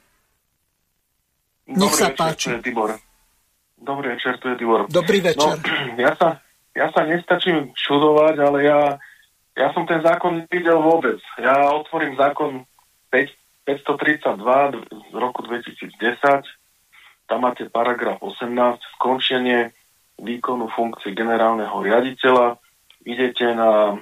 Nech sa páči. Dobrý večer, tu je Tibor. Dobrý večer. No, ja sa nestačím čudovať, ale ja som ten zákon nevidel vôbec. Ja otvorím zákon 532 z roku 2010. Tam máte paragraf 18, skončenie výkonu funkcie generálneho riaditeľa. Idete na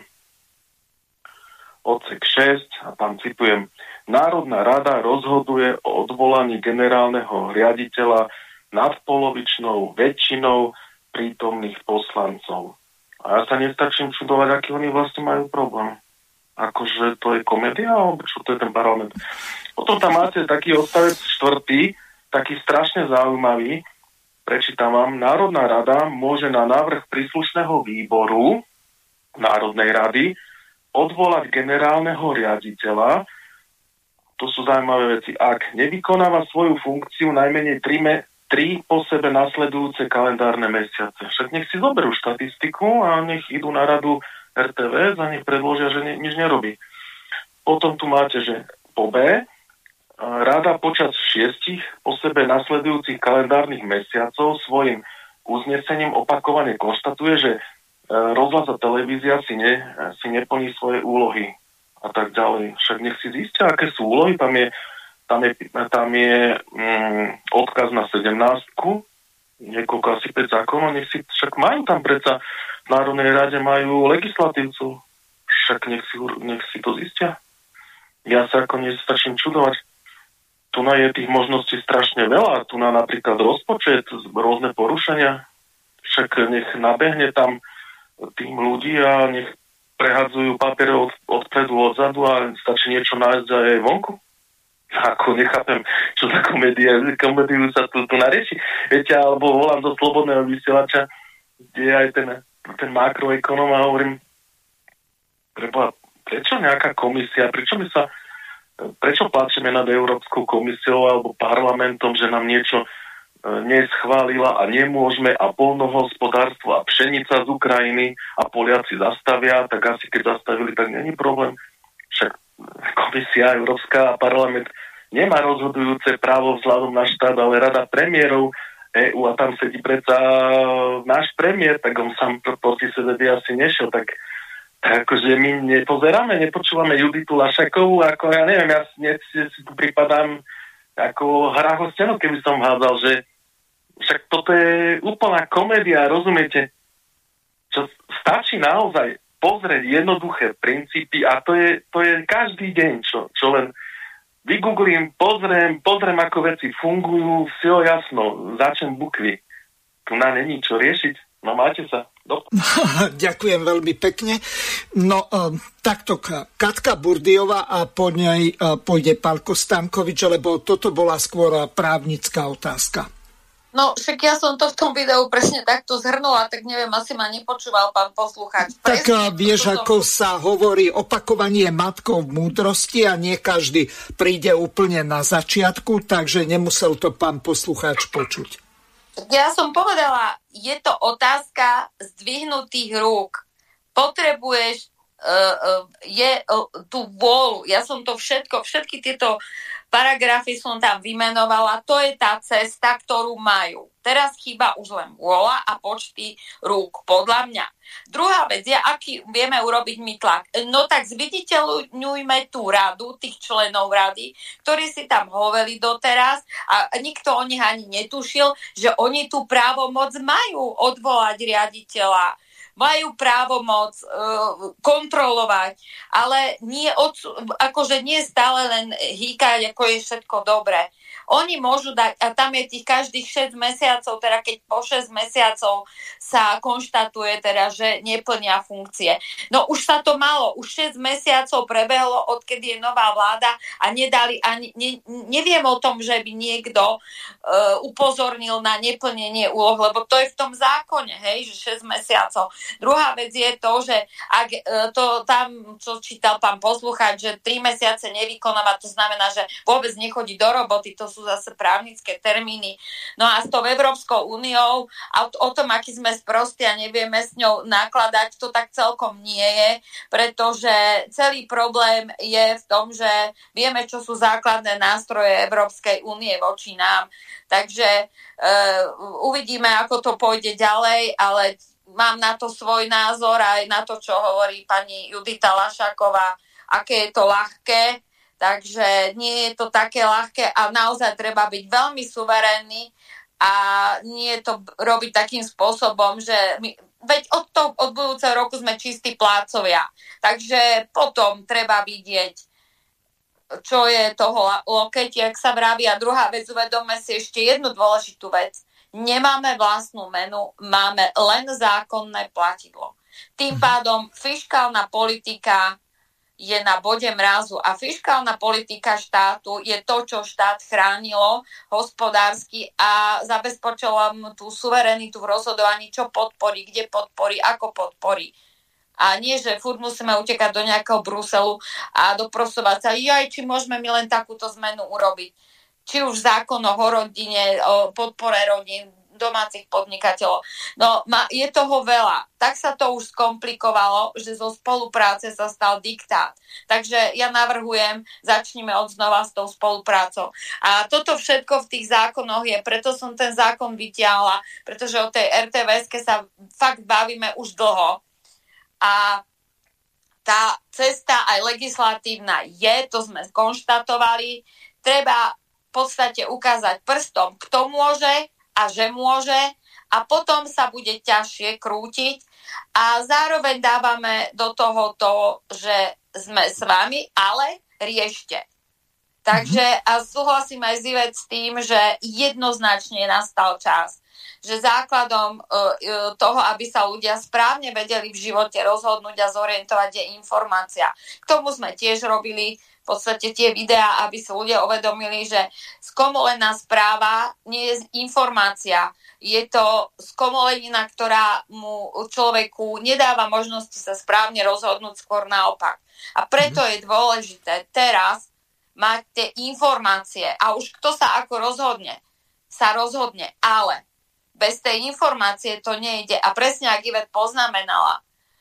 odsek 6 a tam citujem: Národná rada rozhoduje o odvolaní generálneho riaditeľa nadpolovičnou väčšinou prítomných poslancov. A ja sa nestačím čudovať, aký oni vlastne majú problém. Akože to je komédia, alebo čo to je ten parlament. Potom tam máte taký odstavec 4, taký strašne zaujímavý. Prečítam vám: Národná rada môže na návrh príslušného výboru Národnej rady odvolať generálneho riaditeľa. To sú zaujímavé veci. Ak nevykonáva svoju funkciu najmenej 3 po sebe nasledujúce kalendárne mesiace. Však nech si zoberú štatistiku a nech idú na radu RTV a nech predložia, že nič nerobí. Potom tu máte, že po B, rada počas 6 po sebe nasledujúcich kalendárnych mesiacov svojim uznesením opakovane konštatuje, že rozhlas a televízia si neplní svoje úlohy a tak ďalej. Však nech si zistia, aké sú úlohy. Tam je odkaz na 17, niekoľko asi 5 zákonov, nech si však majú tam predsa v Národnej rade majú legislatívcu. Však nech si to zistia. Ja sa ako nestačím čudovať. Tu je tých možností strašne veľa. Tu napríklad rozpočet, rôzne porušenia. Však nech nabehne tam tým ľudí a nech prehadzujú papiere odpredu, odzadu a stačí niečo nájsť aj vonku. Ako nechápem, čo za komédiu sa tu narieši. Viete, alebo volám do Slobodného vysielača, kde je aj ten makroekonom a hovorím, prečo nejaká komisia, prečo pláčeme nad Európskou komisiou alebo parlamentom, že nám niečo neschválila a nemôžeme a poľnohospodárstvo a pšenica z Ukrajiny a Poliaci zastavia, tak asi keď zastavili, tak není problém. Však komisia Európska a parlament nemá rozhodujúce právo vzhľadom na štát, ale rada premiérov EU a tam sedí predsa náš premiér, tak on sám proti sebe by asi nešiel, tak akože my nepozeráme, nepočúvame Juditu Lašakovú, ako ja neviem, ja si tu pripadám ako hráho stenu, keby som hádzal, že však toto je úplná komédia, rozumiete? Čo stačí naozaj pozrieť jednoduché princípy a to je každý deň, čo len vygooglím, pozriem, ako veci fungujú, všetko jasno, začnem bukvy. Tu není čo riešiť. No máte sa. Ďakujem veľmi pekne. No takto Katka Burdijová a po nej pôjde pán Kostánkovič, lebo toto bola skôr právnická otázka. No, však ja som to v tom videu presne takto zhrnula, tak neviem, asi ma nepočúval pán poslucháč. Tak vieš, ako sa hovorí, opakovanie je matkou múdrosti a nie každý príde úplne na začiatku, takže nemusel to pán poslucháč počuť. Ja som povedala, je to otázka zdvihnutých rúk. Potrebuješ tú vôľu. Ja som to všetky tieto paragrafy som tam vymenovala. To je tá cesta, ktorú majú. Teraz chýba už len vôľa a počty rúk, podľa mňa. Druhá vec je, aký vieme urobiť my tlak. No tak zviditeľňujme tú radu, tých členov rady, ktorí si tam hoveli doteraz a nikto o nich ani netušil, že oni tú právomoc majú odvolať riaditeľa. Majú právomoc kontrolovať, ale nie stále len hýkať, ako je všetko dobré. Oni môžu dať, a tam je tých každých 6 mesiacov, teda keď po 6 mesiacov sa konštatuje teda, že neplnia funkcie. No už sa to malo, už 6 mesiacov prebehlo, odkedy je nová vláda a nedali ani, neviem o tom, že by niekto upozornil na neplnenie úloh, lebo to je v tom zákone, hej, že 6 mesiacov. Druhá vec je to, že ak to tam, čo čítal pán poslucháč, že 3 mesiace nevykonáva, to znamená, že vôbec nechodí do roboty, to sú zase právnické termíny. No a s tou Európskou úniou a o tom, aký sme sprostí a nevieme s ňou nakladať, to tak celkom nie je, pretože celý problém je v tom, že vieme, čo sú základné nástroje Európskej únie voči nám. Takže uvidíme, ako to pôjde ďalej, ale mám na to svoj názor aj na to, čo hovorí pani Judita Lašáková, aké je to ľahké. Takže nie je to také ľahké a naozaj treba byť veľmi suverénny a nie to robiť takým spôsobom, že veď od budúceho roku sme čistí plácovia. Takže potom treba vidieť, čo je toho lokeť, jak sa vraví. A druhá vec, uvedome si ešte jednu dôležitú vec. Nemáme vlastnú menu, máme len zákonné platidlo. Tým pádom fiškálna politika je na bode mrazu a fiškálna politika štátu je to, čo štát chránilo hospodársky a zabezpečilo mu tú suverenitu v rozhodovaní, čo podporí, kde podporí, ako podporí. A nie, že furt musíme utekať do nejakého Bruselu a doprosovať sa, či môžeme my len takúto zmenu urobiť. Či už zákon o rodine, o podpore rodín, domácich podnikateľov. No, je toho veľa. Tak sa to už skomplikovalo, že zo spolupráce sa stal diktát. Takže ja navrhujem, začnime odznova s tou spoluprácou. A toto všetko v tých zákonoch je, preto som ten zákon vytiahla, pretože o tej RTVS-ke sa fakt bavíme už dlho. A tá cesta aj legislatívna je, to sme skonštatovali, treba v podstate ukázať prstom, kto môže a že môže a potom sa bude ťažšie krútiť a zároveň dávame do toho to, že sme s vami, ale riešte. Takže a súhlasím aj s Ivet s tým, že jednoznačne nastal čas, že základom toho, aby sa ľudia správne vedeli v živote rozhodnúť a zorientovať, je informácia. K tomu sme tiež robili v podstate tie videá, aby si ľudia uvedomili, že skomolená správa nie je informácia. Je to skomolenina, ktorá mu človeku nedáva možnosti sa správne rozhodnúť, skôr naopak. A preto je dôležité teraz mať tie informácie a už kto sa ako rozhodne, sa rozhodne, ale bez tej informácie to nejde. A presne, ak Ivet poznamenala,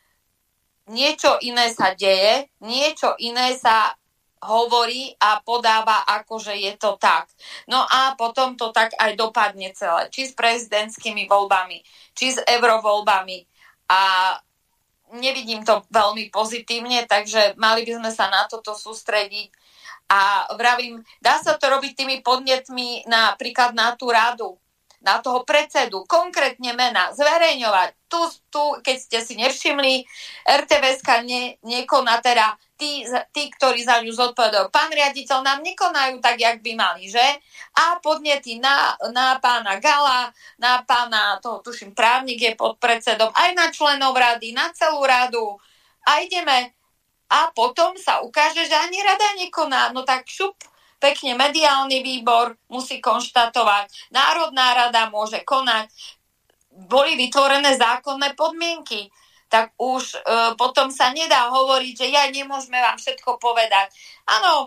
niečo iné sa deje, niečo iné sa hovorí a podáva, ako že je to tak. No a potom to tak aj dopadne celé. Či s prezidentskými voľbami, či s eurovoľbami. A nevidím to veľmi pozitívne, takže mali by sme sa na toto sústrediť. A vravím, dá sa to robiť tými podnetmi napríklad na tú radu, na toho predsedu, konkrétne mena, zverejňovať. Tu keď ste si nevšimli, RTVSka nekoná teda tí, ktorí za ňu zodpovedajú. Pán riaditeľ, nám nekonajú tak, jak by mali, že? A podnety na pána Gala, na pána, toho tuším, právnik je pod predsedom, aj na členov rady, na celú radu. A ideme. A potom sa ukáže, že ani rada nekoná. No tak šup, pekne mediálny výbor musí konštatovať, Národná rada môže konať. Boli vytvorené zákonné podmienky. Tak už potom sa nedá hovoriť, že nemôžeme vám všetko povedať. Áno,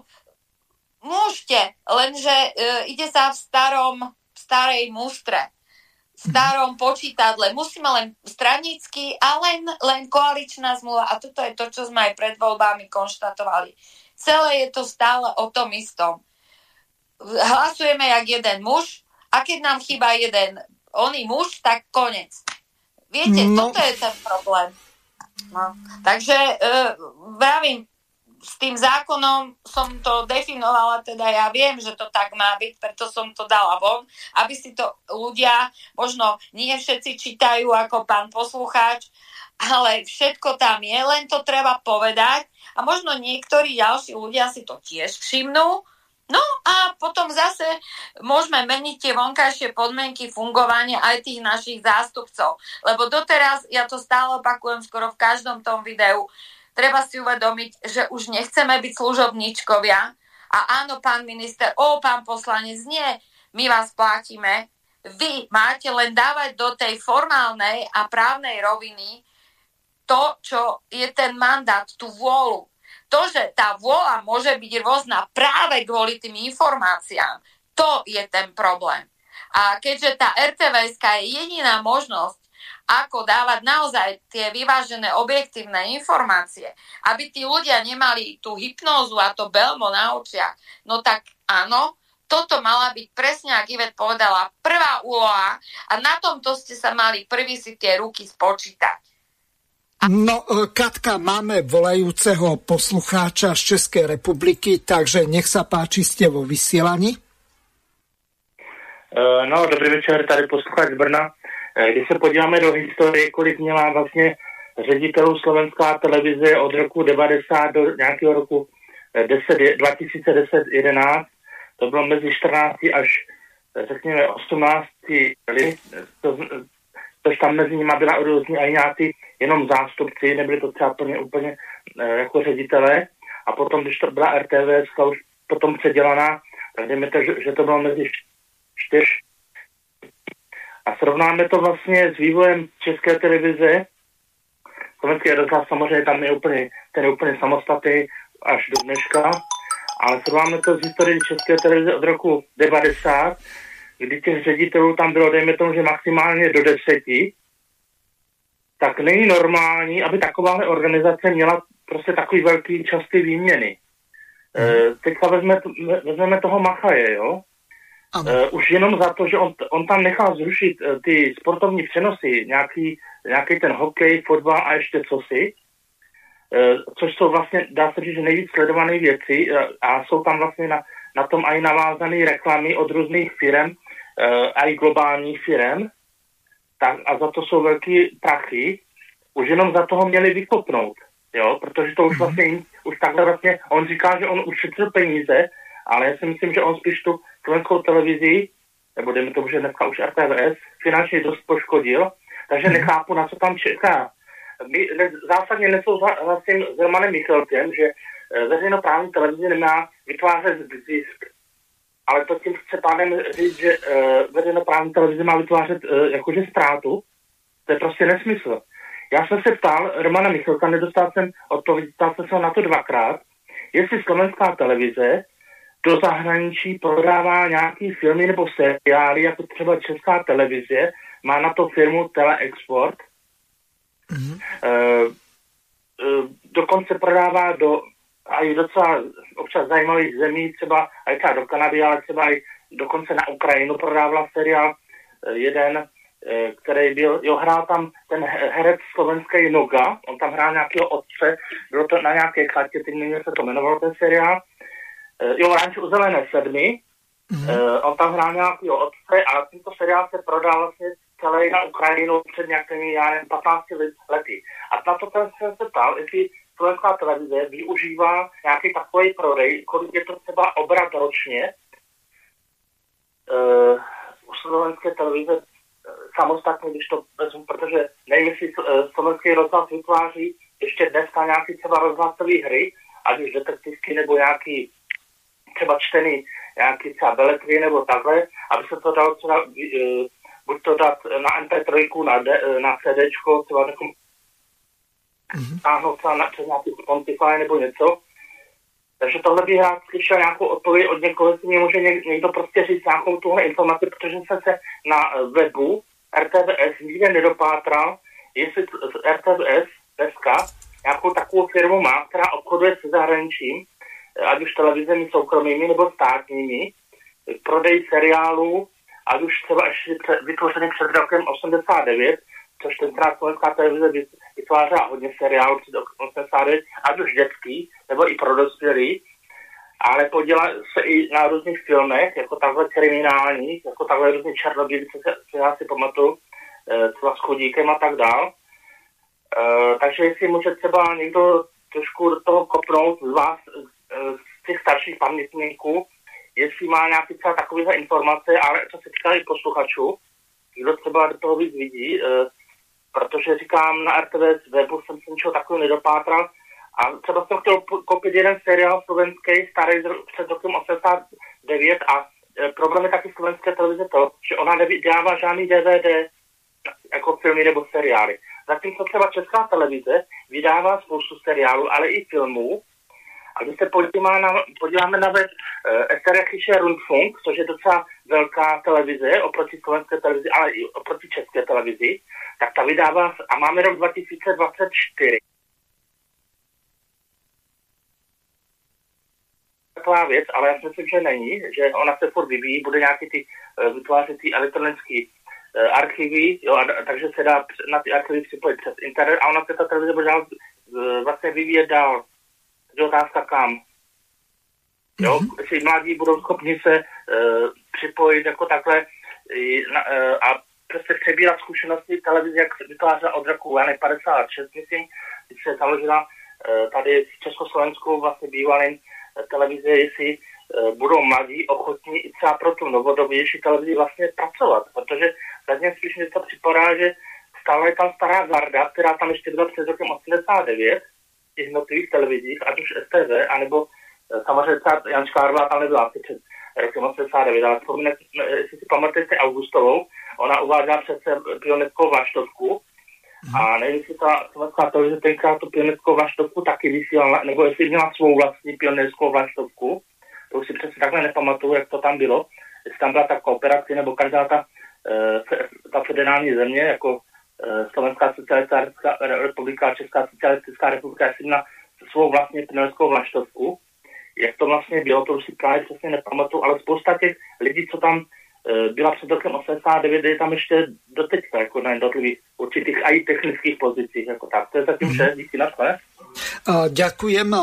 môžete, lenže ide sa v starej mustre, v starom počítadle. Musíme len stranícky a len koaličná zmluva. A toto je to, čo sme aj pred voľbami konštatovali. Celé je to stále o tom istom. Hlasujeme jak jeden muž a keď nám chýba jeden oný muž, tak konec. Viete, toto je ten problém. No. Takže vravím, s tým zákonom som to definovala, teda ja viem, že to tak má byť, preto som to dala von, aby si to ľudia, možno nie všetci čítajú ako pán poslucháč, ale všetko tam je, len to treba povedať a možno niektorí ďalší ľudia si to tiež všimnú. No a potom zase môžeme meniť tie vonkajšie podmienky fungovania aj tých našich zástupcov. Lebo doteraz, ja to stále opakujem skoro v každom tom videu, treba si uvedomiť, že už nechceme byť služobníčkovia. A áno, pán minister, pán poslanec, nie, my vás platíme. Vy máte len dávať do tej formálnej a právnej roviny to, čo je ten mandát, tú vôľu. To, že tá vôľa môže byť rôzna práve kvôli tým informáciám, to je ten problém. A keďže tá RTVSka je jediná možnosť, ako dávať naozaj tie vyvážené objektívne informácie, aby tí ľudia nemali tú hypnózu a to belmo na očiach, no tak áno, toto mala byť presne, ako Ivet povedala, prvá úloha a na tomto ste sa mali prvý si tie ruky spočítať. No, Katka, máme volajúceho poslucháča z Českej republiky, takže nech sa páči, ste vo vysielaní. No, dobrý večer, tady posluchač z Brna. Když se podíváme do historie, kolik měla vlastně ředitelů Slovenská televize od roku 90 do nějakého roku 2010-11, to bylo mezi 14 až řekněme 18 let, což tam mezi nimi byla různý aj nějaký jenom zástupci, nebyli to třeba úplně jako ředitelé. A potom, když to byla RTVS, už potom předělaná, tak dejme to, že to bylo mezi 4. A srovnáme to vlastně s vývojem České televize. Slovenský rozhlas samozřejmě tam je úplně samostatný až do dneška, ale srovnáme to s historií České televize od roku 90, kdy těch ředitelů tam bylo, dejme tomu, že maximálně do 10, tak není normální, aby takováhle organizace měla prostě takový velký častý výměny. Teďka vezmeme toho Machaje, jo? Už jenom za to, že on tam nechal zrušit ty sportovní přenosy, nějaký ten hokej, fotbal a ještě cosi, což jsou vlastně, dá se říct, že nejvíc sledované věci a jsou tam vlastně na tom aj navázané reklamy od různých firem, aj globálních firem, tak, a za to jsou velký prachy. už jenom za toho měli vykopnout, jo, protože to už vlastně, už takhle vlastně, on říká, že on ušetřil peníze, ale já si myslím, že on spíš tu slovenskou televizi, nebo dejme tomu, že dneska už RTVS, finančně dost poškodil, takže nechápu, na co tam čeká. My zásadně nesouhlasím s Romanem Michalkem, že veřejnoprávní televize nemá vytvářet zisk. Ale to tím chce pádem říct, že veřejnoprávní televize má vytvářet jakože ztrátu. To je prostě nesmysl. Já jsem se ptal Romana Michalka, nedostal jsem odpověď, ptal jsem se na to 2krát, jestli slovenská televize do zahraničí prodává nějaký filmy nebo seriály, jako třeba Česká televize, má na to firmu Teleexport, dokonce prodává do aj docela občas zajímavých zemí, třeba aj do Kanady, ale třeba aj dokonce na Ukrajinu prodávala seriál jeden, který byl, hrál tam ten herec slovenský Noga, on tam hrál nějakého otce, bylo to na nějaké chatě, teď nevím, jak se to jmenovalo ten seriál, Ranč u zelené sedmy, on tam hrál nějakého otce a tento seriál se prodal vlastně celé na Ukrajinu před nějakými, 15 lety. A na to jsem se ptal, jestli slovenská televize využívá nějaký takový prodej, kolik je to třeba obrat ročně u slovenské televize samostatně, když to vezmu, protože nevím, jestli slovenský rozhlas vytváří ještě dneska nějaký třeba rozhlasové hry, ať už detektivky nebo nějaký třeba čtený nějaký třeba beletry nebo takhle, aby se to dalo třeba buď to dát na MP3, na CDčko, třeba takovou táhnout třeba přes nějaký Spotify nebo něco. Takže tohle bych rád slyšel nějakou odpověď od někoho, jestli mi může někdo prostě říct nějakou tuhle informaci, protože jsem se na webu RTVS nikde nedopátral, jestli RTVS dneska nějakou takovou firmu má, která obchoduje se zahraničím, ať už televizemi soukromými nebo státními, prodej seriálů, ať už třeba ještě vytvořený před rokem 89, což tenkrát slovenská televize vytvářela hodně seriálů před rokem 89, ať už dětský, nebo i pro dospělí, ale podělá se i na různých filmech, jako takhle kriminálních, jako takhle různý Černobylci, co já si pamatuju, třeba s Chudíkem a tak dál. Takže jestli může třeba někdo trošku do toho kopnout z vás, z těch starších pamětníků, jestli má nějaký třeba takovýhle informace, ale co se týká i posluchačů, kdo třeba do toho víc vidí, protože říkám, na RTVS webu jsem se ničeho takového nedopátral a třeba jsem chtěl koupit jeden seriál slovenský, starý před rokem 89 a problém je taky slovenské televize to, že ona nevydává žádný DVD jako filmy nebo seriály. Zatímco třeba Česká televize vydává spoustu seriálů, ale i filmů. A když se podíváme na web Österreichische Rundfunk, což je docela velká televize oproti slovenské televizi, ale i oproti české televizi, tak ta vydává, a máme rok 2024. Taková věc, ale já si myslím, že není, že ona se furt vyvíjí, bude nějaký vytvářet ty elektronické archivy, jo, takže se dá na ty archivy připojit přes internet a ona se ta televize bude dál vlastně vyvíjet dál. Je otázka kam. Jo, jestli mladí budou schopni se připojit jako takhle a prostě přebírat zkušenosti televize, jak se vytvářela od roku 56, myslím, když se založila tady v Československu vlastně bývalým televize, jestli budou mladí ochotní i třeba pro tu novodobější televizi vlastně pracovat, protože zatím spíš mě to připadá, že stále je tam stará garda, která tam ještě byla před rokem 89, v těch jednotlivých televizích, ať už STV, anebo samozřejmě Jan Škárba tam nebyla asi před rokem 89, ale vzpomínat, jestli si pamatujete Augustovou, ona uváděla přece pioneckou vlaštovku a nevím, jestli ta slovenská televize tenkrát tu pioneckou vlaštovku taky vysílala, nebo jestli měla svou vlastní pioneckou vlaštovku, to už si přesně takhle nepamatuju, jak to tam bylo, jestli tam byla ta kooperace, nebo každá ta federální země, jako Slovenská socialistická republika, Česká socialistická republika, jestli měla svou vlastní pioneckou vlaštovku. Jak to vlastně bylo, to už si právě přesně nepamatuju, ale spousta těch lidí, co tam byla před rokem 89, je tam ještě doteďka, jako na jednotlivých určitých aj technických pozicích, jako tak. To je zatím vše, díky na shledanou. Ďakujem.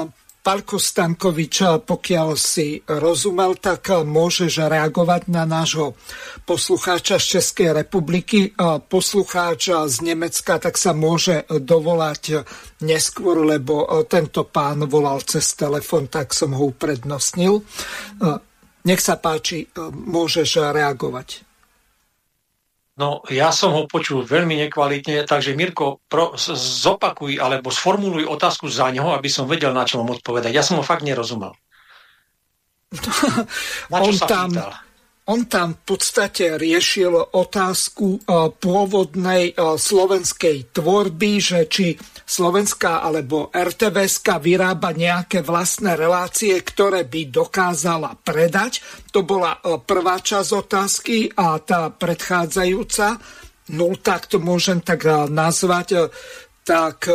Paľko Stankovič, pokiaľ si rozumel, tak môžeš reagovať na nášho poslucháča z Českej republiky. Poslucháč z Nemecka tak sa môže dovolať neskôr, lebo tento pán volal cez telefon, tak som ho uprednostnil. Nech sa páči, môžeš reagovať. No, ja som ho počul veľmi nekvalitne, takže Mirko, zopakuj alebo sformuluj otázku za neho, aby som vedel, na čo mám odpovedať. Ja som ho fakt nerozumel. Na čo sa pýtal? On tam v podstate riešil otázku pôvodnej slovenskej tvorby, že či Slovenská alebo RTVSka vyrába nejaké vlastné relácie, ktoré by dokázala predať. To bola prvá časť otázky a tá predchádzajúca, tak to môžem tak nazvať, tak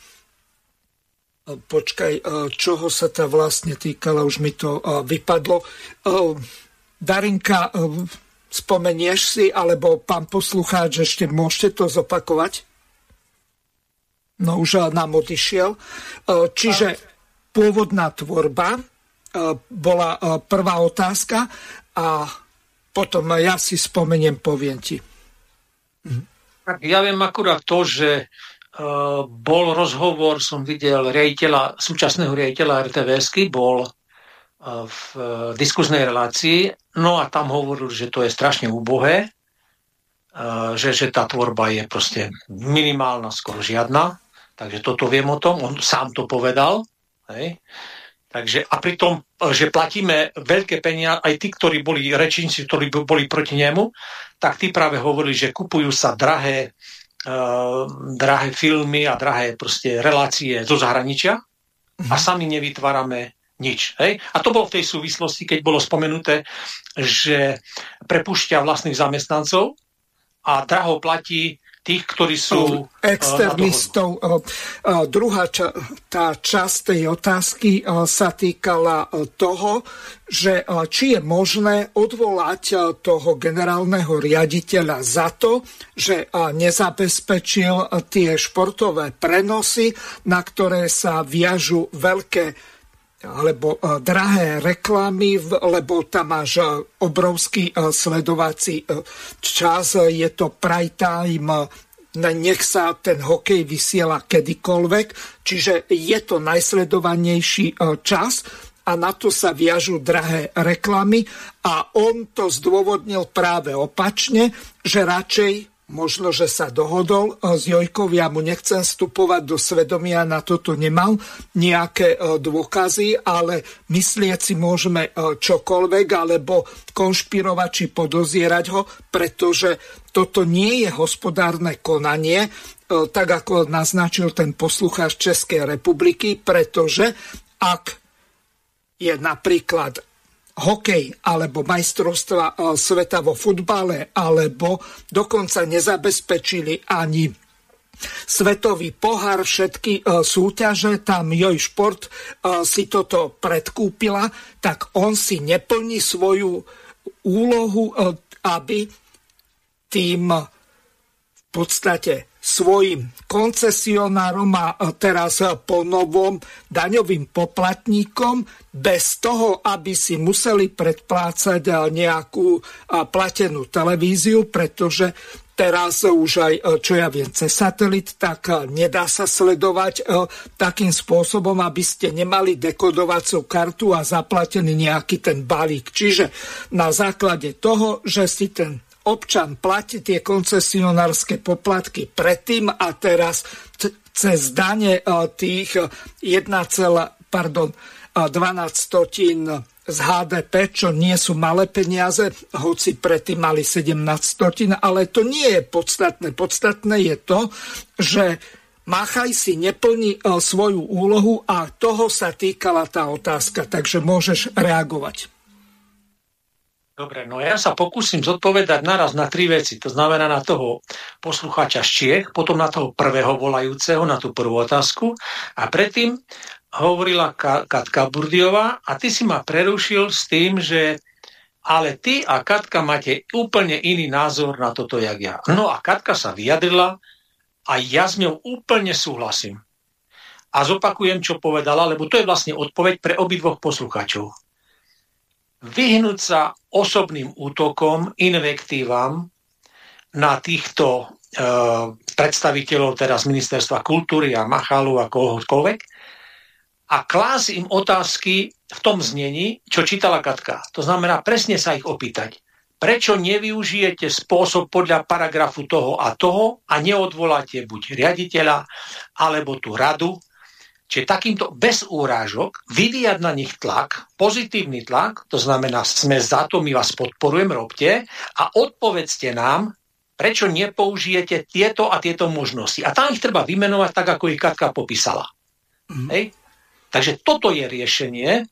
počkaj, čoho sa to vlastne týkalo, už mi to vypadlo. Darinka, spomenieš si, alebo pán poslucháč, ešte môžete to zopakovať? No už nám odišiel. Čiže pôvodná tvorba bola prvá otázka a potom ja si spomeniem, poviem ti. Ja viem akurát to, že bol rozhovor, som videl súčasného riaditeľa RTVSky, bol v diskuznej relácii, no a tam hovoril, že to je strašne úbohé, že tá tvorba je proste minimálna, skoro žiadna, takže toto viem o tom, on sám to povedal, hej. Takže, a pritom, že platíme veľké peniaze, aj tí, ktorí boli rečníci, ktorí boli proti nemu, tak tí práve hovorili, že kupujú sa drahé filmy a drahé proste relácie zo zahraničia a sami nevytvárame nič. Hej? A to bolo v tej súvislosti, keď bolo spomenuté, že prepúšťa vlastných zamestnancov a draho platí tých, ktorí sú externistov. Druhá tá časť tej otázky sa týkala toho, že či je možné odvolať toho generálneho riaditeľa za to, že nezabezpečil tie športové prenosy, na ktoré sa viažu veľké alebo drahé reklamy, lebo tam máš obrovský sledovací čas, je to prime time, nech sa ten hokej vysiela kedykoľvek, čiže je to najsledovanejší čas a na to sa viažú drahé reklamy a on to zdôvodnil práve opačne, že radšej možno, že sa dohodol s Jojkou, ja mu nechcem vstupovať do svedomia, na toto nemal nejaké dôkazy, ale myslieť si môžeme čokoľvek, alebo konšpirovať či podozierať ho, pretože toto nie je hospodárne konanie, tak ako naznačil ten poslucháč Českej republiky, pretože ak je napríklad hokej alebo majstrovstva sveta vo futbale, alebo dokonca nezabezpečili ani svetový pohár, všetky súťaže, tam Joj Šport si toto predkúpila, tak on si neplní svoju úlohu, aby tým v podstate svojim koncesionárom a teraz po novom daňovým poplatníkom bez toho, aby si museli predplácať nejakú platenú televíziu, pretože teraz už aj, čo ja viem, cez satelit, tak nedá sa sledovať takým spôsobom, aby ste nemali dekodovacú kartu a zaplatený nejaký ten balík. Čiže na základe toho, že si ten občan platí tie koncesionárske poplatky predtým a teraz cez dane tých 12 z HDP, čo nie sú malé peniaze, hoci predtým mali 17, ale to nie je podstatné. Podstatné je to, že Machaj si neplní svoju úlohu a toho sa týkala tá otázka, takže môžeš reagovať. Dobre, no ja sa pokúsim zodpovedať naraz na 3 veci. To znamená na toho poslucháča z Čiech, potom na toho prvého volajúceho, na tú prvú otázku. A predtým hovorila Katka Burdiová a ty si ma prerušil s tým, že ale ty a Katka máte úplne iný názor na toto, jak ja. No a Katka sa vyjadrila a ja s ňou úplne súhlasím. a zopakujem, čo povedala, lebo to je vlastne odpoveď pre obidvoch poslucháčov. Vyhnúť sa osobným útokom, invektívam na týchto predstaviteľov teraz Ministerstva kultúry a Machalu a kohokoľvek a klásť im otázky v tom znení, čo čítala Katka. To znamená presne sa ich opýtať. Prečo nevyužijete spôsob podľa paragrafu toho a neodvoláte buď riaditeľa, alebo tú radu. Čiže takýmto bez úrážok vyvíjať na nich tlak, pozitívny tlak, to znamená, sme za to, my vás podporujeme, robte a odpovedzte nám, prečo nepoužijete tieto a tieto možnosti. A tam ich treba vymenovať tak, ako ich Katka popísala. Hej? Takže toto je riešenie,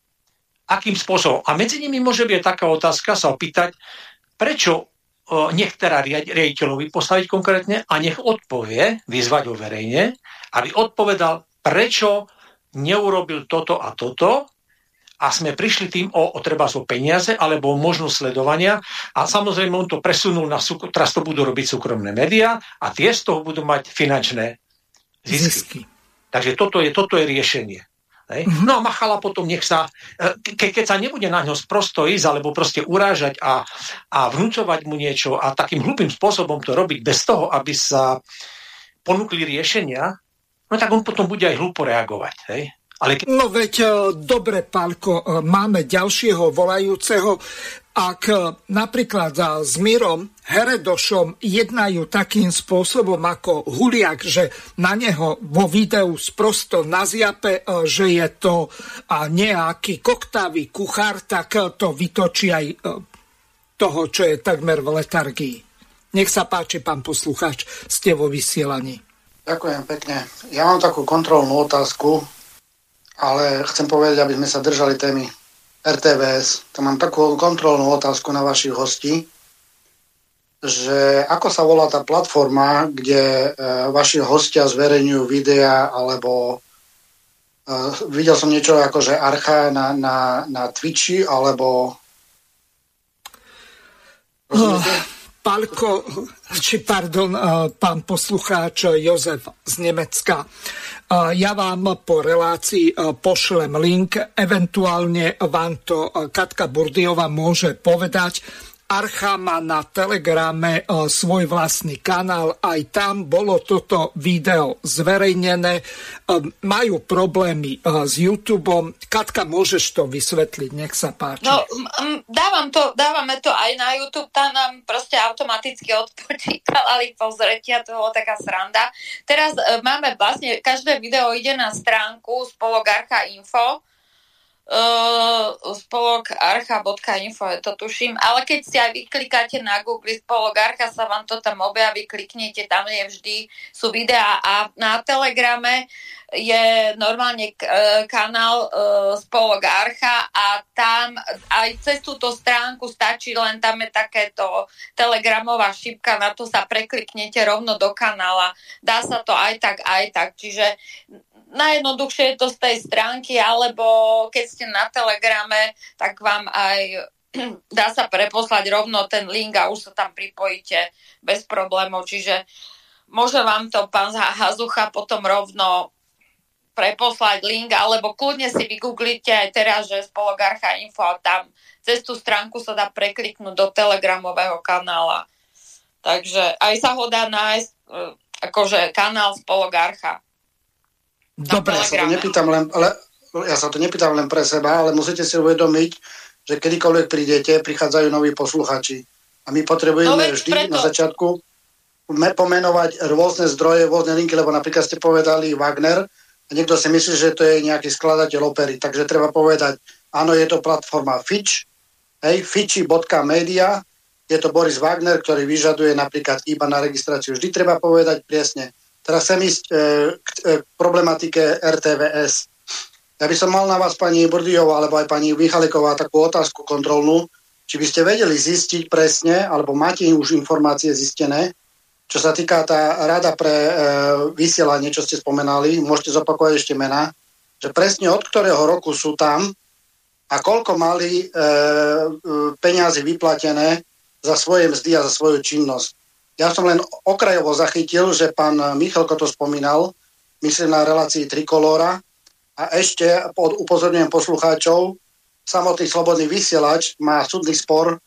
akým spôsobom. A medzi nimi môže byť taká otázka sa opýtať, prečo nech teda riaditeľovi postaviť konkrétne a nech odpovie, vyzvať ho verejne, aby odpovedal, prečo neurobil toto a toto, a sme prišli tým o peniaze alebo o možnosť sledovania a samozrejme on to presunul teraz to budú robiť súkromné médiá a tie z toho budú mať finančné zisky. Takže toto je riešenie. No a Machala potom nech sa, keď sa nebude na ňo sprosto ísť alebo proste urážať a vnúcovať mu niečo a takým hlúpym spôsobom to robiť bez toho, aby sa ponúkli riešenia, no tak on potom bude aj hlúpo reagovať. Hej? No veď, dobre, Pálko, máme ďalšieho volajúceho. Ak napríklad s Mirom Heredošom jednajú takým spôsobom ako Huliak, že na neho vo videu sprosto nazjape, že je to nejaký koktavý kuchár, tak to vytočí aj toho, čo je takmer v letargii. Nech sa páči, pán poslucháč, ste vo vysielaní. Ďakujem pekne. Ja mám takú kontrolnú otázku, ale chcem povedať, aby sme sa držali témy RTVS. To mám takú kontrolnú otázku na vašich hostí, že ako sa volá tá platforma, kde vaši hostia zverejňujú videá, alebo videl som niečo ako, že Archa na Twitchi, alebo... Pálko, pán poslucháč Jozef z Nemecka. Ja vám po relácii pošlem link, eventuálne vám to Katka Burdiová môže povedať. Archa má na Telegrame svoj vlastný kanál, aj tam bolo toto video zverejnené. Majú problémy s YouTubeom. Katka, môžeš to vysvetliť, nech sa páči. No, dávame to aj na YouTube, tam nám proste automaticky odpočítali pozretia, to bolo taká sranda. Teraz máme vlastne, každé video ide na stránku spologarcha.info, spologarcha.info je to tuším, ale keď si aj vyklikáte na Google spologarcha, sa vám to tam objaví, kliknete, tam je vždy sú videá a na Telegrame je normálne kanál spologarcha a tam aj cez túto stránku stačí len tam je takéto telegramová šipka, na to sa prekliknete rovno do kanála, dá sa to aj tak, čiže najjednoduchšie je to z tej stránky, alebo keď ste na Telegrame, tak vám aj dá sa preposlať rovno ten link a už sa tam pripojíte bez problémov. Čiže môže vám to pán Hazucha potom rovno preposlať link, alebo kľudne si vygooglite aj teraz, že spologarcha.info a tam cez tú stránku sa dá prekliknúť do telegramového kanála. Takže aj sa ho dá nájsť akože kanál spologarcha. Dobre, ja sa to nepýtam len pre seba, ale musíte si uvedomiť, že kedykoľvek prídete, prichádzajú noví posluchači. A my potrebujeme vždy na začiatku pomenovať rôzne zdroje, rôzne linky, lebo napríklad ste povedali Wagner a niekto si myslí, že to je nejaký skladateľ opery. Takže treba povedať, áno, je to platforma Fitch, fitchi.media, je to Boris Wagner, ktorý vyžaduje napríklad iba na registráciu. Vždy treba povedať presne. Teraz chcem ísť k problematike RTVS. Ja by som mal na vás, pani Burdiová, alebo aj pani Michaliková, takú otázku kontrolnú, či by ste vedeli zistiť presne, alebo máte už informácie zistené, čo sa týka tá rada pre vysielanie, čo ste spomenali, môžete zopakovať ešte mená, že presne od ktorého roku sú tam a koľko mali peniazy vyplatené za svoje mzdy a za svoju činnosť. Ja som len okrajovo zachytil, že pán Michalko to spomínal, myslím na relácii Trikolóra. A ešte upozorňujem poslucháčov, samotný Slobodný vysielač má súdny spor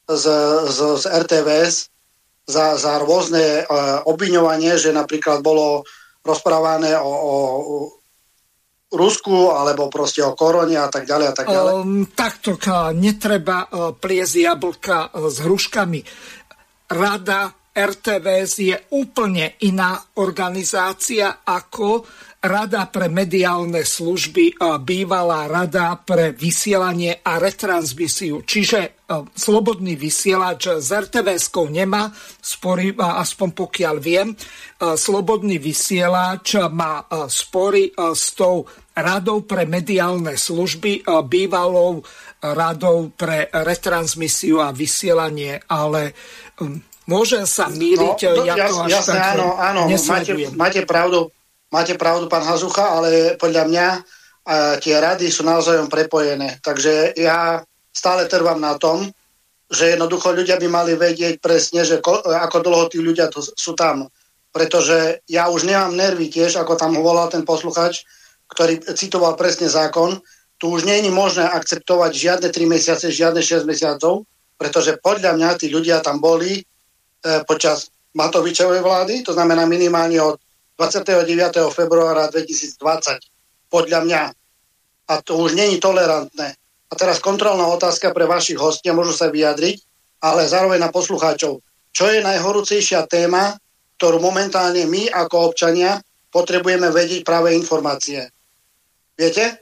z RTVS za rôzne obviňovanie, že napríklad bolo rozprávané o Rusku alebo proste o korone a tak ďalej a tak ďalej. Takto netreba pliesť jablka s hruškami. Rada RTVS je úplne iná organizácia ako Rada pre mediálne služby, bývalá Rada pre vysielanie a retransmisiu. Čiže Slobodný vysielač s RTVS-kou nemá spory, aspoň pokiaľ viem. Slobodný vysielač má spory s tou Radou pre mediálne služby, bývalou Radou pre retransmisiu a vysielanie, ale môžem sa mýliť, ja to až jasné, tak áno, nesledujem. Máte pravdu, pán Hazucha, ale podľa mňa tie rady sú navzájom prepojené. Takže ja stále trvám na tom, že jednoducho ľudia by mali vedieť presne, že ako dlho tí ľudia sú tam. Pretože ja už nemám nervy tiež, ako tam volal ten posluchač, ktorý citoval presne zákon. Tu už nie je možné akceptovať žiadne 3 mesiace, žiadne 6 mesiacov, pretože podľa mňa tí ľudia tam boli počas Matovičovej vlády, to znamená minimálne od 29. februára 2020, podľa mňa. A to už nie je tolerantné. A teraz kontrolná otázka pre vašich hostí, môžu sa vyjadriť, ale zároveň na poslucháčov. Čo je najhorúcejšia téma, ktorú momentálne my ako občania potrebujeme vedieť práve informácie? Viete?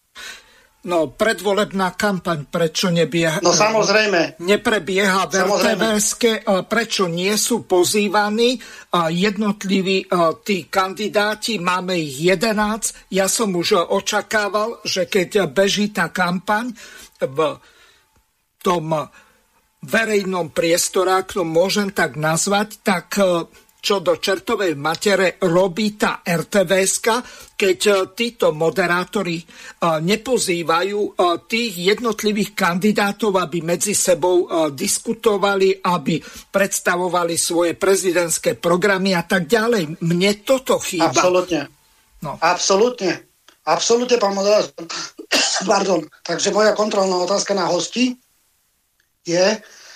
No, predvolebná kampaň, prečo nebieha? No samozrejme. Neprebieha v RTVS-ke, prečo nie sú pozývaní jednotliví tí kandidáti, máme ich 11. Ja som už očakával, že keď beží tá kampaň v tom verejnom priestore, ak to môžem tak nazvať, tak čo do čertovej matere robí tá RTVS-ka, keď títo moderátori nepozývajú tých jednotlivých kandidátov, aby medzi sebou diskutovali, aby predstavovali svoje prezidentské programy a tak ďalej. Mne toto chýba. Absolútne. No. Absolútne, pán moderátor. Pardon. Takže moja kontrolná otázka na hosti je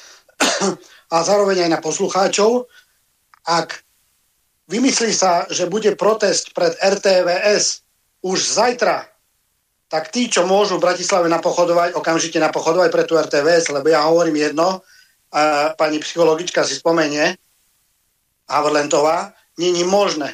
a zároveň aj na poslucháčov, ak vymyslí sa, že bude protest pred RTVS už zajtra, tak tí, čo môžu v Bratislave napochodovať, okamžite napochodovať pre tú RTVS, lebo ja hovorím jedno, a pani psychologička si spomenie, Havrlentová, není možné,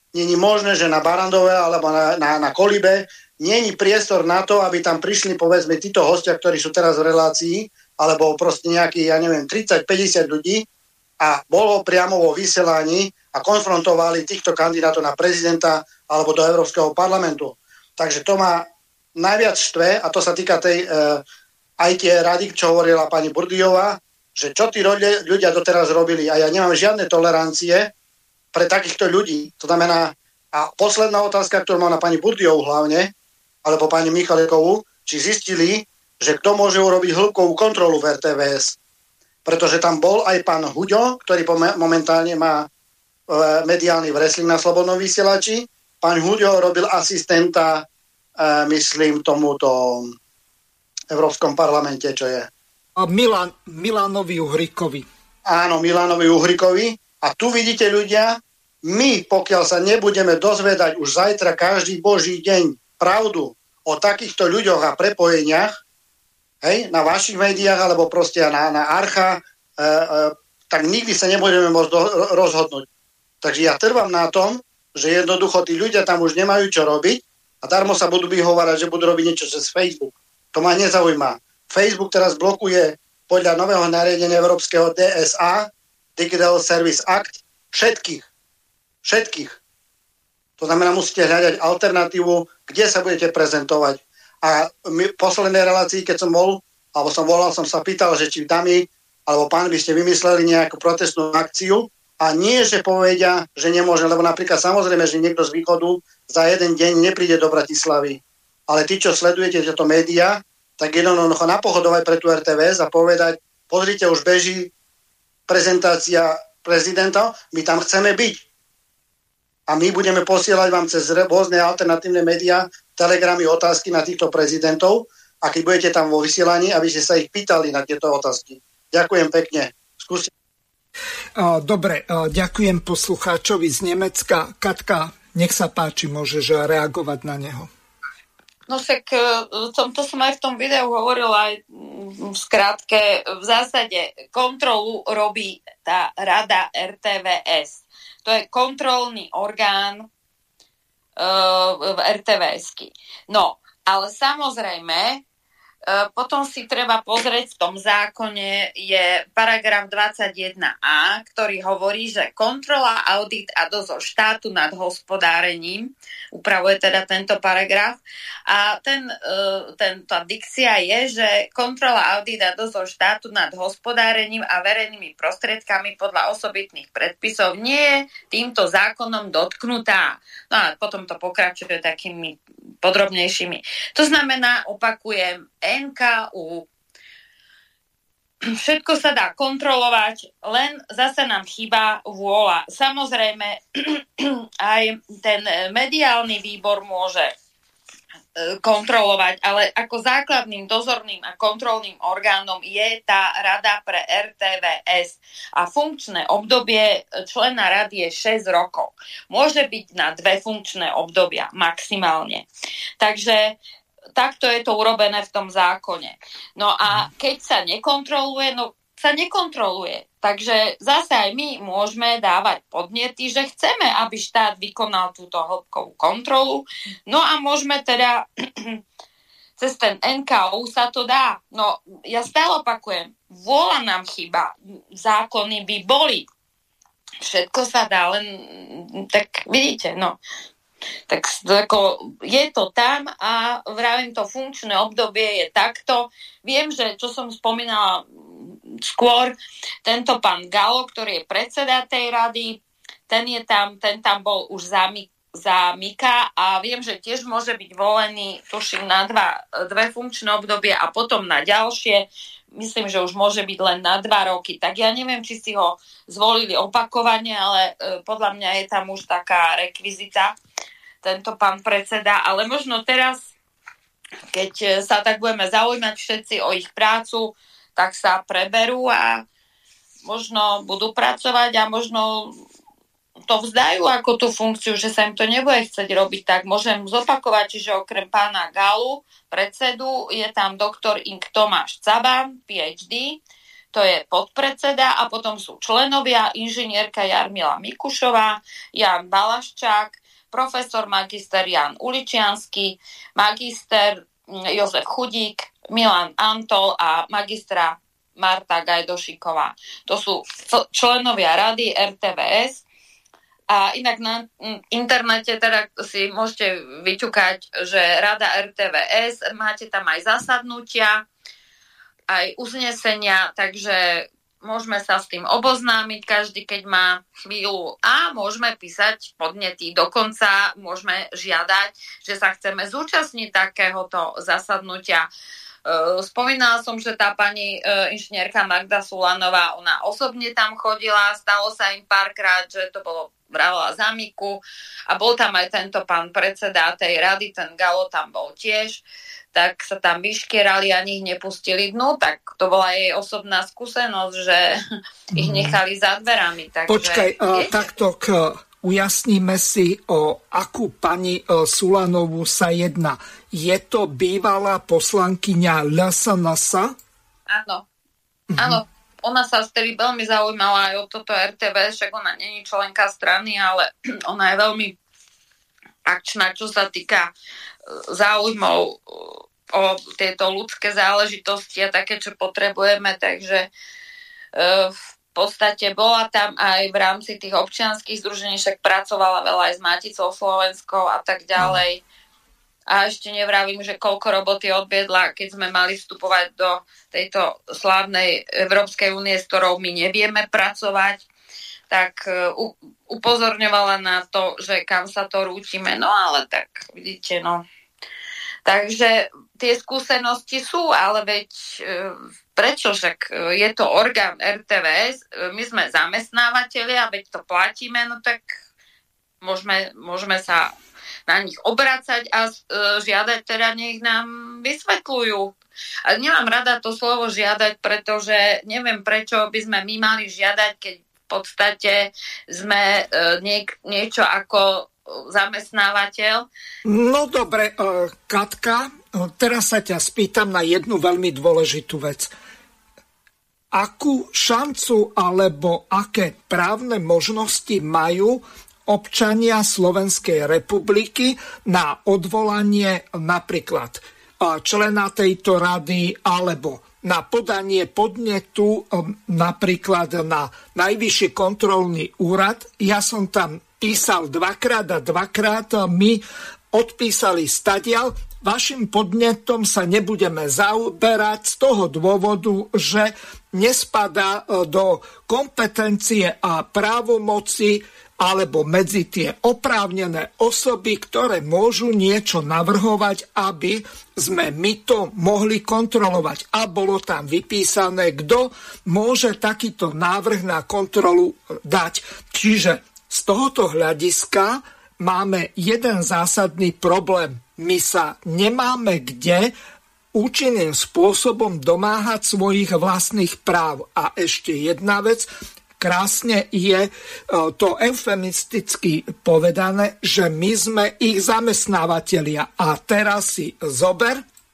že na Barandove alebo na Kolibe není priestor na to, aby tam prišli, povedzme, títo hostia, ktorí sú teraz v relácii, alebo proste nejaký, 30-50 ľudí, a bolo priamo vo vysielaní a konfrontovali týchto kandidátov na prezidenta alebo do Európskeho parlamentu. Takže to ma najviac štve, a to sa týka tej aj tie rady, čo hovorila pani Burdijová, že čo tí ľudia doteraz robili. A ja nemám žiadne tolerancie pre takýchto ľudí. To znamená, a posledná otázka, ktorú mám na pani Burdijovu hlavne, alebo pani Michalekovú, či zistili, že kto môže urobiť hĺbkovú kontrolu v RTVS. Pretože tam bol aj pán Huďo, ktorý momentálne má mediálny wrestling na Slobodnom vysielači. Pán Huďo robil asistenta, myslím, tomuto Európskom parlamente, čo je. Milanovi Uhrikovi. Áno, Milanovi Uhrikovi. A tu vidíte, ľudia, my, pokiaľ sa nebudeme dozvedať už zajtra každý boží deň pravdu o takýchto ľuďoch a prepojeniach, hej, na vašich médiách, alebo proste na Archa, tak nikdy sa nebudeme môcť rozhodnúť. Takže ja trvám na tom, že jednoducho tí ľudia tam už nemajú čo robiť a darmo sa budú vyhovárať, že budú robiť niečo cez Facebook. To ma nezaujíma. Facebook teraz blokuje podľa nového nariadenia Európskeho DSA, Digital Service Act, všetkých. To znamená, musíte hľadať alternatívu, kde sa budete prezentovať. A v poslednej relácii, keď som bol, alebo som volal, som sa pýtal, že či dámy alebo pán by ste vymysleli nejakú protestnú akciu a nie, že povedia, že nemôže, lebo napríklad samozrejme, že niekto z východu za jeden deň nepríde do Bratislavy. Ale tí, čo sledujete tieto médiá, tak jednoducho napochodovať pre tú RTVS a povedať, pozrite, už beží prezentácia prezidenta, my tam chceme byť. A a my budeme posielať vám cez rôzne alternatívne médiá, telegramy, otázky na týchto prezidentov a keď budete tam vo vysielaní, aby ste sa ich pýtali na tieto otázky. Ďakujem pekne. Skúste. Dobre, ďakujem poslucháčovi z Nemecka. Katka, nech sa páči, môžeš reagovať na neho. No však to som aj v tom videu hovorila aj v skratke. V zásade kontrolu robí tá rada RTVS. To je kontrolný orgán v RTVS-ky. No, ale samozrejme, potom si treba pozrieť, v tom zákone je paragraf 21a, ktorý hovorí, že kontrola, audit a dozor štátu nad hospodárením, upravuje teda tento paragraf, a tá dikcia je, že kontrola, audit a dozor štátu nad hospodárením a verejnými prostriedkami podľa osobitných predpisov nie je týmto zákonom dotknutá. No a potom to pokračuje takými podrobnejšími. To znamená, opakujem, NKÚ. Všetko sa dá kontrolovať, len zase nám chýba vôľa. Samozrejme, aj ten mediálny výbor môže kontrolovať, ale ako základným dozorným a kontrolným orgánom je tá rada pre RTVS a funkčné obdobie člena rady je 6 rokov. Môže byť na 2 funkčné obdobia maximálne. Takže takto je to urobené v tom zákone. No a keď sa nekontroluje, sa nekontroluje. Takže zase aj my môžeme dávať podnety, že chceme, aby štát vykonal túto hĺbkovú kontrolu. No a môžeme teda cez ten NKÚ sa to dá. No ja stále opakujem, vôľa nám chýba. Zákony by boli. Všetko sa dá, len tak vidíte, no. Tak ako je to tam a vravím, to funkčné obdobie je takto. Viem, že čo som spomínala skôr, tento pán Galo, ktorý je predseda tej rady, ten tam bol už za Mika a viem, že tiež môže byť volený, tuším, na dve funkčné obdobie a potom na ďalšie. Myslím, že už môže byť len na 2 roky. Tak ja neviem, či si ho zvolili opakovane, ale podľa mňa je tam už taká rekvizita, tento pán predseda. Ale možno teraz, keď sa tak budeme zaujímať všetci o ich prácu, tak sa preberú a možno budú pracovať a možno to vzdajú ako tú funkciu, že sa im to nebude chcieť robiť. Tak môžem zopakovať, čiže okrem pána Galu, predsedu, je tam doktor Ing. Tomáš Caban, PhD, to je podpredseda a potom sú členovia inžinierka Jarmila Mikušová, Jan Balaščák, profesor magister Jan Uličiansky, magister Jozef Chudík, Milan Antol a magistra Marta Gajdošiková. To sú členovia rady RTVS. A inak na internete teda si môžete vyťukať, že rada RTVS, máte tam aj zasadnutia, aj uznesenia, takže môžeme sa s tým oboznámiť každý, keď má chvíľu a môžeme písať podnety. Dokonca môžeme žiadať, že sa chceme zúčastniť takéhoto zasadnutia. Spomínala som, že tá pani inžinierka Magda Sulanová, ona osobne tam chodila, stalo sa im párkrát, že to bolo brala za Miku a bol tam aj tento pán predseda tej rady, ten Galo tam bol tiež, tak sa tam vyškierali a ich nepustili dnu, tak to bola jej osobná skúsenosť, že ich nechali za dverami. Takže, počkaj, takto ujasníme si, o akú pani Sulanovú sa jedná. Je to bývalá poslankyňa LSNS? Áno. Áno. Ona sa vtedy veľmi zaujímala aj o toto RTV, však ona nie je členka strany, ale ona je veľmi akčná, čo sa týka záujmov o tieto ľudské záležitosti a také, čo potrebujeme, takže v podstate bola tam aj v rámci tých občianskych združení, však pracovala veľa aj s Maticou Slovenskou a tak ďalej. A ešte nevravím, že koľko roboty odviedla, keď sme mali vstupovať do tejto slávnej Európskej únie, s ktorou my nevieme pracovať, tak upozorňovala na to, že kam sa to rútime. No ale tak, vidíte, no. Takže tie skúsenosti sú, ale veď prečo, však je to orgán RTVS, my sme zamestnávateľia, veď to platíme, no tak môžeme sa na nich obracať a žiadať, teda nech nám vysvetľujú. A nemám rada to slovo žiadať, pretože neviem, prečo by sme my mali žiadať, keď v podstate sme niečo ako zamestnávateľ. No dobre, Katka, teraz sa ťa spýtam na jednu veľmi dôležitú vec. Akú šancu alebo aké právne možnosti majú občania Slovenskej republiky na odvolanie napríklad člena tejto rady alebo na podanie podnetu napríklad na Najvyšší kontrolný úrad? Ja som tam písal dvakrát a dvakrát mi odpísali stadiaľ. Vašim podnetom sa nebudeme zaoberať z toho dôvodu, že nespadá do kompetencie a právomoci alebo medzi tie oprávnené osoby, ktoré môžu niečo navrhovať, aby sme my to mohli kontrolovať. A bolo tam vypísané, kto môže takýto návrh na kontrolu dať. Čiže z tohoto hľadiska máme jeden zásadný problém. My sa nemáme kde účinným spôsobom domáhať svojich vlastných práv. A ešte jedna vec, krásne je to eufemisticky povedané, že my sme ich zamestnávateľia. A teraz si zober,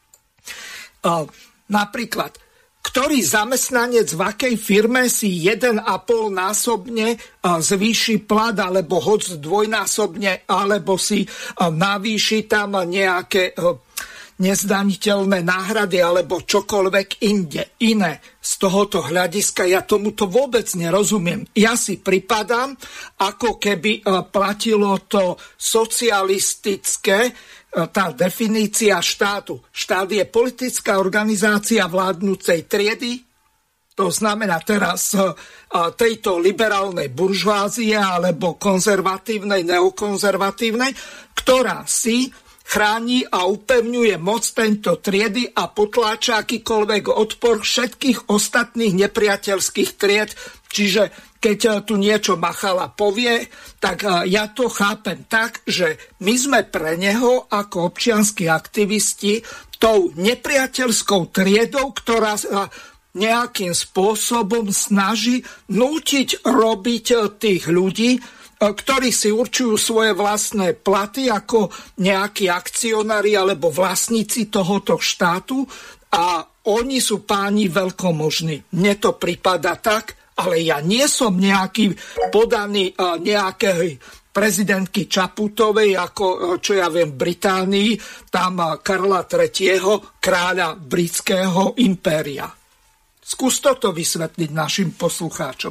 napríklad, ktorý zamestnanec v akej firme si 1,5 násobne zvýši plat, alebo hoď dvojnásobne, alebo si navýši tam nejaké nezdaniteľné náhrady, alebo čokoľvek iné. Z tohoto hľadiska ja tomuto vôbec nerozumiem. Ja si pripadám, ako keby platilo to socialistické, tá definícia štátu. Štát je politická organizácia vládnucej triedy, to znamená teraz tejto liberálnej buržvázie alebo konzervatívnej, neokonzervatívnej, ktorá si chráni a upevňuje moc tejto triedy a potláča akýkoľvek odpor všetkých ostatných nepriateľských tried. Čiže keď tu niečo Machala povie, tak ja to chápem tak, že my sme pre neho ako občianski aktivisti tou nepriateľskou triedou, ktorá sa nejakým spôsobom snaží nútiť robiť tých ľudí, ktorí si určujú svoje vlastné platy ako nejakí akcionári alebo vlastníci tohoto štátu a oni sú páni veľkomožní. Mne to prípada tak, ale ja nie som nejaký podaný nejakej prezidentky Čaputovej, ako čo ja viem v Británii, tam Karla III., kráľa britského impéria. Skús toto vysvetliť našim poslucháčom.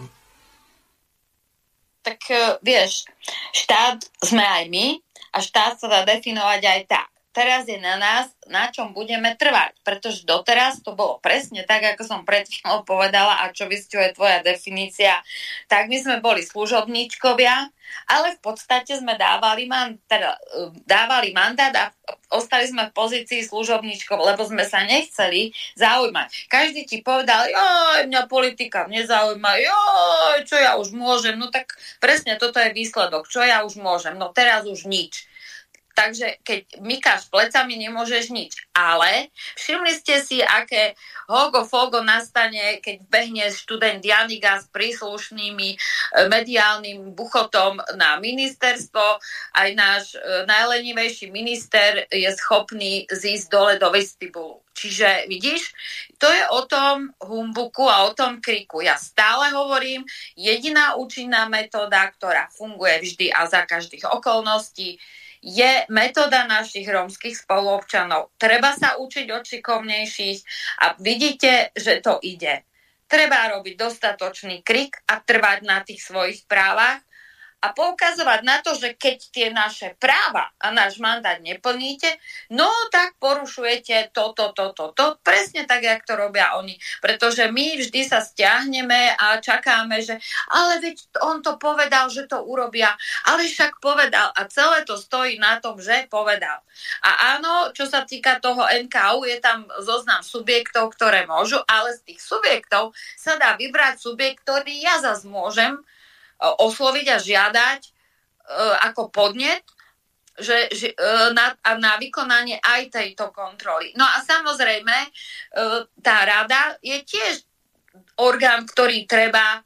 Tak vieš, štát sme aj my a štát sa dá definovať aj tak. Teraz je na nás, na čom budeme trvať, pretože doteraz to bolo presne tak, ako som pred chvíľou povedala a čo vysťuje tvoja definícia, tak my sme boli služobníčkovia, ale v podstate sme dávali mandát a ostali sme v pozícii služobníčkov, lebo sme sa nechceli zaujímať. Každý ti povedal, joj, mňa politika nezaujíma, joj, čo ja už môžem, no tak presne toto je výsledok, čo ja už môžem, no teraz už nič. Takže keď mykáš plecami, nemôžeš nič. Ale všimli ste si, aké hogo-fogo nastane, keď behne študent Janiga s príslušnými mediálnym buchotom na ministerstvo. Aj náš najlenivejší minister je schopný zísť dole do vestibulu. Čiže vidíš, to je o tom humbuku a o tom kriku. Ja stále hovorím, jediná účinná metóda, ktorá funguje vždy a za každých okolností, je metóda našich rómskych spoluobčanov. Treba sa učiť od šikovnejších a vidíte, že to ide. Treba robiť dostatočný krik a trvať na tých svojich právach a poukazovať na to, že keď tie naše práva a náš mandát neplníte, no tak porušujete to, presne tak, jak to robia oni. Pretože my vždy sa stiahneme a čakáme, že ale veď on to povedal, že to urobia, ale však povedal a celé to stojí na tom, že povedal. A áno, čo sa týka toho NKU, je tam zoznam subjektov, ktoré môžu, ale z tých subjektov sa dá vybrať subjekt, ktorý ja zas môžem osloviť a žiadať ako podnet, na vykonanie aj tejto kontroly. No a samozrejme, tá rada je tiež orgán, ktorý treba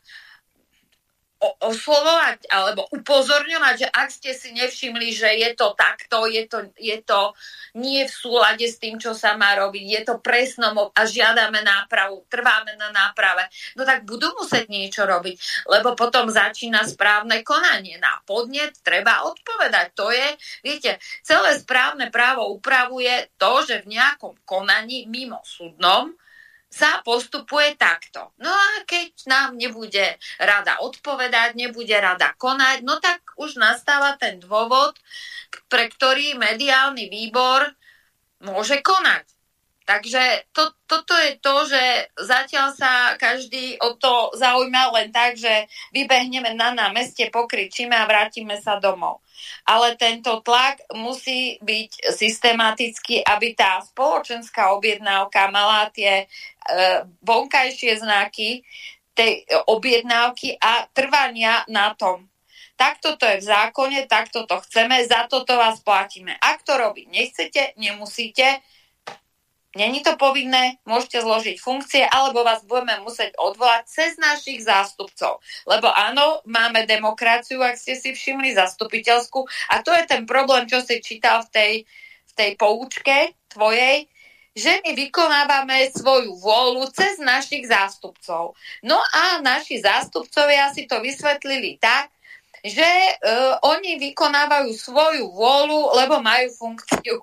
oslovovať alebo upozorňovať, že ak ste si nevšimli, že je to takto, je to nie v súlade s tým, čo sa má robiť, je to presno a žiadame nápravu, trváme na náprave, no tak budú musieť niečo robiť, lebo potom začína správne konanie. Na podnet treba odpovedať. To je, viete, celé správne právo upravuje to, že v nejakom konaní mimo súdnom sa postupuje takto. No a keď nám nebude rada odpovedať, nebude rada konať, no tak už nastáva ten dôvod, pre ktorý mediálny výbor môže konať. Takže toto je to, že zatiaľ sa každý o to zaujíma len tak, že vybehneme na námestie, pokričíme a vrátime sa domov. Ale tento tlak musí byť systematický, aby tá spoločenská objednávka mala tie vonkajšie znaky tej objednávky a trvania na tom. Takto to je v zákone, takto to chceme, za toto vás platíme. Ak to robiť nechcete, nemusíte, není to povinné, môžete zložiť funkcie, alebo vás budeme musieť odvolať cez našich zástupcov. Lebo áno, máme demokraciu, ak ste si všimli, zastupiteľskú. A to je ten problém, čo si čítal v tej poučke tvojej, že my vykonávame svoju vôľu cez našich zástupcov. No a naši zástupcovia si to vysvetlili tak, že oni vykonávajú svoju vôľu, lebo majú funkciu.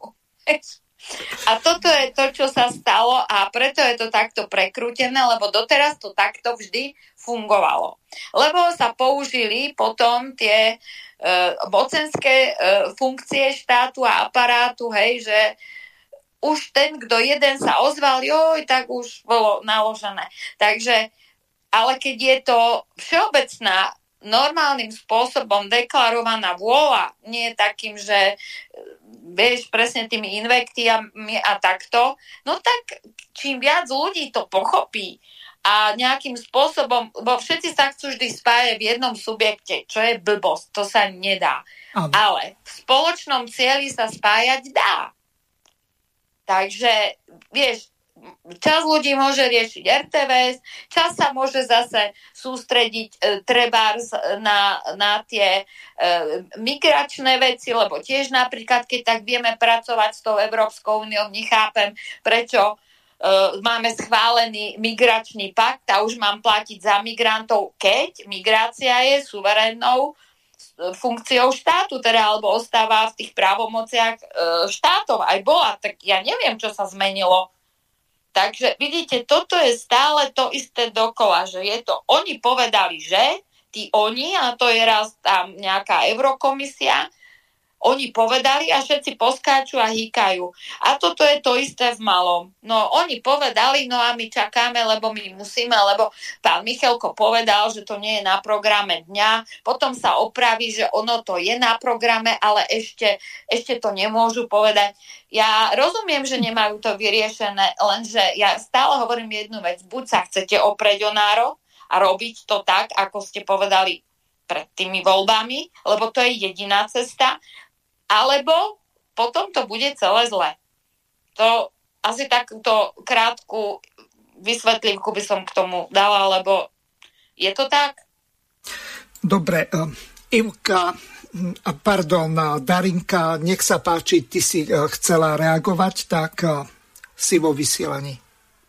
A toto je to, čo sa stalo a preto je to takto prekrútené, lebo doteraz to takto vždy fungovalo. Lebo sa použili potom tie mocenské funkcie štátu a aparátu, hej, že už ten, kto jeden sa ozval, tak už bolo naložené. Takže, ale keď je to všeobecná, normálnym spôsobom deklarovaná vôľa, nie takým, že vieš, presne tými invektívami a takto, no tak čím viac ľudí to pochopí a nejakým spôsobom, bo všetci sa chcú vždy spájať v jednom subjekte, čo je blbosť, to sa nedá. Ale v spoločnom cieli sa spájať dá. Takže, vieš, čas ľudí môže riešiť RTVS, čas sa môže zase sústrediť trebárs na tie migračné veci, lebo tiež napríklad, keď tak vieme pracovať s tou Európskou úniou, nechápem, prečo máme schválený migračný pakt a už mám platiť za migrantov, keď migrácia je suverénnou funkciou štátu, teda alebo ostáva v tých právomociach štátov. Aj bola, tak ja neviem, čo sa zmenilo. Takže vidíte, toto je stále to isté dokola, že je to, oni povedali, že, a to je raz tam nejaká Eurokomisia, oni povedali a všetci poskáču a hýkajú. A toto je to isté v malom. No oni povedali, no a my čakáme, lebo my musíme, lebo pán Michalko povedal, že to nie je na programe dňa, potom sa opraví, že ono to je na programe, ale ešte to nemôžu povedať. Ja rozumiem, že nemajú to vyriešené, lenže ja stále hovorím jednu vec. Buď sa chcete oprieť o národ a robiť to tak, ako ste povedali pred tými voľbami, lebo to je jediná cesta, alebo potom to bude celé zle. To asi takúto krátku vysvetlivku by som k tomu dala, lebo je to tak? Dobre, Ivka, Darinka, nech sa páči, ty si chcela reagovať, tak si vo vysielaní.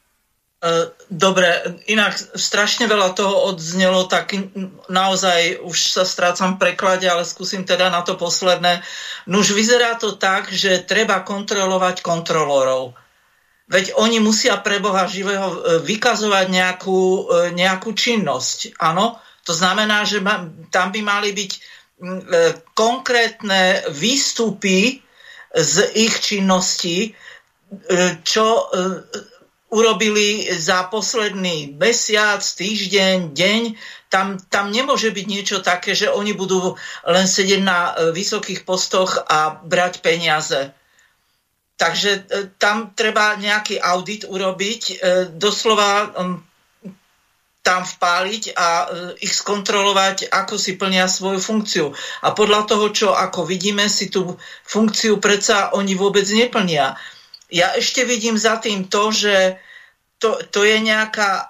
Dobre, inak strašne veľa toho odznelo, tak naozaj už sa strácam v preklade, ale skúsim teda na to posledné. Nuž vyzerá to tak, že treba kontrolovať kontrolórov. Veď oni musia pre Boha živého vykazovať nejakú činnosť. Áno, to znamená, že tam by mali byť konkrétne výstupy z ich činností, čo urobili za posledný mesiac, týždeň, deň. Tam nemôže byť niečo také, že oni budú len sedieť na vysokých postoch a brať peniaze. Takže tam treba nejaký audit urobiť. Doslova tam vpáliť a ich skontrolovať, ako si plnia svoju funkciu. A podľa toho, čo ako vidíme, si tú funkciu predsa oni vôbec neplnia. Ja ešte vidím za tým to, že to je nejaká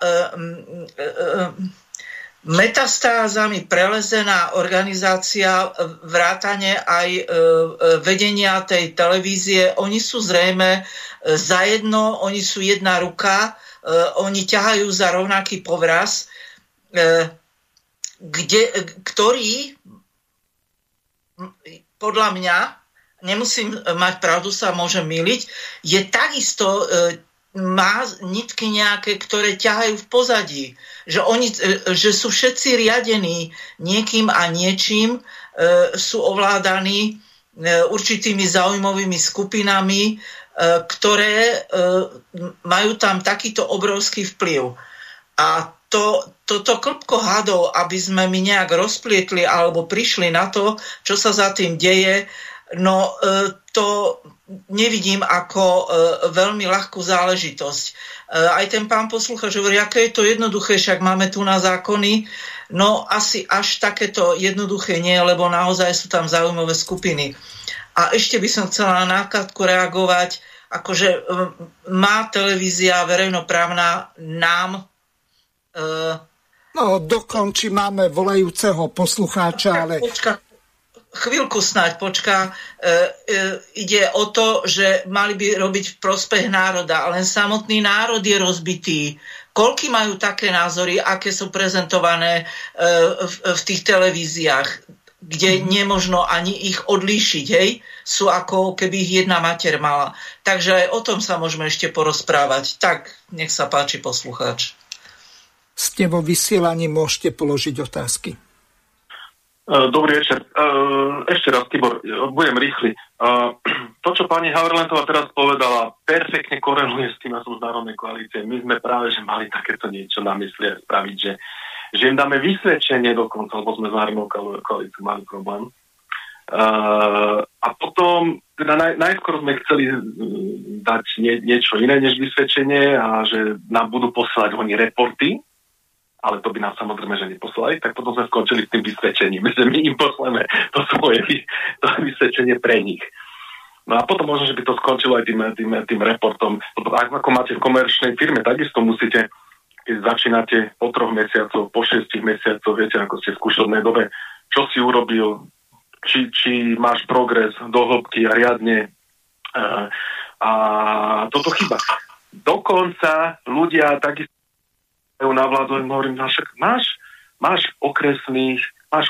metastázami prelezená organizácia, vrátane aj vedenia tej televízie. Oni sú zrejme zajedno, oni sú jedna ruka, oni ťahajú za rovnaký povraz, ktorý podľa mňa, nemusím mať pravdu, sa môžem myliť, je takisto, má nitky nejaké, ktoré ťahajú v pozadí. Že sú všetci riadení niekým a niečím, sú ovládaní určitými záujmovými skupinami, ktoré majú tam takýto obrovský vplyv. A toto klpko hadov, aby sme my nejak rozplietli alebo prišli na to, čo sa za tým deje, no to nevidím ako veľmi ľahkú záležitosť. Aj ten pán poslucháč hovorí, aké je to jednoduché, však máme tu na zákony. No asi až takéto jednoduché nie, lebo naozaj sú tam záujmové skupiny. A ešte by som chcela na krátko reagovať, akože má televízia verejnoprávna nám... No, dokonči, máme volajúceho poslucháča, ale... Chvíľku snáď, ide o to, že mali by robiť v prospech národa, len samotný národ je rozbitý. Koľky majú také názory, aké sú prezentované v tých televíziách, kde nemožno ani ich odlíšiť, hej? Sú ako keby ich jedna mater mala. Takže aj o tom sa môžeme ešte porozprávať. Tak, nech sa páči, poslucháč. Ste vo vysielaní, môžete položiť otázky. Dobrý večer. Ešte raz, Tibor, budem rýchly. To, čo pani Havrlentová teraz povedala, perfektne koreluje s tým, ja som z Národnej koalície. My sme práve, že mali takéto niečo na mysli spraviť, že im dáme vysvedčenie dokonca, lebo sme z Národnou koalíciou mali problém. A potom, teda najskôr sme chceli dať niečo iné než vysvedčenie a že nám budú posielať oni reporty, ale to by nám samozrejme, že neposlali, tak potom sme skončili s tým vysvedčením, že my im posleme to svoje vysvedčenie pre nich. No a potom možno, že by to skončilo aj tým reportom. Ako máte v komerčnej firme, takisto musíte, keď začínate po 3 mesiacoch, po 6 mesiacoch, viete, ako ste v skúšobnej dobe, čo si urobil, či máš progres do hĺbky a riadne. A toto chyba. Dokonca ľudia takisto na vládu hovorím, máš okresné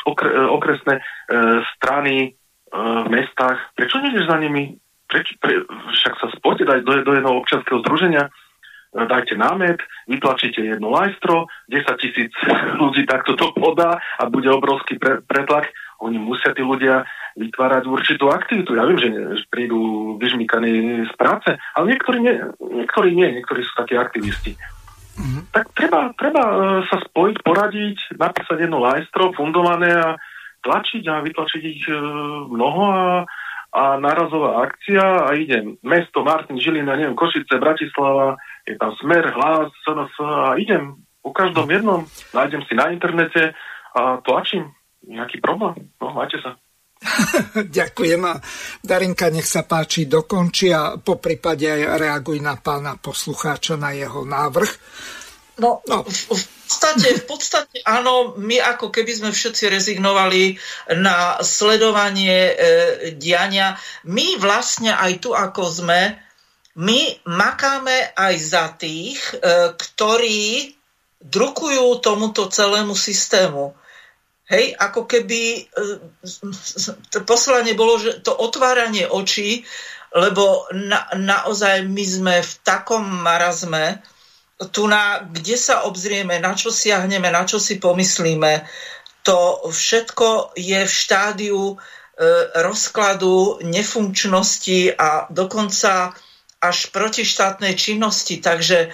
strany v mestách, prečo nejdeš za nimi? Však sa spojte, dať do jedného občianskeho združenia, dajte námet, vytlačíte jedno lajstro, 10 000 ľudí takto to podá a bude obrovský pretlak. Oni musia tí ľudia vytvárať určitú aktivitu. Ja viem, že prídu vyžmýkaní z práce, ale niektorí nie, niektorí sú takí aktivisti. Tak treba sa spojiť, poradiť, napísať jedno lajstro fundované a tlačiť a vytlačiť ich mnoho a nárazová akcia a idem. Mesto, Martin, Žilina, neviem, Košice, Bratislava, je tam Smer, Hlas, SNS a idem po každom jednom, nájdem si na internete a tlačím. Nejaký problém? No, majte sa. Ďakujem. A Darinka, nech sa páči, dokončí a po prípade aj reaguj na pána poslucháča, na jeho návrh. No. V podstate áno, my ako keby sme všetci rezignovali na sledovanie diania. My vlastne aj tu, ako sme, my makáme aj za tých, ktorí drukujú tomuto celému systému. Hej, ako keby poslanie bolo, že to otváranie očí, lebo naozaj my sme v takom marazme, kde sa obzrieme, na čo siahneme, na čo si pomyslíme, to všetko je v štádiu rozkladu, nefunkčnosti a dokonca až protištátnej činnosti. Takže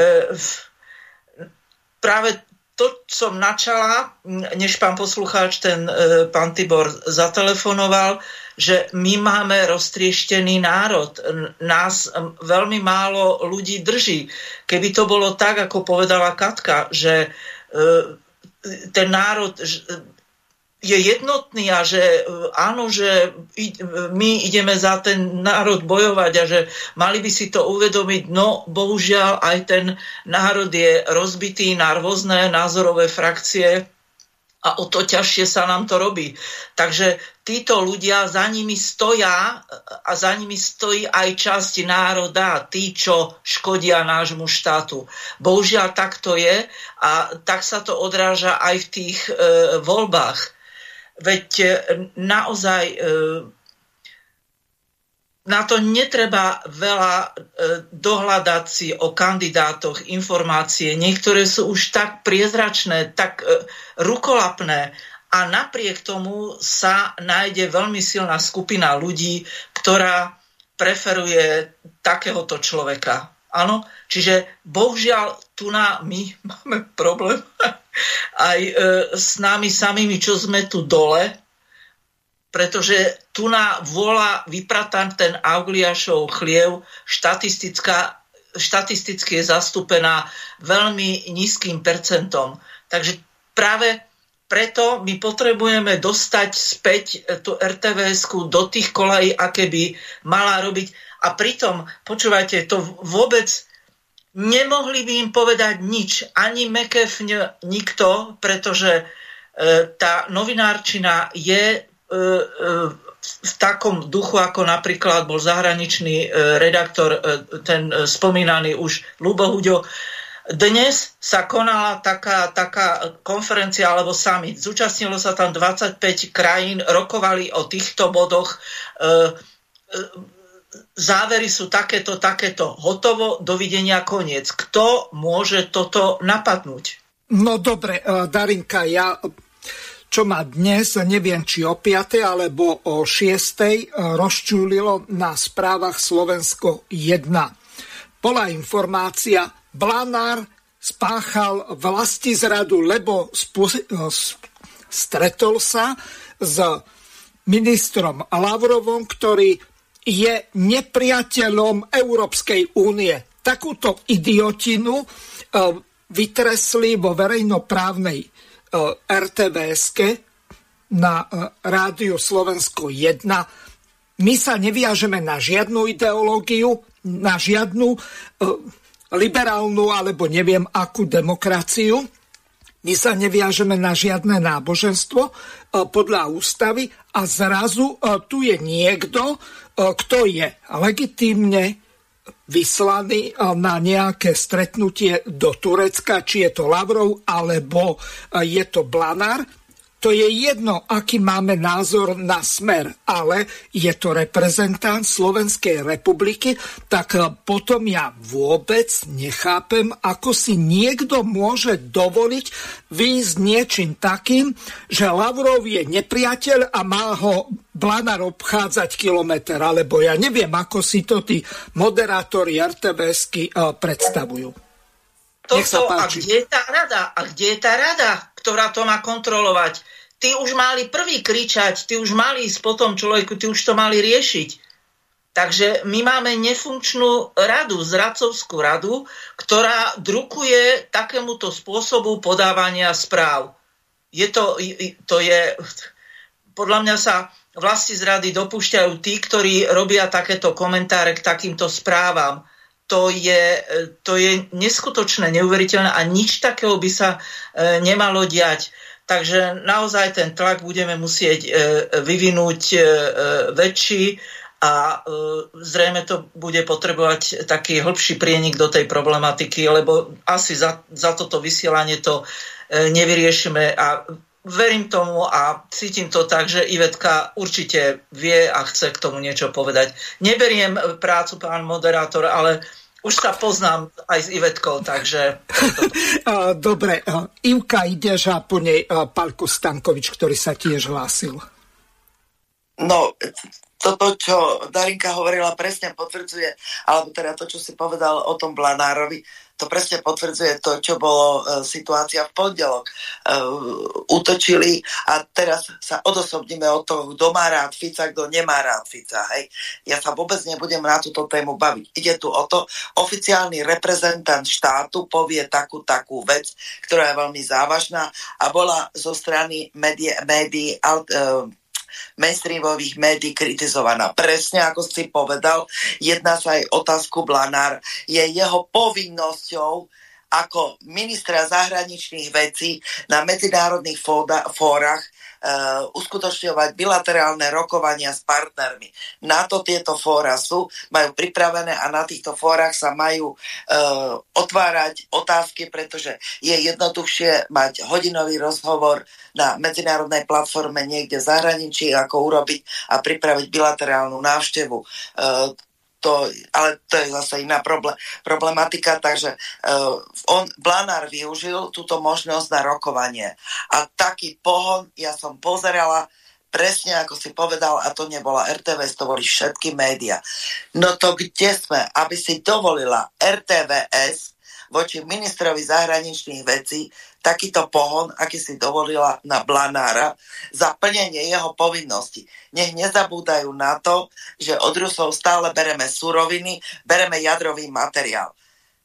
práve to som načala, než pán poslucháč, pán Tibor zatelefonoval, že my máme roztrieštený národ. Nás veľmi málo ľudí drží. Keby to bolo tak, ako povedala Katka, že ten národ je jednotný a že áno, že my ideme za ten národ bojovať a že mali by si to uvedomiť, no bohužiaľ aj ten národ je rozbitý na rôzne názorové frakcie a o to ťažšie sa nám to robí. Takže títo ľudia, za nimi stoja a za nimi stojí aj časť národa, tí, čo škodia nášmu štátu. Bohužiaľ tak to je a tak sa to odráža aj v tých voľbách. Veď naozaj na to netreba veľa dohľadať si o kandidátoch informácie. Niektoré sú už tak priezračné, tak rukolapné a napriek tomu sa nájde veľmi silná skupina ľudí, ktorá preferuje takéhoto človeka. Áno, čiže bohužiaľ tu my máme problém aj s nami samými, čo sme tu dole, pretože tu vôľa vypratať ten Augliášov chliev štatisticky je zastúpená veľmi nízkym percentom. Takže práve preto my potrebujeme dostať späť tú RTVS-ku do tých kolají, aké by mala robiť. A pritom, počúvajte, to vôbec nemohli by im povedať nič. Ani McAfee, nikto, pretože tá novinárčina je v takom duchu, ako napríklad bol zahraničný redaktor, ten spomínaný už Ľubo Huďo. Dnes sa konala taká konferencia alebo summit. Zúčastnilo sa tam 25 krajín, rokovali o týchto bodoch. Závery sú takéto, hotovo, dovidenia, koniec. Kto môže toto napadnúť? No dobre, Darinka, čo ma dnes, neviem či o 5. alebo o 6. rozčúlilo na správach Slovensko 1. Bola informácia, Blanár spáchal vlastizradu, lebo stretol sa s ministrom Lavrovom, ktorý je nepriateľom Európskej únie. Takúto idiotinu vytresli vo verejnoprávnej RTVS-ke na rádiu Slovensko 1. My sa neviažeme na žiadnu ideológiu, na žiadnu liberálnu alebo neviem akú demokraciu. My sa neviažeme na žiadne náboženstvo podľa ústavy a zrazu tu je niekto, kto je legitímne vyslaný na nejaké stretnutie do Turecka, či je to Lavrov, alebo je to Blanár. To je jedno, aký máme názor na Smer, ale je to reprezentant Slovenskej republiky, tak potom ja vôbec nechápem, ako si niekto môže dovoliť výjsť niečím takým, že Lavrov je nepriateľ a má ho Blanár obchádzať kilometr, alebo ja neviem, ako si to tí moderátori RTVS-ky predstavujú. A kde je tá rada? Ktorá to má kontrolovať? Tí už mali prvý kričať, tí už mali ísť po tom človeku, tí už to mali riešiť. Takže my máme nefunkčnú radu, zradcovskú radu, ktorá drukuje takémuto spôsobu podávania správ. Podľa mňa sa vlastizrady dopúšťajú tí, ktorí robia takéto komentáre k takýmto správam. To je neskutočné, neuveriteľné a nič takého by sa nemalo diať. Takže naozaj ten tlak budeme musieť vyvinúť väčší a zrejme to bude potrebovať taký hĺbší prienik do tej problematiky, lebo asi za toto vysielanie to nevyriešime a verím tomu a cítim to tak, že Ivetka určite vie a chce k tomu niečo povedať. Neberiem prácu, pán moderátor, ale už sa poznám aj s Ivetkou, takže... Dobre, Ivka, ideš a po nej Pálko Stankovič, ktorý sa tiež hlásil. No, toto, čo Darinka hovorila, presne potvrdzuje, alebo teda to, čo si povedal o tom Blanárovi, to presne potvrdzuje to, čo bolo situácia v pondelok. Útočili a teraz sa odosobníme od toho, kto má rád Fica, kto nemá rád Fica. Hej. Ja sa vôbec nebudem na túto tému baviť. Ide tu o to, oficiálny reprezentant štátu povie takú vec, ktorá je veľmi závažná a bola zo strany médií mainstreamových médií kritizovaná. Presne ako si povedal, jedná sa aj otázku Blanár. Je jeho povinnosťou ako ministra zahraničných vecí na medzinárodných fórach uskutočňovať bilaterálne rokovania s partnermi. Na to tieto fóra majú pripravené a na týchto fórach sa majú otvárať otázky, pretože je jednoduchšie mať hodinový rozhovor na medzinárodnej platforme niekde v zahraničí, ako urobiť a pripraviť bilaterálnu návštevu. Ale to je zase iná problematika, takže Blanár využil túto možnosť na rokovanie. A taký pohon, ja som pozerala, presne ako si povedal, a to nebola RTVS, to boli všetky médiá. No to kde sme, aby si dovolila RTVS voči ministrovi zahraničných vecí takýto pohon, aký si dovolila na Blanára za plnenie jeho povinnosti. Nech nezabúdajú na to, že od Rusov stále bereme suroviny, bereme jadrový materiál,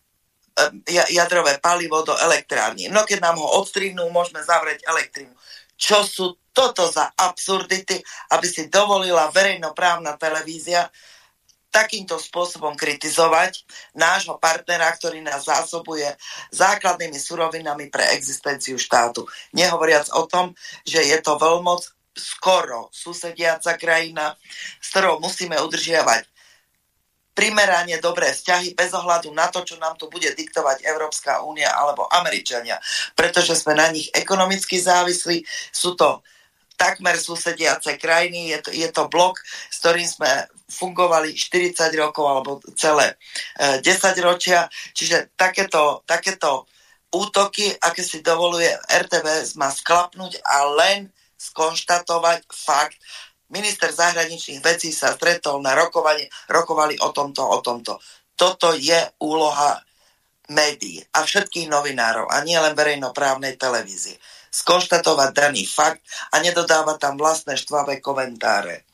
jadrové palivo do elektrární. No keď nám ho odstrihnú, môžeme zavrieť elektrínu. Čo sú toto za absurdity, aby si dovolila verejnoprávna televízia takýmto spôsobom kritizovať nášho partnera, ktorý nás zásobuje základnými surovinami pre existenciu štátu. Nehovoriac o tom, že je to veľmoc skoro susediaca krajina, s ktorou musíme udržiavať primerane dobré vzťahy bez ohľadu na to, čo nám tu bude diktovať Európska únia alebo Američania, pretože sme na nich ekonomicky závislí. Sú to takmer susediace krajiny, je to blok, s ktorým sme fungovali 40 rokov alebo celé 10 ročia, čiže takéto útoky, aké si dovoluje RTVS, má sklapnúť a len skonštatovať fakt. Minister zahraničných vecí sa stretol na rokovali o tomto. Toto je úloha médií a všetkých novinárov a nie len verejnoprávnej televízie. Skonštatovať daný fakt a nedodávať tam vlastné štvavé komentáre.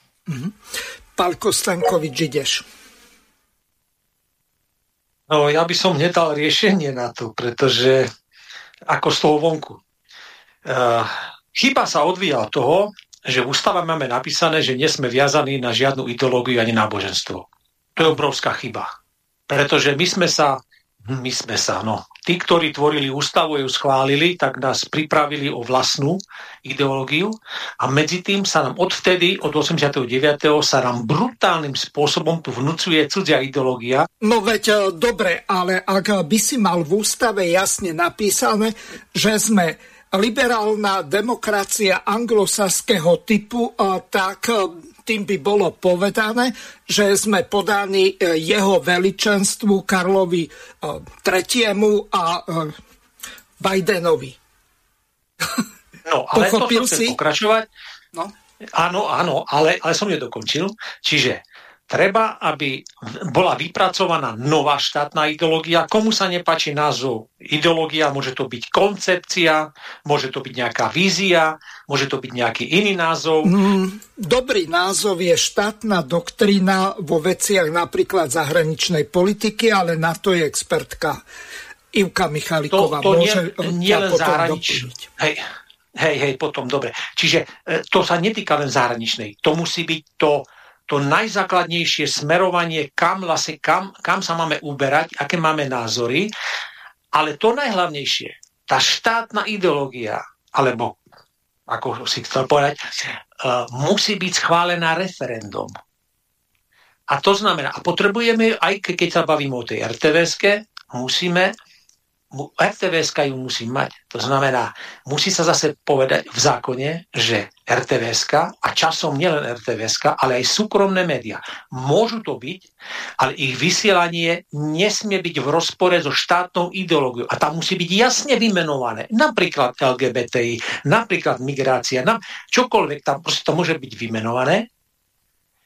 Pálko Stankovič, ideš. No, ja by som hneď dal riešenie na to, pretože ako z toho vonku. Chyba sa odvíja od toho, že v ústave máme napísané, že nie sme viazaní na žiadnu ideológiu ani náboženstvo. To je obrovská chyba. Pretože my sme sa, tí, ktorí tvorili ústavu, ju schválili, tak nás pripravili o vlastnú ideológiu a medzi tým sa nám odvtedy, od 89. sa nám brutálnym spôsobom tu vnúcuje cudzia ideológia. No veď dobre, ale ak by si mal v ústave jasne napísané, že sme liberálna demokracia anglosaského typu, tak tým by bolo povedané, že sme podaní jeho veličenstvu Karlovi III. A Bidenovi. No, ale pochopil to si? Pokračovať. No. Áno, ale som nedokončil. Čiže treba, aby bola vypracovaná nová štátna ideológia. Komu sa nepáči názov ideológia, môže to byť koncepcia, môže to byť nejaká vízia, môže to byť nejaký iný názov. Dobrý názov je štátna doktrína vo veciach napríklad zahraničnej politiky, ale na to je expertka Ivka Michaliková. To nie len zahraničnej. Hej, potom, dobre. Čiže to sa netýka len zahraničnej. To musí byť to najzákladnejšie smerovanie, kam sa máme uberať, aké máme názory, ale to najhlavnejšie, tá štátna ideológia, alebo, ako si chcel povedať, musí byť schválená referendum. A to znamená, a potrebujeme, aj keď sa bavíme o tej RTVS-ke, RTVS-ka ju musí mať. To znamená, musí sa zase povedať v zákone, že RTVS-ka a časom nielen RTVS-ka, ale aj súkromné médiá môžu to byť, ale ich vysielanie nesmie byť v rozpore so štátnou ideológiou. A tam musí byť jasne vymenované. Napríklad LGBTI, napríklad migrácia, čokoľvek tam proste to môže byť vymenované.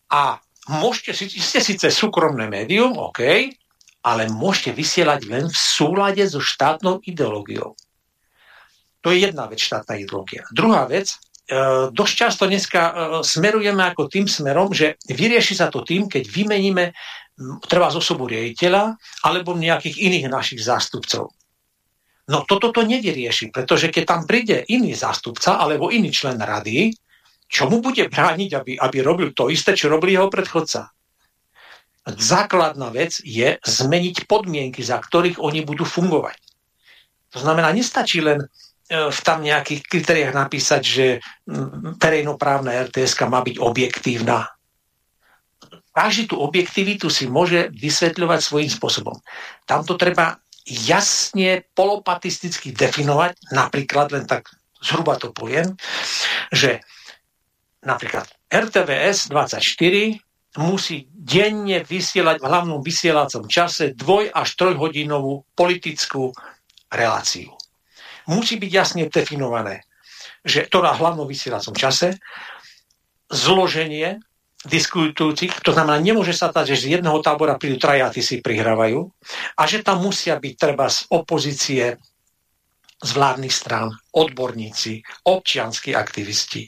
A ste síce súkromné médium, OK, ale môžete vysielať len v súlade so štátnou ideológiou. To je jedna vec, štátna ideológia. Druhá vec, dosť často dneska smerujeme ako tým smerom, že vyrieši sa to tým, keď vymeníme treba z osobu riaditeľa alebo nejakých iných našich zástupcov. No toto to nevyrieši, pretože keď tam príde iný zástupca alebo iný člen rady, čo mu bude brániť, aby robil to isté, čo robil jeho predchodca? Základná vec je zmeniť podmienky, za ktorých oni budú fungovať. To znamená, nestačí len v tam nejakých kritériách napísať, že verejnoprávna RTSK má byť objektívna. Každý tú objektivitu si môže vysvetľovať svojím spôsobom. Tam to treba jasne polopatisticky definovať, napríklad, len tak zhruba to poviem, že napríklad RTVS 24 musí denne vysielať v hlavnom vysielacom čase 2 až 3 hodinovú politickú reláciu. Musí byť jasne definované, že to na hlavnom vysielacom čase zloženie diskutujúcich, to znamená, nemôže sa stať, že z jedného tábora prídu trajáci si prihrávajú a že tam musia byť treba z opozície, z vládnych strán, odborníci, občianski aktivisti.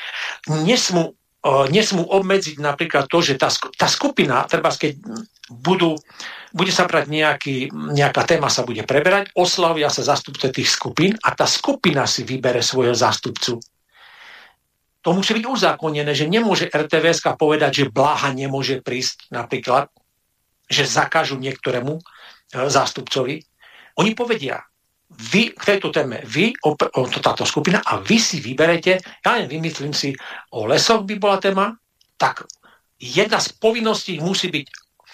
Nesmú obmedziť napríklad to, že tá skupina, treba keď bude sa brať nejaká téma sa bude preberať, oslavia sa zástupce tých skupín a tá skupina si vybere svojho zástupcu. To musí byť uzákonené, že nemôže RTVS povedať, že Bláha nemôže prísť napríklad, že zakážu niektorému zástupcovi. Oni povedia, vy k tejto téme, táto skupina a vy si vyberete, ja vymyslím si, o lesoch by bola téma, tak jedna z povinností musí byť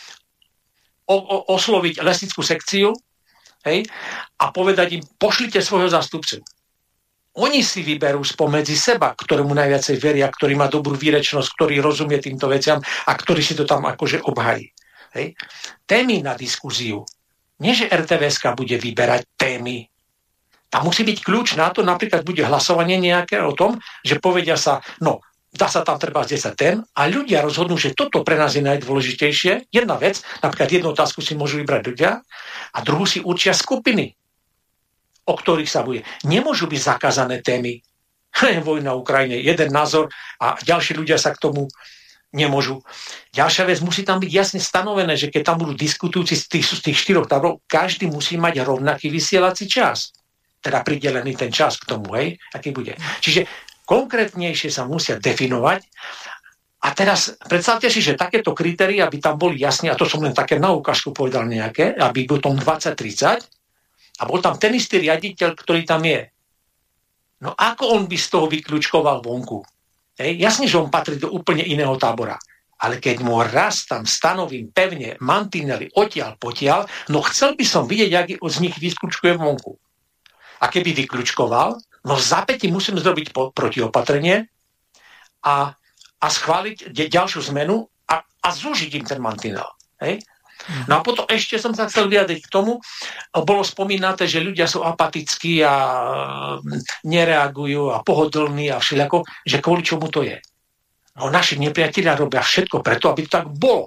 osloviť lesnickú sekciu, hej, a povedať im, pošlite svojho zástupcu. Oni si vyberú spomedzi seba, ktorému najviacej veria, ktorý má dobrú výrečnosť, ktorý rozumie týmto veciam a ktorý si to tam akože obhají. Hej. Témy na diskuziu. Nie, že RTVS bude vyberať témy. Tam musí byť kľúč na to, napríklad bude hlasovanie nejaké o tom, že povedia sa, no, dá sa tam treba 10 tém a ľudia rozhodnú, že toto pre nás je najdôležitejšie. Jedna vec, napríklad jednu otázku si môžu vybrať ľudia a druhú si určia skupiny, o ktorých sa bude. Nemôžu byť zakázané témy. Vojna v Ukrajine, jeden názor a ďalší ľudia sa k tomu nemôžu. Ďalšia vec, musí tam byť jasne stanovené, že keď tam budú diskutujúci z tých 4 táborov, každý musí mať rovnaký vysielací čas. Teda pridelený ten čas k tomu, hej, aký bude. Čiže konkrétnejšie sa musia definovať. A teraz predstavte si, že takéto kritéria by tam boli jasne, a to som len také na ukážku povedal nejaké, aby bol tom 20-30, a bol tam ten istý riaditeľ, ktorý tam je. No ako on by z toho vyklúčkoval vonku? Hej? Jasne, že on patrí do úplne iného tábora. Ale keď mu raz tam stanovím pevne mantinely odtiaľ potiaľ, no chcel by som vidieť, jak z nich vyklúčkuje vonku. A keby vyklúčkoval, no v zápäti musím zrobiť protiopatrenie a schváliť ďalšiu zmenu a zúžiť im ten mantinel. Hej? No a potom ešte som sa chcel vyjadriť k tomu, bolo spomínaté, že ľudia sú apatickí a nereagujú a pohodlní a všelijako, že kvôli čomu to je. No naši nepriatelia robia všetko preto, aby to tak bolo.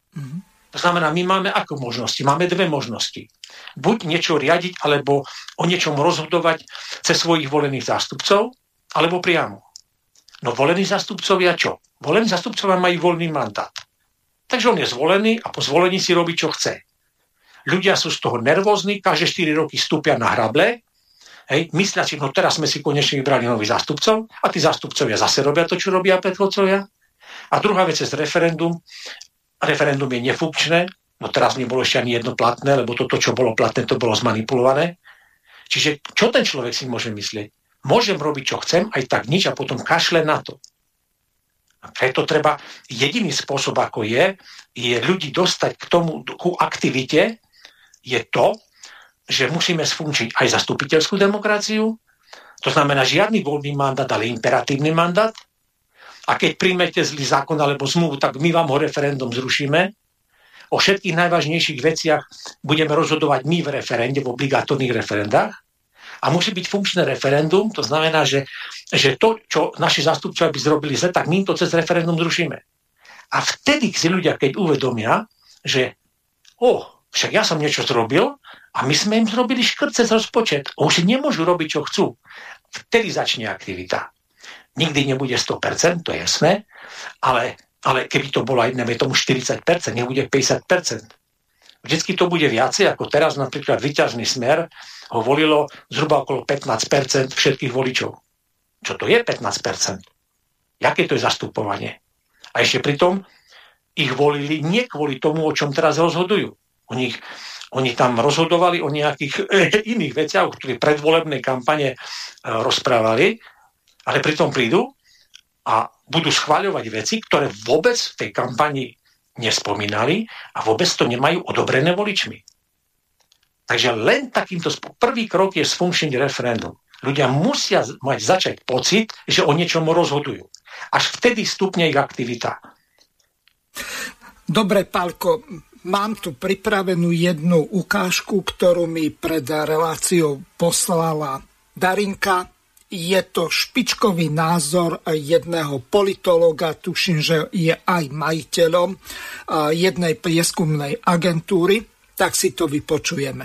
To znamená, my máme ako možnosti? Máme 2 možnosti. Buď niečo riadiť, alebo o niečom rozhodovať cez svojich volených zástupcov, alebo priamo. No volení zástupcovia čo? Volení zástupcovia majú voľný mandát. Takže on je zvolený a po zvolení si robí, čo chce. Ľudia sú z toho nervózni, každé 4 roky stúpia na hrable, hej, myslia si, no teraz sme si konečne vybrali nových zástupcov a tí zástupcovia zase robia to, čo robia predchodcovia. A druhá vec je referendum. Referendum je nefunkčné, no teraz nebolo ešte ani jedno platné, lebo toto, čo bolo platné, to bolo zmanipulované. Čiže čo ten človek si môže myslieť? Môžem robiť, čo chcem, aj tak nič a potom kašle na to. A preto treba, jediný spôsob, ako je ľudí dostať k tomu, ku aktivite, je to, že musíme sfunkčiť aj zastupiteľskú demokraciu, to znamená žiadny voľný mandát, ale imperatívny mandát. A keď príjmete zlý zákon alebo zmluvu, tak my vám ho referendum zrušíme. O všetkých najvážnejších veciach budeme rozhodovať my v referende, v obligatórnych referendách. A musí byť funkčné referendum, to znamená, že to, čo naši zástupcovia by zrobili zle, tak my to cez referendum zrušíme. A vtedy si ľudia, keď uvedomia, že však ja som niečo zrobil a my sme im zrobili škrt cez rozpočet. Už nemôžu robiť, čo chcú. Vtedy začne aktivita. Nikdy nebude 100%, to je jasné, ale keby to bolo aj tomu 40%, nebude 50%. Vždycky to bude viacej, ako teraz napríklad Vyťažný Smer ho volilo zhruba okolo 15% všetkých voličov. Čo to je 15%? Jaké to je zastupovanie? A ešte pritom ich volili nie kvôli tomu, o čom teraz rozhodujú. Oni tam rozhodovali o nejakých iných veciach, o ktorých predvolebnej kampane rozprávali, ale pritom prídu a budú schváľovať veci, ktoré vôbec v tej kampani nespomínali a vôbec to nemajú odobrené voličmi. Takže len takýmto prvý krok je sfunkčniť referendum. Ľudia musia začať pocit, že o niečom rozhodujú. Až vtedy stupne ich aktivita. Dobre, Pálko, mám tu pripravenú jednu ukážku, ktorú mi pred reláciou poslala Darinka. Je to špičkový názor jedného politológa, tuším, že je aj majiteľom jednej prieskumnej agentúry, tak si to vypočujeme.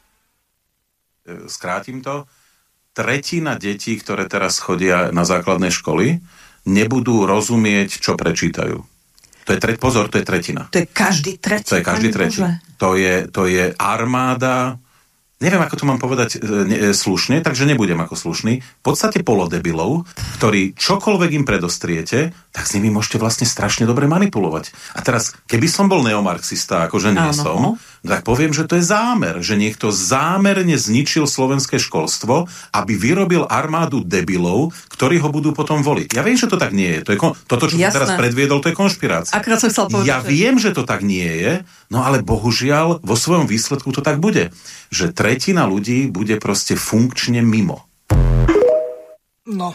Skrátim to. Tretina detí, ktoré teraz chodia na základné školy, nebudú rozumieť, čo prečítajú. Pozor, to je tretina. To je každý tretí. To je každý tretí. To je armáda. Neviem, ako to mám povedať slušne, takže nebudem ako slušný. V podstate polodebilov, ktorí čokoľvek im predostriete, tak s nimi môžete vlastne strašne dobre manipulovať. A teraz, keby som bol neomarxista, akože nie som, tak poviem, že to je zámer, že niekto zámerne zničil slovenské školstvo, aby vyrobil armádu debilov, ktorí ho budú potom voliť. Ja viem, že to tak nie je. Toto, čo som teraz predviedol, to je konšpirácia. Akrát som chcel povedať, ja viem, že to tak nie je, no ale bohužiaľ vo svojom výsledku to tak bude. Že tretina ľudí bude proste funkčne mimo. No,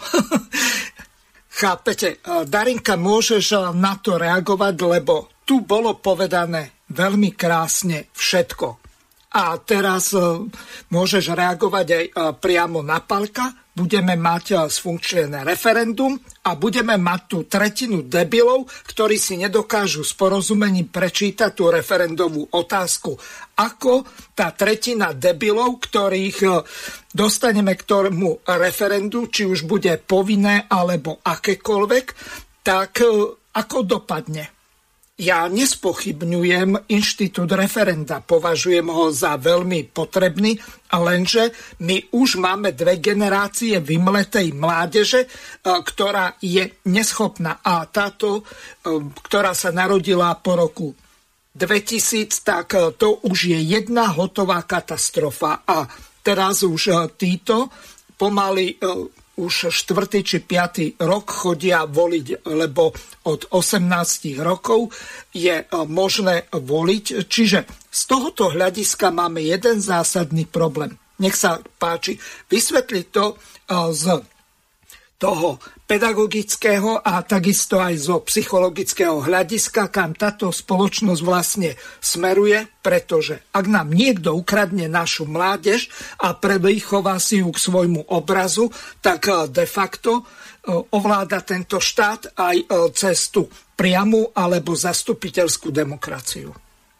chápete, Darinka, môžeš na to reagovať, lebo tu bolo povedané veľmi krásne všetko. A teraz môžeš reagovať aj priamo na Pálka. Budeme mať sfunkčnené referendum a budeme mať tú tretinu debilov, ktorí si nedokážu s porozumením prečítať tú referendovú otázku. Ako tá tretina debilov, ktorých dostaneme k tomu referendu, či už bude povinné alebo akékoľvek, tak ako dopadne? Ja nespochybňujem inštitút referenda, považujem ho za veľmi potrebný, lenže my už máme 2 generácie vymletej mládeže, ktorá je neschopná. A táto, ktorá sa narodila po roku 2000, tak to už je jedna hotová katastrofa. A teraz už títo pomaly už 4. či 5. rok chodia voliť, lebo od 18 rokov je možné voliť. Čiže z tohoto hľadiska máme jeden zásadný problém. Nech sa páči vysvetliť to z toho pedagogického a takisto aj zo psychologického hľadiska, kam táto spoločnosť vlastne smeruje, pretože ak nám niekto ukradne našu mládež a prevýchová si ju k svojmu obrazu, tak de facto ovláda tento štát aj cestu priamu alebo zastupiteľskú demokraciu.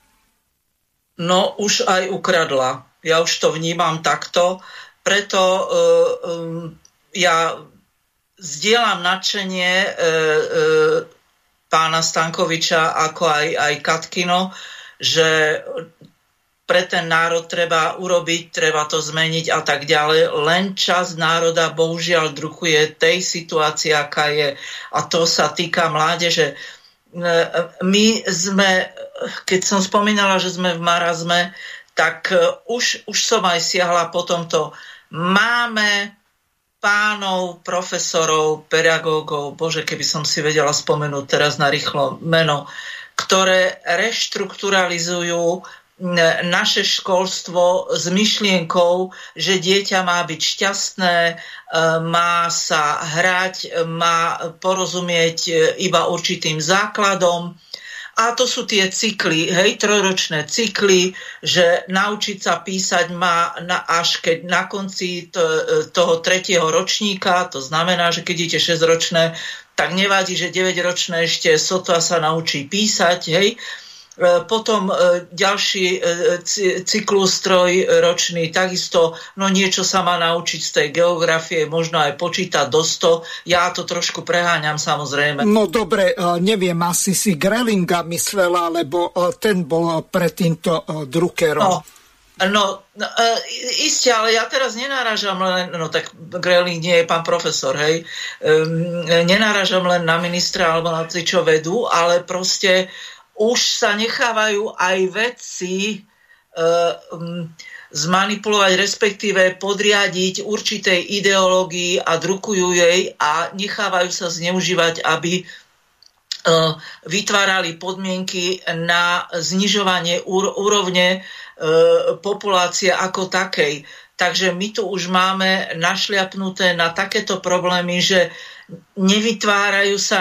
No už aj ukradla. Ja už to vnímam takto, preto ja zdieľam nadšenie pána Stankoviča ako aj Katkino, že pre ten národ treba urobiť, treba to zmeniť a tak ďalej. Len časť národa bohužiaľ drukuje tej situácii, aká je. A to sa týka mládeže. My sme, keď som spomínala, že sme v marazme, tak už som aj siahla po tomto. Máme pánov, profesorov, pedagógov, bože, keby som si vedela spomenúť teraz na rýchlo meno, ktoré reštrukturalizujú naše školstvo s myšlienkou, že dieťa má byť šťastné, má sa hrať, má porozumieť iba určitým základom A to sú tie cykly, hej, trojročné cykly, že naučiť sa písať má až keď na konci toho 3. ročníka, to znamená, že keď idete 6-ročné, tak nevadí, že 9-ročné ešte sotva sa naučí písať, hej. Potom ďalší cyklus trojročný, takisto niečo sa má naučiť z tej geografie, možno aj počítať do 100. Ja to trošku preháňam, samozrejme. No dobre, neviem, asi si Grelinga myslela, lebo ten bol pred týmto Druckerom. Isté, ale ja teraz nenáražam len, tak Greling nie je pán profesor, hej, nenáražam len na ministra alebo na tí, čo vedú, ale proste už sa nechávajú aj vedci zmanipulovať, respektíve podriadiť určitej ideológii a drukujú jej a nechávajú sa zneužívať, aby vytvárali podmienky na znižovanie úrovne populácie ako takej. Takže my tu už máme našliapnuté na takéto problémy, že nevytvárajú sa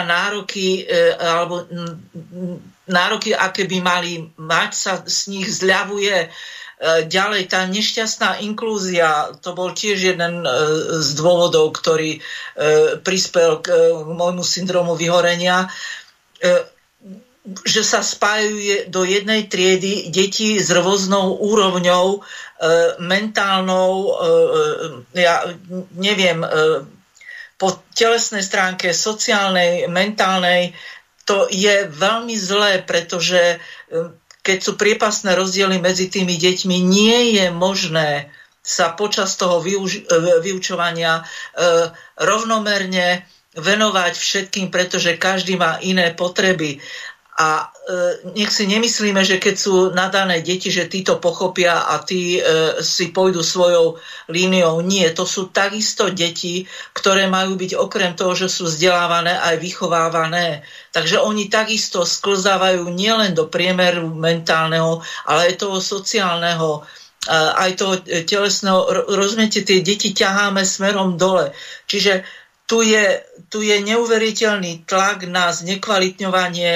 nároky, aké by mali mať, sa z nich zľavuje. Ďalej, tá nešťastná inklúzia, to bol tiež jeden z dôvodov, ktorý prispel k môjmu syndromu vyhorenia, že sa spájajú do jednej triedy deti s rôznou úrovňou mentálnou, ja neviem, po telesnej stránke, sociálnej, mentálnej. To je veľmi zlé, pretože keď sú priepastné rozdiely medzi tými deťmi, nie je možné sa počas toho vyučovania rovnomerne venovať všetkým, pretože každý má iné potreby. A nech si nemyslíme, že keď sú nadané deti, že tí to pochopia a tí si pôjdu svojou líniou. Nie, to sú takisto deti, ktoré majú byť okrem toho, že sú vzdelávané, aj vychovávané. Takže oni takisto sklzávajú nielen do priemeru mentálneho, ale aj toho sociálneho, aj toho telesného. Rozumiete, tie deti ťaháme smerom dole. Čiže tu je neuveriteľný tlak na znekvalitňovanie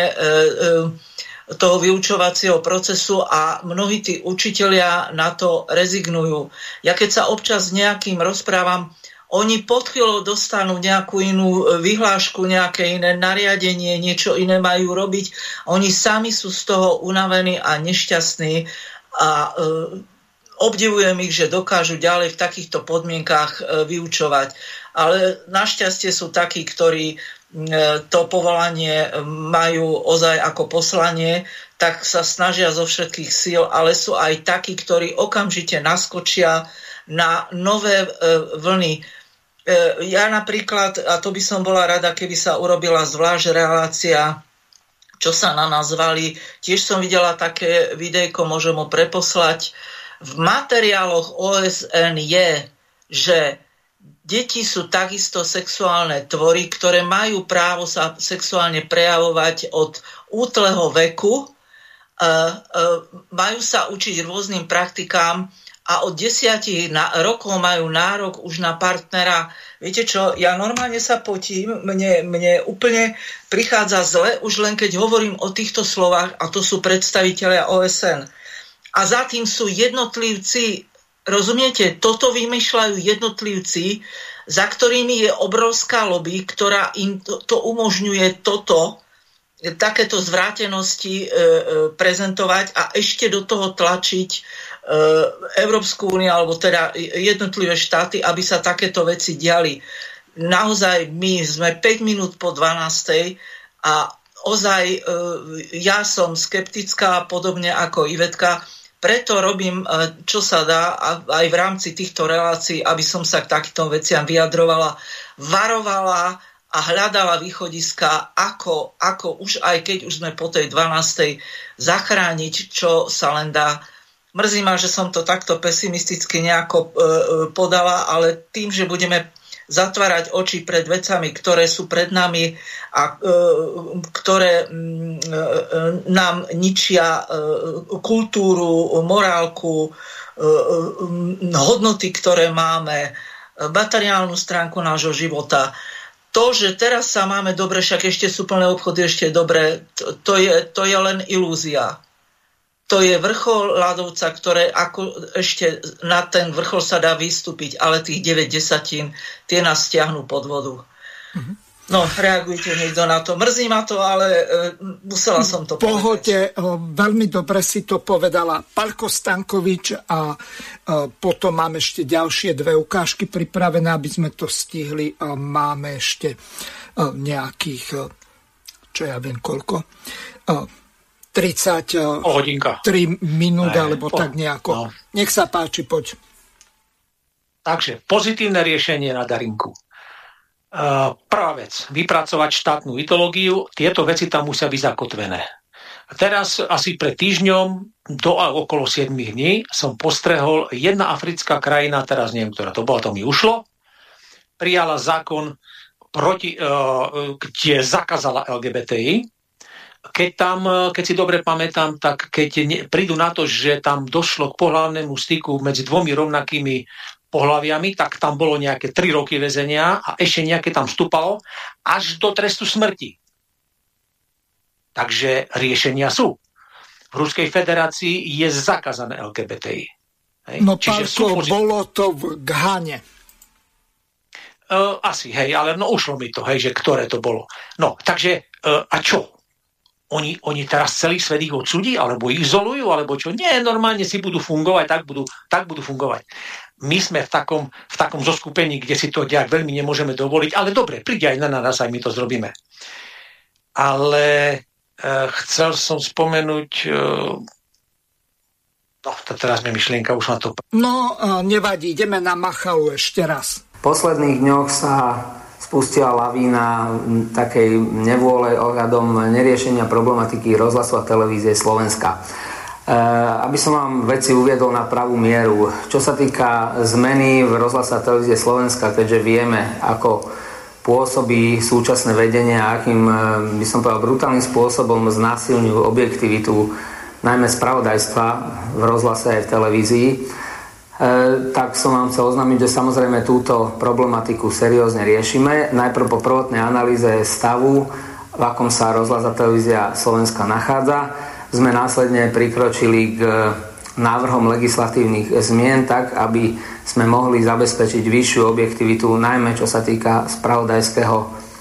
toho vyučovacieho procesu a mnohí tí učitelia na to rezignujú. Ja keď sa občas s nejakým rozprávam, oni pod chvíľou dostanú nejakú inú vyhlášku, nejaké iné nariadenie, niečo iné majú robiť. Oni sami sú z toho unavení a nešťastní a obdivujem ich, že dokážu ďalej v takýchto podmienkách vyučovať. Ale našťastie sú takí, ktorí to povolanie majú ozaj ako poslanie, tak sa snažia zo všetkých síl, ale sú aj takí, ktorí okamžite naskočia na nové vlny. Ja napríklad, a to by som bola rada, keby sa urobila zvlášť relácia, čo sa na nás valí. Tiež som videla také videjko, môžem ho preposlať. V materiáloch OSN je, že deti sú takisto sexuálne tvory, ktoré majú právo sa sexuálne prejavovať od útleho veku, majú sa učiť rôznym praktikám a od 10 rokov majú nárok už na partnera. Viete čo, ja normálne sa potím, mne úplne prichádza zle, už len keď hovorím o týchto slovách, a to sú predstavitelia OSN. A za tým sú jednotlivci. Rozumiete, toto vymýšľajú jednotlivci, za ktorými je obrovská lobby, ktorá im to umožňuje takéto zvrátenosti prezentovať a ešte do toho tlačiť Európsku úniu, alebo teda jednotlivé štáty, aby sa takéto veci diali. Naozaj my sme 5 minút po 12. a ozaj ja som skeptická, podobne ako Ivetka. Preto robím, čo sa dá, aj v rámci týchto relácií, aby som sa k takýmto veciam vyjadrovala, varovala a hľadala východiska, ako už aj keď už sme po tej 12. zachrániť, čo sa len dá. Mrzí ma, že som to takto pesimisticky nejako podala, ale tým, že budeme zatvárať oči pred vecami, ktoré sú pred nami a ktoré nám ničia kultúru, morálku, hodnoty, ktoré máme, materiálnu stránku nášho života, to, že teraz sa máme dobre, však ešte sú plné obchody, ešte dobre, to je len ilúzia. To je vrchol ľadovca, ktoré ako ešte na ten vrchol sa dá vystúpiť, ale tých 9/10 tie nás stiahnu pod vodu. No, reagujte niekto na to. Mrzí ma to, ale musela som to povedať. Pohode, veľmi dobre si to povedala Paľko Stankovič a potom máme ešte ďalšie dve ukážky pripravené, aby sme to stihli. Máme ešte nejakých, čo ja viem koľko, 33 minút, alebo tak nejako. No. Nech sa páči, poď. Takže, pozitívne riešenie na Darinku. Prvá vec, vypracovať štátnu ideológiu, tieto veci tam musia byť zakotvené. A teraz asi pred týždňom, do okolo 7 dní, som postrehol, jedna africká krajina, teraz neviem, ktorá to bola, to mi ušlo, prijala zákon, kde zakázala LGBTI. Keď si dobre pamätám, tak keď prídu na to, že tam došlo k pohlavnému styku medzi dvomi rovnakými pohľaviami, tak tam bolo nejaké 3 roky väzenia a ešte nejaké tam vstúpalo až do trestu smrti. Takže riešenia sú. V Ruskej federácii je zakázané LGBTI. No Pálko, bolo to v Ghane. Asi, hej, ale no ušlo mi to, hej, že ktoré to bolo. No, takže a čo? Oni teraz celý svet ich odsúdi, alebo ich izolujú, alebo čo? Nie, normálne si budú fungovať, tak budú fungovať. My sme v takom zoskupení, kde si to nejak veľmi nemôžeme dovoliť, ale dobre, príde aj na nás, aj my to zrobíme. Ale chcel som spomenúť, teraz mi myšlienka už na to. No, nevadí, ideme na Machalu ešte raz. V posledných dňoch sa spustila lavína takej nevôle ohľadom neriešenia problematiky rozhlasu a televízie Slovenska. Aby som vám veci uviedol na pravú mieru. Čo sa týka zmeny v rozhlase a televízie Slovenska, keďže vieme, ako pôsobí súčasné vedenie a akým, by som povedal, brutálnym spôsobom znásilňujú objektivitu najmä spravodajstva v rozhlase aj v televízii, tak som vám chcel oznámiť, že samozrejme túto problematiku seriózne riešime. Najprv po prvotnej analýze stavu, v akom sa rozhlas a televízia Slovenska nachádza, sme následne prikročili k návrhom legislatívnych zmien tak, aby sme mohli zabezpečiť vyššiu objektivitu, najmä čo sa týka spravodajského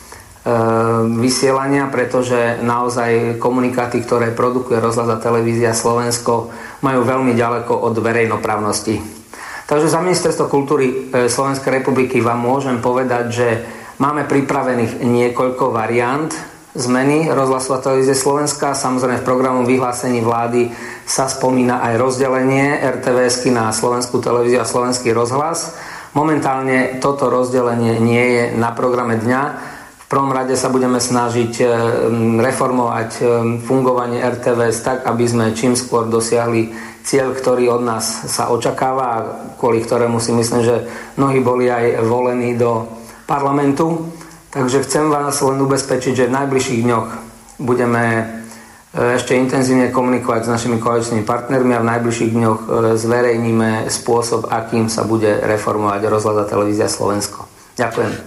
vysielania, pretože naozaj komunikáty, ktoré produkuje rozhlas a televízia Slovensko, majú veľmi ďaleko od verejnoprávnosti. Takže za Ministerstvo kultúry Slovenskej republiky vám môžem povedať, že máme pripravených niekoľko variant zmeny rozhlasu a televízie Slovenska. Samozrejme v programu vyhlásení vlády sa spomína aj rozdelenie RTVS-ky na Slovenskú televíziu a Slovenský rozhlas. Momentálne toto rozdelenie nie je na programe dňa. V prvom rade sa budeme snažiť reformovať fungovanie RTVS tak, aby sme čím skôr dosiahli cieľ, ktorý od nás sa očakáva a kvôli ktorému si myslím, že mnohí boli aj volení do parlamentu. Takže chcem vás len ubezpečiť, že v najbližších dňoch budeme ešte intenzívne komunikovať s našimi koaličnými partnermi a v najbližších dňoch zverejníme spôsob, akým sa bude reformovať rozhlas a televízia Slovensko. Ďakujem.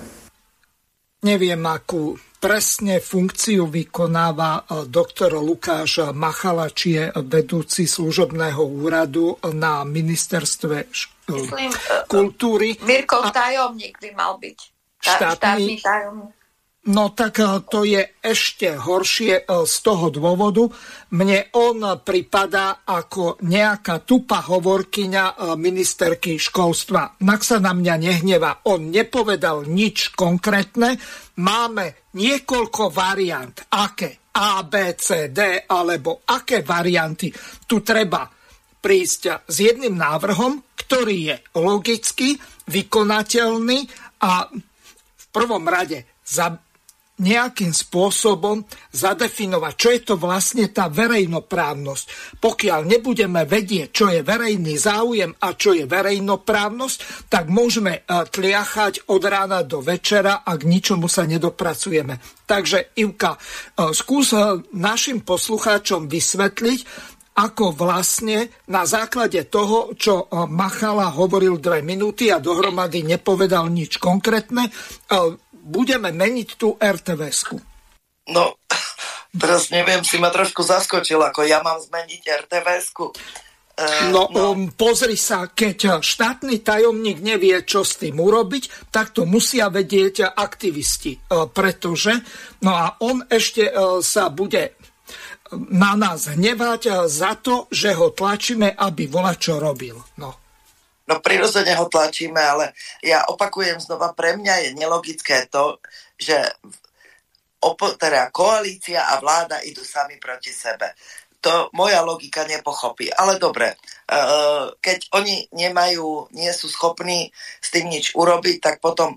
Neviem, akú presne funkciu vykonáva doktor Lukáš Machala, či je vedúci služobného úradu na ministerstve kultúry. Mirko, tajomník by mal byť. Štátny tajomník. No tak to je ešte horšie z toho dôvodu. Mne on pripadá ako nejaká tupá hovorkyňa ministerky školstva. Nak sa na mňa nehnevá. On nepovedal nič konkrétne. Máme niekoľko variant. Aké? A, B, C, D, alebo aké varianty? Tu treba prísť s jedným návrhom, ktorý je logický, vykonateľný a v prvom rade nejakým spôsobom zadefinovať, čo je to vlastne tá verejnoprávnosť. Pokiaľ nebudeme vedieť, čo je verejný záujem a čo je verejnoprávnosť, tak môžeme tliachať od rána do večera a k ničomu sa nedopracujeme. Takže Ivka, skús našim poslucháčom vysvetliť, ako vlastne na základe toho, čo Machala hovoril 2 minúty a dohromady nepovedal nič konkrétne, budeme meniť tú RTVS-ku? No, teraz neviem, si ma trošku zaskočil, ako ja mám zmeniť RTVS-ku. Pozri sa, keď štátny tajomník nevie, čo s tým urobiť, tak to musia vedieť aktivisti, pretože, no a on ešte sa bude na nás hnevať za to, že ho tlačíme, aby volačo robil. No, prirodzene ho tlačíme, ale ja opakujem znova, pre mňa je nelogické to, že teda koalícia a vláda idú sami proti sebe. To moja logika nepochopí. Ale dobre, keď oni nie sú schopní s tým nič urobiť, tak potom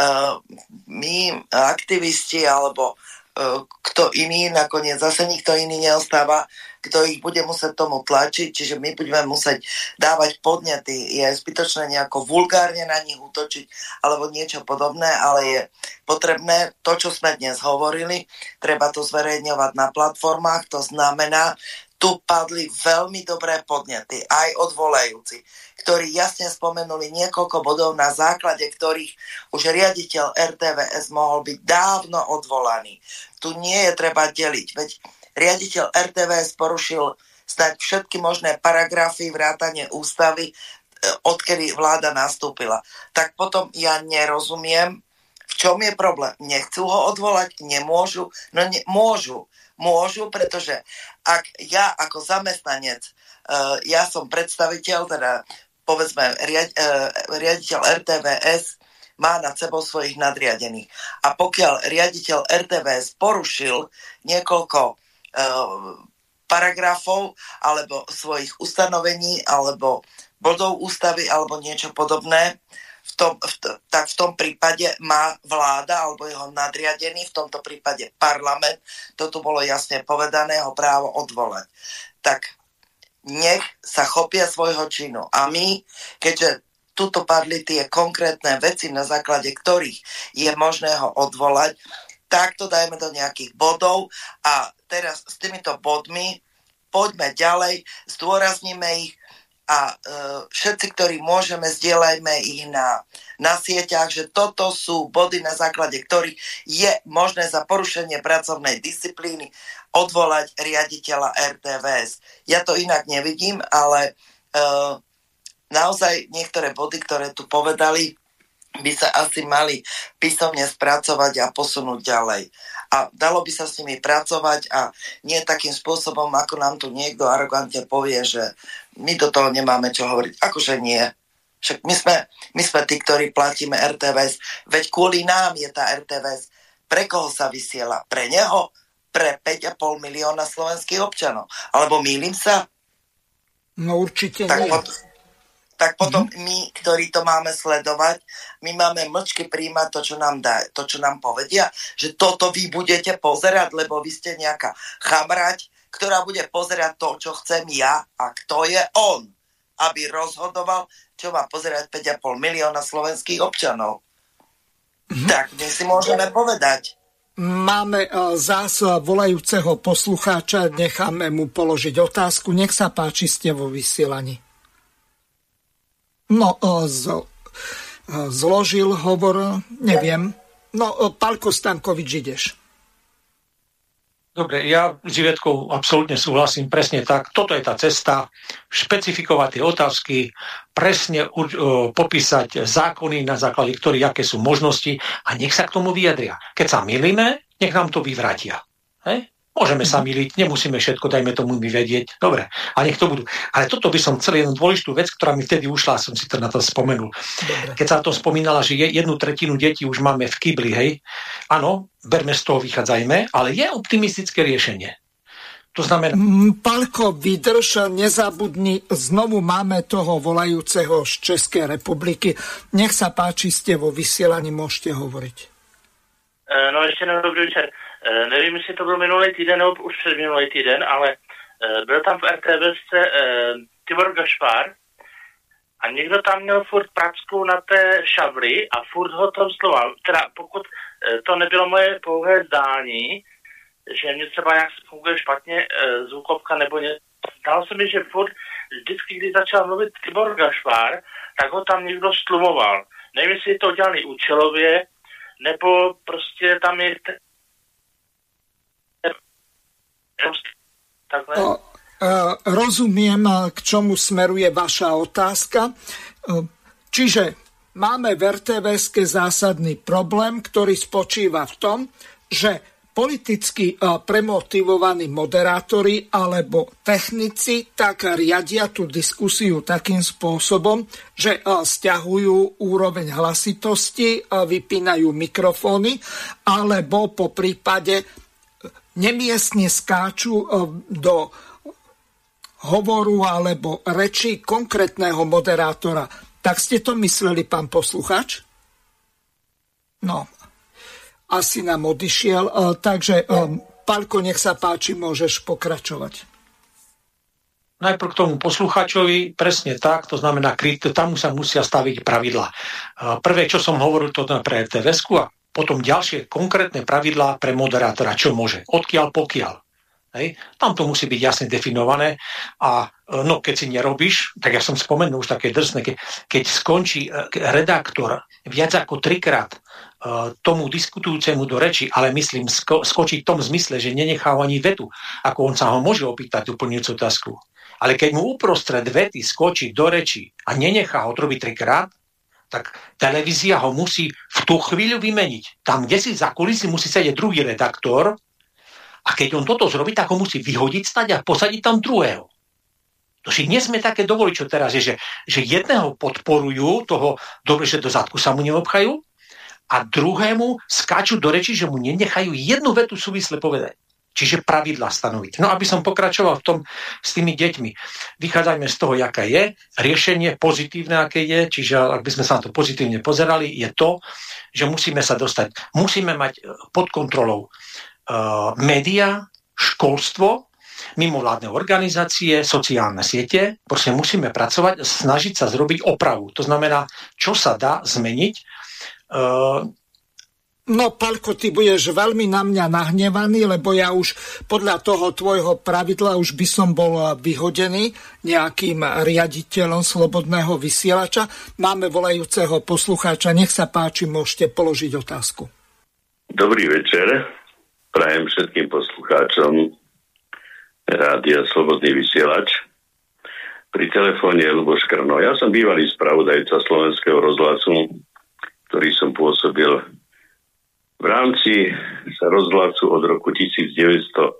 my, aktivisti alebo kto iný, nakoniec zase nikto iný neostáva, kto ich bude musieť tomu tlačiť, čiže my budeme musieť dávať podnety. Je zbytočné nejako vulgárne na nich útočiť alebo niečo podobné, ale je potrebné to, čo sme dnes hovorili, treba to zverejňovať na platformách, to znamená, tu padli veľmi dobré podnety, aj od volajúcich, ktorí jasne spomenuli niekoľko bodov, na základe ktorých už riaditeľ RTVS mohol byť dávno odvolaný. Tu nie je treba deliť, veď riaditeľ RTVS porušil snáď všetky možné paragrafy, vrátane ústavy, odkedy vláda nastúpila. Tak potom ja nerozumiem, v čom je problém. Nechcú ho odvolať, nemôžu, môžu, pretože ak ja ako zamestnanec, ja som predstaviteľ, teda povedzme riaditeľ RTVS má nad sebou svojich nadriadených. A pokiaľ riaditeľ RTVS porušil niekoľko paragrafov alebo svojich ustanovení alebo bodov ústavy alebo niečo podobné, tak v tom prípade má vláda alebo jeho nadriadený, v tomto prípade parlament, to tu bolo jasne povedané, ho právo odvolať. Tak nech sa chopia svojho činu. A my, keďže tuto padli tie konkrétne veci, na základe ktorých je možné ho odvolať, tak to dajme do nejakých bodov a teraz s týmito bodmi poďme ďalej, zdôrazníme ich a všetci, ktorí môžeme, zdieľajme ich na sieťach, že toto sú body, na základe ktorých je možné za porušenie pracovnej disciplíny odvolať riaditeľa RTVS. Ja to inak nevidím, ale naozaj niektoré body, ktoré tu povedali, by sa asi mali písomne spracovať a posunúť ďalej. A dalo by sa s nimi pracovať a nie takým spôsobom, ako nám tu niekto arogantne povie, že my do toho nemáme čo hovoriť. Akože nie. Však my sme tí, ktorí platíme RTVS. Veď kvôli nám je tá RTVS. Pre koho sa vysiela? Pre neho? Pre 5,5 milióna slovenských občanov. Alebo mýlim sa? No určite nie. Tak potom my, ktorí to máme sledovať, my máme mlčky príjmať to, čo nám dá, to, čo nám povedia, že toto vy budete pozerať, lebo vy ste nejaká chamrať, ktorá bude pozerať to, čo chcem ja, a kto je on, aby rozhodoval, čo má pozerať 5,5 milióna slovenských občanov. Tak my si môžeme povedať. Máme zás volajúceho poslucháča, necháme mu položiť otázku. Nech sa páči, ste vo vysielaní. No, zložil hovor, neviem. No, Pálko Stankovič, ideš. Dobre, ja s Ivetkou absolútne súhlasím, presne tak. Toto je tá cesta, špecifikovať tie otázky, presne popísať zákony, na základe ktorých, aké sú možnosti a nech sa k tomu vyjadria. Keď sa mýlime, nech nám to vyvrátia. Hej? Môžeme sa myliť, nemusíme všetko, dajme tomu my vedieť. Dobre, a nech to budú. Ale toto by som chcel jednu dôležitú vec, ktorá mi vtedy ušla, som si to na to spomenul. Dobre. Keď sa to spomínala, že 1/3 detí už máme v kybli, hej. Áno, berme z toho, vychádzajme, ale je optimistické riešenie. To znamená... Pálko, vydrž, nezabudni, znovu máme toho volajúceho z Českej republiky. Nech sa páči, ste vo vysielaní, môžete hovoriť. No ještě na dobrý večer. Nevím, jestli to byl minulý týden nebo už před minulý týden, ale byl tam v RTVSce Tibor Gašpar a někdo tam měl furt pracku na té šavli a furt ho tom sloval. Teda pokud to nebylo moje pouhé zdání, že mě třeba nějak funguje špatně zvukovka nebo něco, stalo se mi, že furt vždycky, když začal mluvit Tibor Gašpar, tak ho tam někdo stlumoval. Nevím, jestli to dělali účelově, nebo prostě tam je takhle? Rozumiem, k čomu smeruje vaša otázka. Čiže máme v RTVS-ke zásadný problém, ktorý spočíva v tom, že politicky premotivovaní moderátori alebo technici tak riadia tú diskusiu takým spôsobom, že stiahujú úroveň hlasitosti, vypínajú mikrofóny, alebo po prípade nemiestne skáču do hovoru alebo reči konkrétneho moderátora. Tak ste to mysleli, pán poslucháč? No, asi nám odišiel. Takže, Paľko, nech sa páči, môžeš pokračovať. Najprv k tomu poslucháčovi, presne tak, to znamená, tam sa musia staviť pravidlá. Prvé, čo som hovoril, to pre RTVS-ku a potom ďalšie konkrétne pravidlá pre moderátora, čo môže, odkiaľ pokiaľ. Hej. Tam to musí byť jasne definované a no, keď si nerobíš, tak ja som spomenul už také drsné, keď skončí redaktor viac ako 3-krát tomu diskutujúcemu do reči, ale myslím skočí v tom zmysle, že nenechá ani vetu, ako on sa ho môže opýtať doplňujúcu otázku. Ale keď mu uprostred vety skočí do reči a nenechá ho to robiť 3-krát, tak televízia ho musí v tú chvíľu vymeniť. Tam, kde si za kulisy musí sedieť druhý redaktor. A keď on toto zrobí, tak ho musí vyhodiť stať a posadiť tam druhého. To si nesmie také dovoliť, čo teraz je, že jedného podporujú, toho dobre, že do zadku sa mu neobchajú, a druhému skáču do reči, že mu nenechajú jednu vetu súvisle povedať. Čiže pravidlá stanoviť. No, aby som pokračoval v tom s tými deťmi. Vychádzajme z toho, aké je. Riešenie pozitívne, aké je, čiže ak by sme sa na to pozitívne pozerali, je to, že musíme sa dostať, musíme mať pod kontrolou média, školstvo, mimovládne organizácie, sociálne siete. Proste musíme pracovať, snažiť sa zrobiť opravu. To znamená, čo sa dá zmeniť. No, Paľko, ty budeš veľmi na mňa nahnevaný, lebo ja už podľa toho tvojho pravidla už by som bol vyhodený nejakým riaditeľom Slobodného vysielača. Máme volajúceho poslucháča. Nech sa páči, môžete položiť otázku. Dobrý večer. Prajem všetkým poslucháčom Rádia Slobodný vysielač. Pri telefóne je Ľuboš Krno. Ja som bývalý spravodajca Slovenského rozhlasu, ktorý som pôsobil v rámci rozhlasu od roku 1971.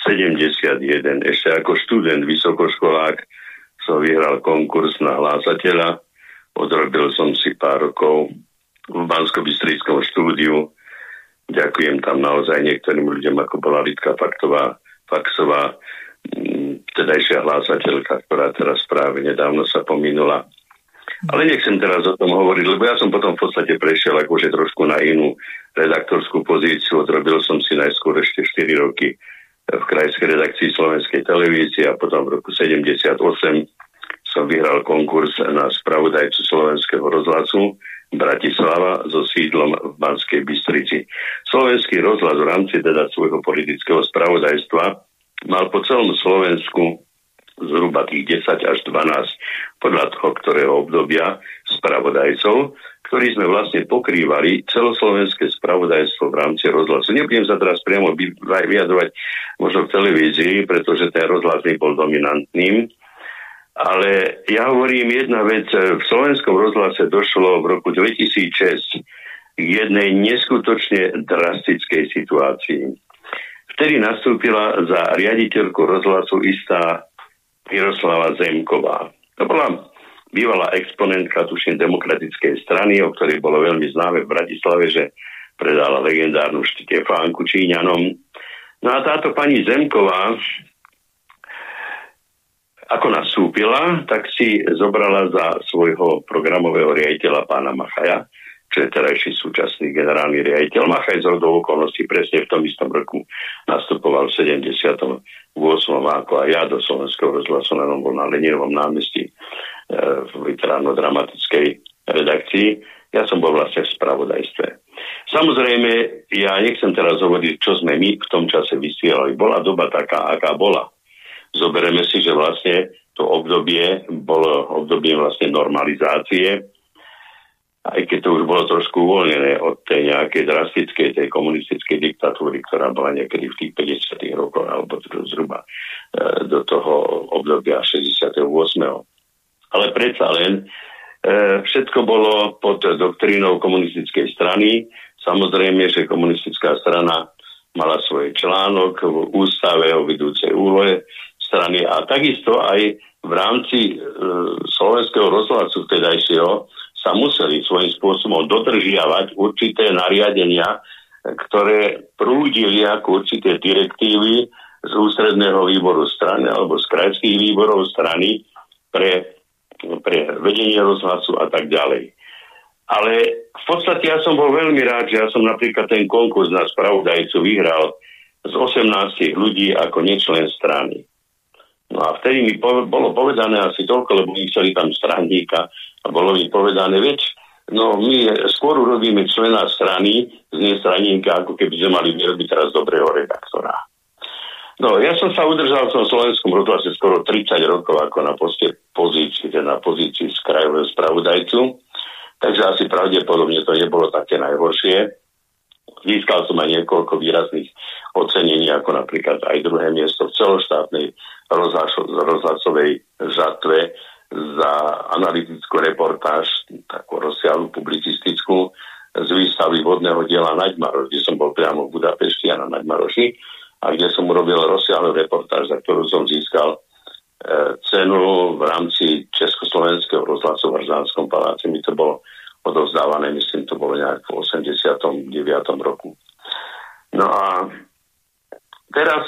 Ešte ako študent, vysokoškolák som vyhral konkurs na hlásateľa. Odrobil som si pár rokov v Banskobystrickom štúdiu. Ďakujem tam naozaj niektorým ľuďom, ako bola Lidka Faxová, tedajšia hlásateľka, ktorá teraz práve nedávno sa pominula. Ale nechcem teraz o tom hovoriť, lebo ja som potom v podstate prešiel akože trošku na inú redaktorskú pozíciu. Odrobil som si najskôr ešte 4 roky v krajskej redakcii Slovenskej televízie a potom v roku 78 som vyhral konkurs na spravodajcu Slovenského rozhlasu Bratislava so sídlom v Banskej Bystrici. Slovenský rozhlas v rámci teda svojho politického spravodajstva mal po celom Slovensku zhruba tých 10 až 12 podľa toho, ktorého obdobia spravodajcov, ktorí sme vlastne pokrývali celoslovenské spravodajstvo v rámci rozhlasu. Nebudem sa teraz priamo vyjadrovať možno v televízii, pretože ten rozhlas bol dominantným. Ale ja hovorím jedna vec, v slovenskom rozhlase došlo v roku 2006 k jednej neskutočne drastickej situácii. Vtedy nastúpila za riaditeľku rozhlasu istá Miroslava Zemková. To bola bývalá exponentka, tuším, Demokratickej strany, o ktorej bolo veľmi známe v Bratislave, že predala legendárnu Štefánku Číňanom. No a táto pani Zemková, ako nastúpila, tak si zobrala za svojho programového riaditeľa pána Machaja, čo je terajší súčasný generálny riaditeľ. Machaj z rodov okolností presne v tom istom roku nastupoval v 78. ako aj ja do Slovenského rozhlasu, len bol na Leninovom námestí v literárno-dramatickej redakcii. Ja som bol vlastne v spravodajstve. Samozrejme, ja nechcem teraz hovoriť, čo sme my v tom čase vysielali. Bola doba taká, aká bola. Zobereme si, že vlastne to obdobie bolo obdobie vlastne normalizácie. aj keď to už bolo trošku uvoľnené od tej nejakej drastickej, tej komunistickej diktatúry, ktorá bola niekedy v tých 50. rokoch, alebo zhruba do toho obdobia 68. Ale predsa len všetko bolo pod doktrínou komunistickej strany. Samozrejme, že komunistická strana mala svoj článok v ústave o vedúcej úlohe strany a takisto aj v rámci slovenského rozhlasu vtedajšieho sa museli svojím spôsobom dodržiavať určité nariadenia, ktoré prúdili ako určité direktívy z ústredného výboru strany alebo z krajských výborov strany pre vedenie rozhlasu a tak ďalej. Ale v podstate ja som bol veľmi rád, že ja som napríklad ten konkurs na spravodajcu vyhral z 18 ľudí ako nečlen strany. No a vtedy mi bolo povedané asi toľko, lebo my chceli tam straníka a bolo mi povedané, no my skôr urobíme člena strany z nestraníka, ako keby sme mali vyrobiť teraz dobrého redaktora. No, ja som sa udržal v tom slovenskom rozhlase skoro 30 rokov ako na pozícii z krajového spravodajcu, takže asi pravdepodobne to nebolo také najhoršie. Získal som aj niekoľko výrazných ocenení, ako napríklad aj druhé miesto v celoštátnej rozhlasovej žatve za analytickú reportáž, takú rozsiahlu publicistickú z výstavy vodného diela Naďmaroš, kde som bol priamo v Budapešti a na Naďmaroši, a kde som urobil rozsiahlu reportáž, za ktorú som získal cenu v rámci Československého rozhlasu v Hrzánskom paláci. Mi to bolo odovzdávané, myslím, to bolo nejak v 89. roku. No a teraz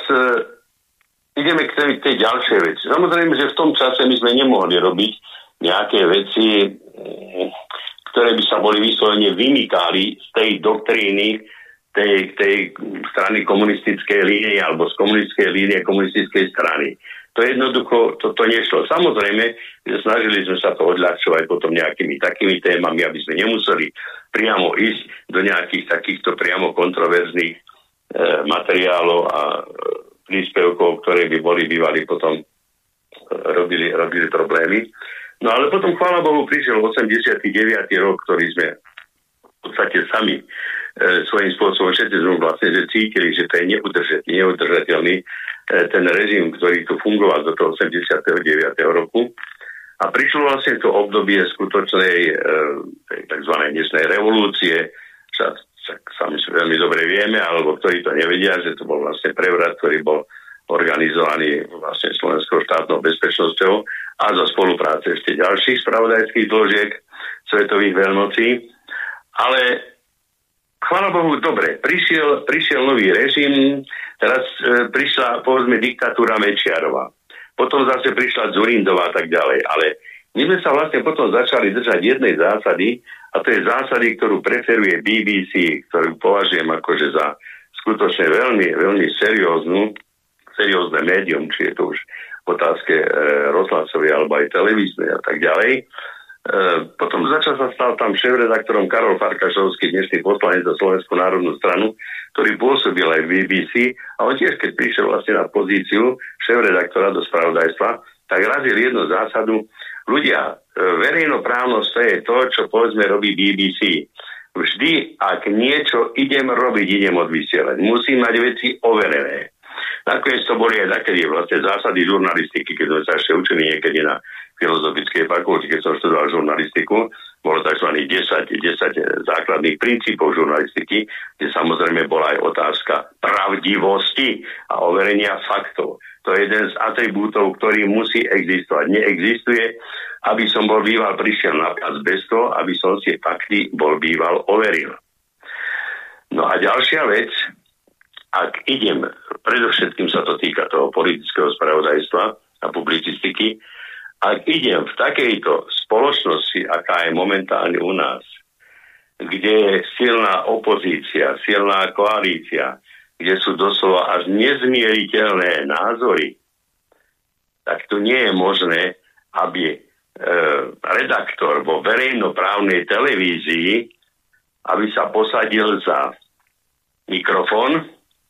ideme k tej ďalšej veci. Samozrejme, že v tom čase my sme nemohli robiť nejaké veci, ktoré by sa boli vyslovene vymykali z tej doktríny tej strany komunistickej línie alebo z komunistickej línie komunistickej strany. To jednoducho, to nešlo. Samozrejme, že snažili sme sa to odľahčovať potom nejakými takými témami, aby sme nemuseli priamo ísť do nejakých takýchto priamo kontroverzných materiálov a príspevkov, ktoré by bývali potom robili problémy. No ale potom, chvála Bohu, prišiel 89. rok, ktorý sme v podstate sami svojím spôsobom všetci sme vlastne že cítili, že to je neudržateľný ten režim, ktorý tu fungoval do toho 89. roku. A prišlo vlastne to obdobie skutočnej tzv. Dnešnej revolúcie, však sami veľmi dobre vieme, alebo ktorí to nevedia, že to bol vlastne prevrat, ktorý bol organizovaný vlastne Slovenskou štátnou bezpečnosťou a za spolupráce ešte ďalších spravodajských zložiek svetových veľmocí. Ale chvála Bohu, dobre, prišiel nový režim, teraz prišla, povedzme, diktatúra Mečiarova. Potom zase prišla Dzurindová a tak ďalej. Ale my sme sa vlastne potom začali držať jednej zásady, a to je zásady, ktorú preferuje BBC, ktorú považujem akože za skutočne veľmi, veľmi seriózne médium, či je to už v otázke rozhlasovej alebo aj televíznej a tak ďalej. Potom sa stal tam šéfredaktorom Karol Farkašovský, dnešný poslanec za Slovenskú národnú stranu, ktorý pôsobil aj v BBC a on tiež, keď prišiel vlastne na pozíciu šéfredaktora do spravodajstva, tak razil jednu zásadu: ľudia, verejnoprávnosť to je to, čo povedzme robí BBC. Vždy, ak niečo idem robiť, idem odvysielať. Musím mať veci overené. Nakoniec to boli aj takedy vlastne zásady žurnalistiky, keď sme sa ešte učili niekedy na filozofickej fakulte, keď som študoval žurnalistiku, bolo tzv. 10 základných princípov žurnalistiky, kde samozrejme bola aj otázka pravdivosti a overenia faktov. To je jeden z atribútov, ktorý musí existovať. Neexistuje, aby som bol býval prišiel na plac bez toho, aby som si fakty bol býval overil. No a ďalšia vec, ak idem, predovšetkým sa to týka toho politického spravodajstva a publicistiky, ak idem v takejto spoločnosti, aká je momentálne u nás, kde je silná opozícia, silná koalícia, kde sú doslova až nezmieriteľné názory, tak to nie je možné, aby redaktor vo verejnoprávnej televízii, aby sa posadil za mikrofón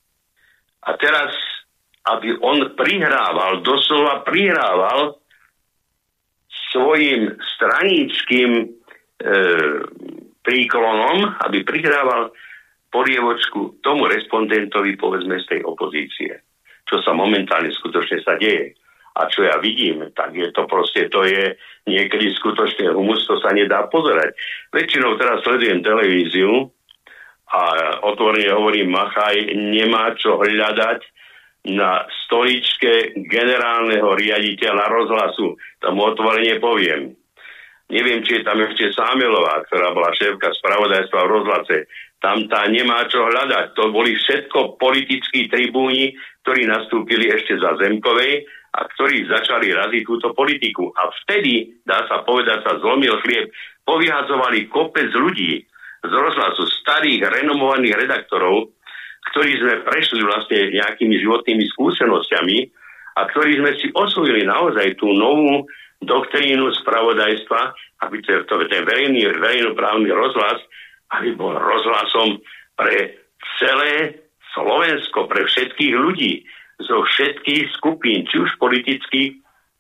a teraz, aby on doslova prihrával svojim straníckým príklonom, aby prihrával polievočku tomu respondentovi, povedzme, z tej opozície. Čo sa momentálne skutočne sa deje. A čo ja vidím, tak je to proste, to je niekedy skutočne humus, to sa nedá pozerať. Väčšinou teraz sledujem televíziu a otvorene hovorím, Machaj nemá čo hľadať na stoličke generálneho riaditeľa rozhlasu. Tomu otvorene poviem. Neviem, či je tam ešte Sámelová, ktorá bola šéfka spravodajstva v rozhlase. Tam tá nemá čo hľadať. To boli všetko politickí tribúni, ktorí nastúpili ešte za Zemkovej a ktorí začali raziť túto politiku. A vtedy, dá sa povedať, sa zlomil chlieb. Povyhadzovali kopec ľudí z rozhlasu, starých, renomovaných redaktorov, ktorí sme prešli vlastne nejakými životnými skúsenosťami a ktorí sme si osvojili naozaj tú novú doktrínu spravodajstva, aby ten verejnoprávny rozhlas, aby bol rozhlasom pre celé Slovensko, pre všetkých ľudí, zo všetkých skupín, či už politických,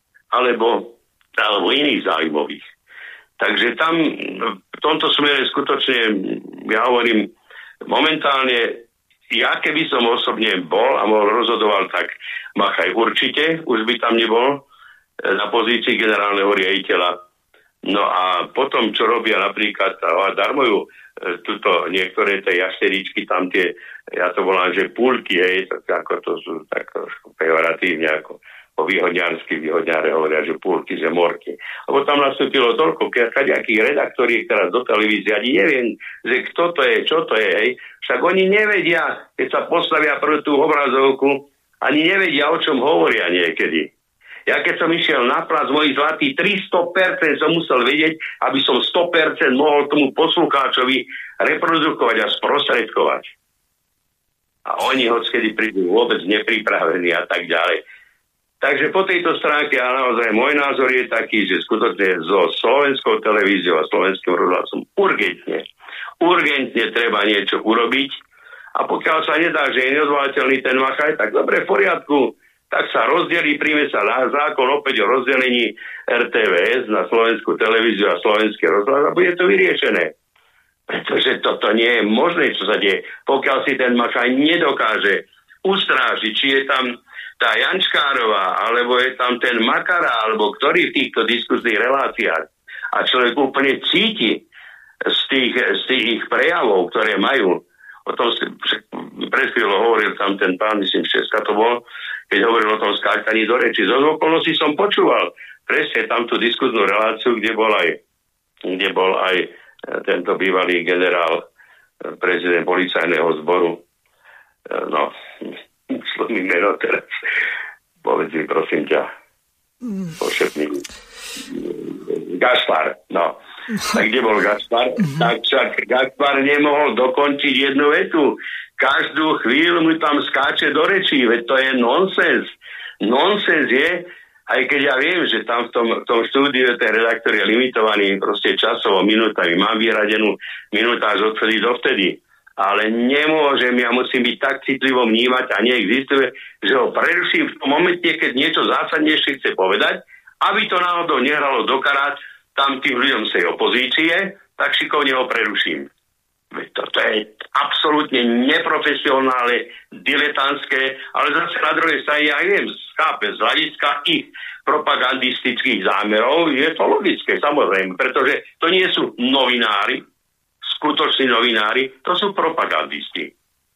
alebo iných záujmových. Takže tam v tomto smere skutočne, ja hovorím, momentálne, ja keby som osobne bol a rozhodoval, tak Machaj určite už by tam nebol na pozícii generálneho riaditeľa. No a potom, čo robia napríklad, darmujú tuto niektoré tie jašteričky, tam tie, ja to volám, že púlky, hej, ako to sú tak pejoratívne, ako po výhodňáre hovoria, že púlky, že morky. Lebo tam nastúpilo toľko kaďakých redaktoriek teraz do televízie, ani neviem, že kto to je, čo to je, hej. Však oni nevedia, keď sa postavia pre tú obrazovku, ani nevedia, o čom hovoria niekedy. Ja keď som išiel na plac, môj zlatý 300% som musel vedieť, aby som 100% mohol tomu poslucháčovi reprodukovať a sprostredkovať. A oni hoďkedy prídu vôbec nepripravení a tak ďalej. Takže po tejto stránke, a naozaj môj názor je taký, že skutočne so slovenskou televíziou a slovenským rozhlasom urgentne treba niečo urobiť. A pokiaľ sa nedá, že je neodvolateľný ten Machaj, tak dobre, v poriadku, tak sa rozdelí, príjme sa zákon opäť o rozdelení RTVS na slovenskú televíziu a slovenský rozhlas a bude to vyriešené. Pretože toto nie je možné, čo sa deje. Pokiaľ si ten Machaj nedokáže ustrážiť, či je tam tá Jančkárová, alebo je tam ten Makara, alebo ktorý v týchto diskusných reláciách a človek úplne cíti z tých ich prejavov, ktoré majú. O tom pred chvíľou hovoril tam ten pán, myslím, Česka to bol, keď hovoril o tom skákaní do reči. Z okolností som počúval presne tamtú diskuznú reláciu, kde bol aj tento bývalý generál, prezident policajného zboru. No, slovný meno teraz. Povedz mi, prosím ťa. Pošepný. Gašpar, no. Tak kde bol Gašpar? Tak však Gašpar nemohol dokončiť jednu vetu. Každú chvíľu mu tam skáče do rečí, veď to je nonsens. Nonsens je, aj keď ja viem, že tam v tom štúdiu ten redaktor je limitovaný proste časovo minútami. Mám vyhradenú minútáž odvtedy dovtedy. Ale nemôžem, ja musím byť tak citlivo vnímať a neexistuje, že ho preruším v tom momente, keď niečo zásadnejšie chce povedať, aby to náhodou nehralo do karát tam tým ľuďom z tej opozície, tak šikovne ho preruším. Toto je absolútne neprofesionálne, diletantské, ale zase na druhej strane, ja viem, chápem, z hľadiska ich propagandistických zámerov, je to logické, samozrejme, pretože to nie sú novinári, skutoční novinári, to sú propagandisti.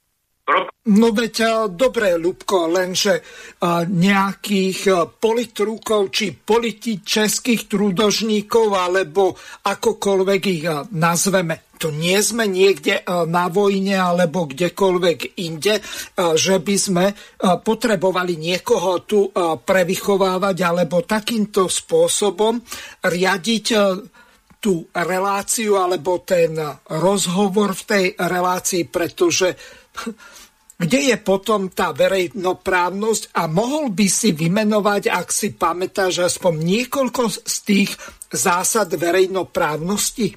No veď, dobre, Ľubko, lenže nejakých politrúkov či českých trúdožníkov alebo akokoľvek ich nazveme, to nie sme niekde na vojne alebo kdekoľvek inde, že by sme potrebovali niekoho tu prevychovávať alebo takýmto spôsobom riadiť tú reláciu alebo ten rozhovor v tej relácii, pretože kde je potom tá verejnoprávnosť a mohol by si vymenovať, ak si pamätáš, aspoň niekoľko z tých zásad verejnoprávnosti?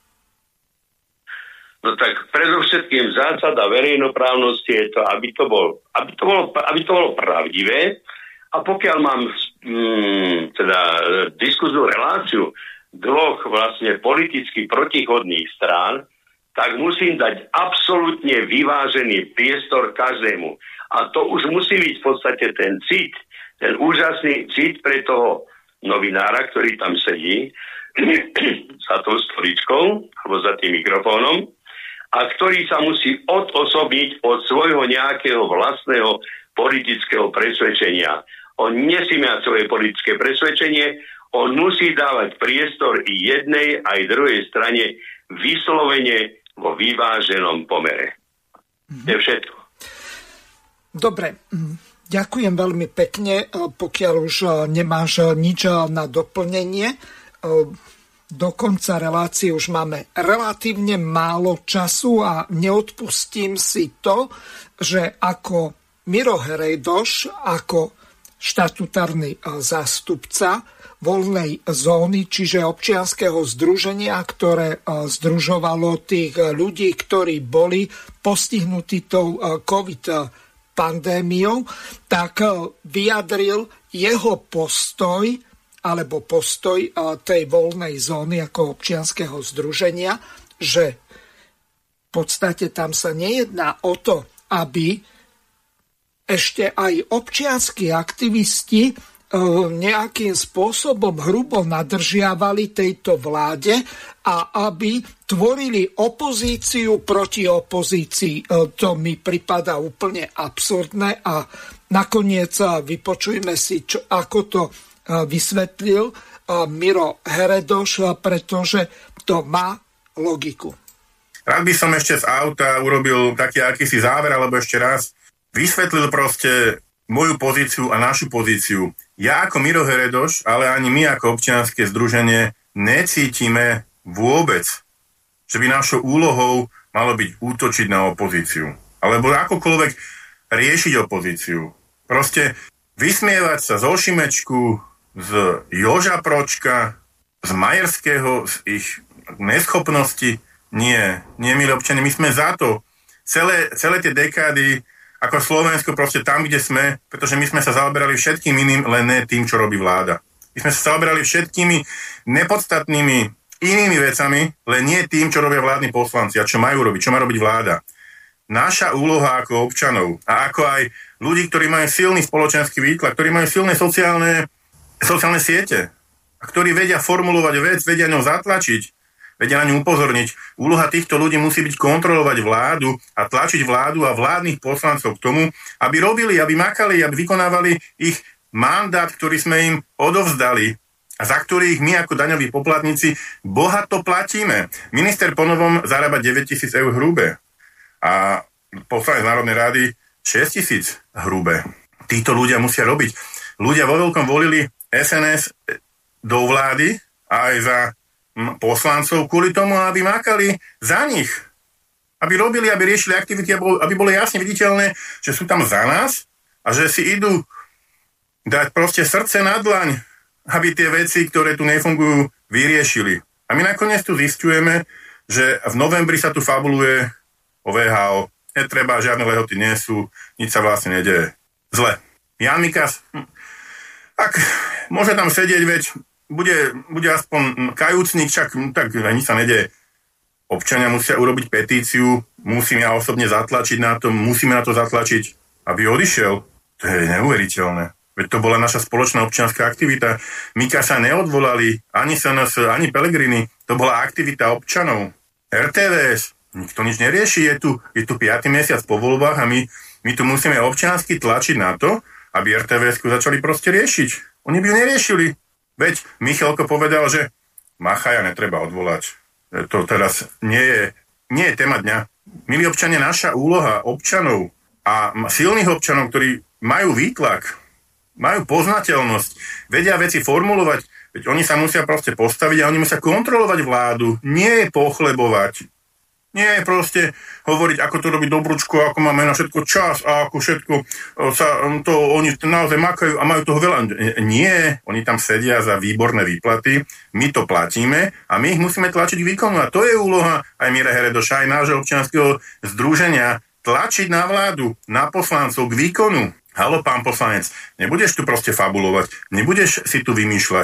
No tak predovšetkým zásada verejnoprávnosti je to, aby to bolo pravdivé a pokiaľ mám diskuznú reláciu dvoch vlastne politicky protichodných strán, tak musím dať absolútne vyvážený priestor každému. A to už musí byť v podstate ten cit, ten úžasný cit pre toho novinára, ktorý tam sedí za tou stoličkou alebo za tým mikrofónom a ktorý sa musí odosobniť od svojho nejakého vlastného politického presvedčenia. On nesmie mať svoje politické presvedčenie, on musí dávať priestor i jednej aj druhej strane vyslovene vo vyváženom pomere. To je všetko. Dobre, ďakujem veľmi pekne, pokiaľ už nemáš nič na doplnenie. Do konca relácie už máme relatívne málo času a neodpustím si to, že ako Miro Herejdoš, ako štatutárny zástupca voľnej zóny, čiže občianskeho združenia, ktoré združovalo tých ľudí, ktorí boli postihnutí tou COVID pandémiou, tak vyjadril jeho postoj alebo postoj tej voľnej zóny ako občianskeho združenia, že v podstate tam sa nejedná o to, aby ešte aj občianski aktivisti nejakým spôsobom hrubo nadržiavali tejto vláde a aby tvorili opozíciu proti opozícii. To mi pripadá úplne absurdné a nakoniec vypočujme si, ako to vysvetlil Miro Herejdoš, pretože to má logiku. Rád by som ešte z auta urobil taký akýsi záver, alebo ešte raz vysvetlil proste moju pozíciu a našu pozíciu. Ja ako Miro Herejdoš, ale ani my ako občianske združenie necítime vôbec, že by našou úlohou malo byť útočiť na opozíciu. Alebo akokoľvek riešiť opozíciu. Proste vysmievať sa zo Šimečku, z Joža Pročka, z Majerského, z ich neschopnosti. Nie, milí občania, my sme za to. Celé tie dekády ako Slovensko proste tam, kde sme, pretože my sme sa zaoberali všetkým iným, len ne tým, čo robí vláda. My sme sa zaoberali všetkými nepodstatnými inými vecami, len nie tým, čo robia vládni poslanci a čo majú robiť, čo má robiť vláda. Naša úloha ako občanov a ako aj ľudí, ktorí majú silný spoločenský výklad, ktorí majú silné sociálne siete a ktorí vedia formulovať vec, vedia ňou zatlačiť, vedia na ňu upozorniť. Úloha týchto ľudí musí byť kontrolovať vládu a tlačiť vládu a vládnych poslancov k tomu, aby robili, aby makali, aby vykonávali ich mandát, ktorý sme im odovzdali a za ktorých my ako daňoví poplatníci bohato platíme. Minister ponovom zarába 9 000 eur hrubé a poslanec Národnej rady 6 000 hrubé. Títo ľudia musia robiť. Ľudia vo veľkom volili SNS do vlády a aj za poslancov kvôli tomu, aby makali za nich. Aby robili, aby riešili aktivity, aby bolo jasne viditeľné, že sú tam za nás a že si idú dať proste srdce na dlaň, aby tie veci, ktoré tu nefungujú, vyriešili. A my nakoniec tu zisťujeme, že v novembri sa tu fabuluje o VHO. Netreba, žiadne lehoty nie sú, nič sa vlastne nedeje. Zle. Jan Mikas, ak môže tam sedieť, veď bude aspoň kajúcnik, však tak nič sa nedeje. Občania musia urobiť petíciu, musím ja osobne zatlačiť na to, musíme na to zatlačiť, aby odišiel. To je neuveriteľné. Veď to bola naša spoločná občianská aktivita. Mikasa neodvolali, ani SNS, ani Pellegrini. To bola aktivita občanov. RTVS, nikto nič nerieši, je tu 5. mesiac po voľbách a my tu musíme občiansky tlačiť na to, aby RTVS-ku začali proste riešiť. Oni by ju neriešili. Veď Michalko povedal, že Machaja netreba odvolať. To teraz nie je téma dňa. Milí občania, naša úloha občanov a silných občanov, ktorí majú výtlak, majú poznateľnosť, vedia veci formulovať, veď oni sa musia proste postaviť a oni musia kontrolovať vládu, nie je pochlebovať. Nie je proste hovoriť, ako to robí Dobručko, ako máme na všetko čas a ako všetko sa to oni naozaj makajú a majú toho veľa. Nie, oni tam sedia za výborné výplaty, my to platíme a my ich musíme tlačiť k výkonu. A to je úloha aj Mira Herejdoša, aj nášho občianskeho združenia, tlačiť na vládu, na poslancov k výkonu. Haló, pán poslanec, nebudeš tu proste fabulovať, nebudeš si tu vymýšľať.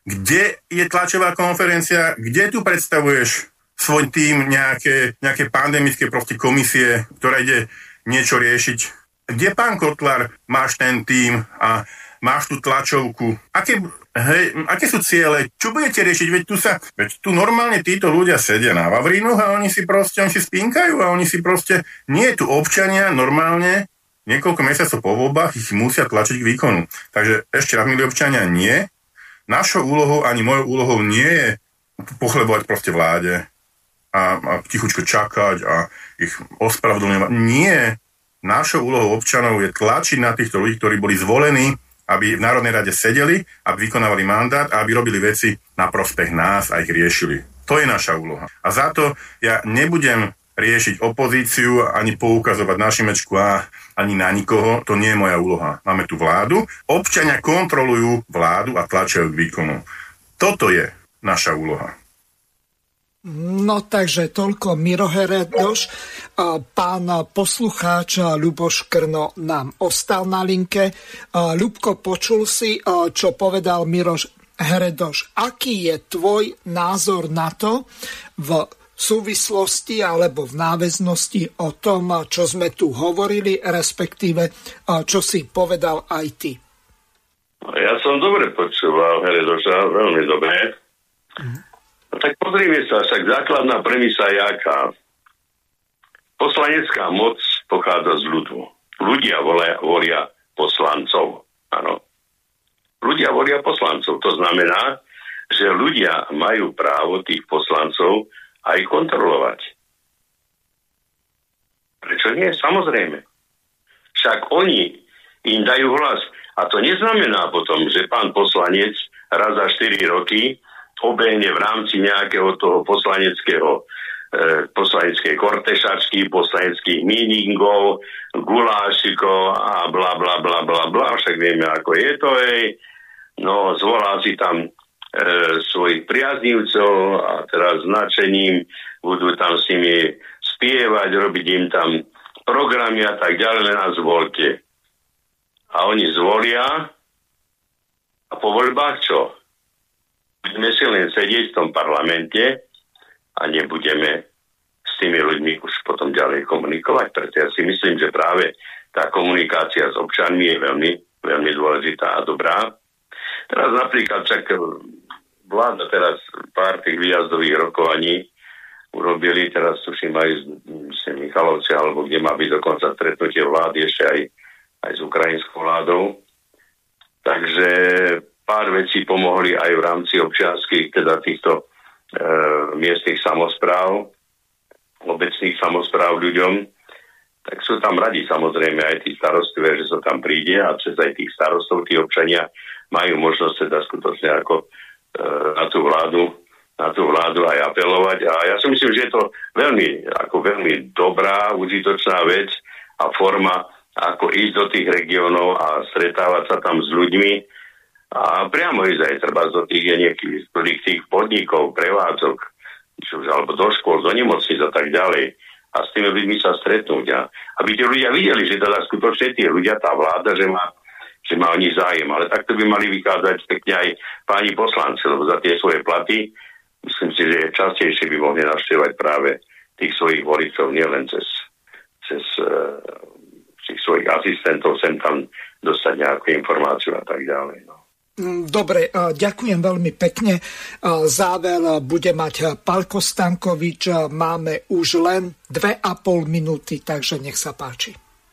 Kde je tlačová konferencia? Kde tu predstavuješ svoj tím nejaké pandemické proste komisie, ktorá ide niečo riešiť? Kde, pán Kotlár, máš ten tím a máš tú tlačovku? Aké sú ciele? Čo budete riešiť? Veď tu normálne títo ľudia sedia na Vavrínoch a oni si spinkajú a oni si proste, nie je tu občania normálne, niekoľko mesiacov po voľbách ich musia tlačiť k výkonu. Takže ešte raz, milí občania, nie. Našou úlohou ani mojou úlohou nie je pochlebovať proste vláde a tichučko čakať a ich ospravedlňovať. Nie. Našou úlohou občanov je tlačiť na týchto ľudí, ktorí boli zvolení, aby v Národnej rade sedeli, aby vykonávali mandát a aby robili veci na prospech nás a ich riešili. To je naša úloha. A za to ja nebudem riešiť opozíciu, ani poukazovať na Šimečku ani na nikoho. To nie je moja úloha. Máme tu vládu. Občania kontrolujú vládu a tlačajú k výkonu. Toto je naša úloha. No takže toľko Miro Heredoš. Pán poslucháč Ľuboš Krno nám ostal na linke. Ľubko, počul si, čo povedal Miro Heredoš. Aký je tvoj názor na to v súvislosti alebo v náväznosti o tom, čo sme tu hovorili, respektíve čo si povedal aj ty? Ja som dobre počúval Heredoša, veľmi dobre. No tak pozrime sa, však základná premisa je aká. Poslanecká moc pochádza z ľudu. Ľudia volia poslancov. Áno. Ľudia volia poslancov. To znamená, že ľudia majú právo tých poslancov aj kontrolovať. Prečo nie? Samozrejme. Však oni im dajú hlas. A to neznamená potom, že pán poslanec raz za 4 roky obehne v rámci nejakého toho poslaneckej kortešačky, poslaneckých míningov, gulášikov a bla bla bla bla bla, však vieme ako je to, no zvolá si tam svojich priaznivcov a teraz značením budú tam s nimi spievať, robiť im tam programy a tak ďalej, nás voľte. A oni zvolia a po voľbách čo? Budeme si len sedieť v tom parlamente a nebudeme s tými ľuďmi už potom ďalej komunikovať. Preto ja si myslím, že práve tá komunikácia s občanmi je veľmi, veľmi dôležitá a dobrá. Teraz napríklad však vláda teraz pár tých výjazdových rokovaní urobili, teraz tuším aj s Michalovci, alebo kde má byť dokonca stretnutie vlády ešte aj s ukrajinskou vládou. Takže pár vecí pomohli aj v rámci občianskych, teda týchto miestnych samospráv, obecných samospráv ľuďom. Tak sú tam radi samozrejme aj tí starostové, že sa tam príde a cez aj tých starostov, tí občania majú možnosť teda skutočne ako na tú vládu aj apelovať. A ja si myslím, že je to veľmi dobrá, užitočná vec a forma, ako ísť do tých regiónov a stretávať sa tam s ľuďmi a priamo ísť aj treba do tých niektorých tých podnikov, prevádzok, alebo do škôl, do nemocníc a tak ďalej. A s tými ľuďmi sa stretnúť. Aby tí ľudia videli, že teda skutočne tí ľudia, tá vláda, že má o nich zájem. Ale takto by mali vykázať pekne aj páni poslanci, lebo za tie svoje platy, myslím si, že častejšie by mohli navštevovať práve tých svojich voličov, nielen cez tých svojich asistentov, sem tam dostať nejakú informáciu a tak ďalej. No. Dobre, ďakujem veľmi pekne. Záver bude mať Pálko Stankovič. Máme už len 2,5 minúty, takže nech sa páči.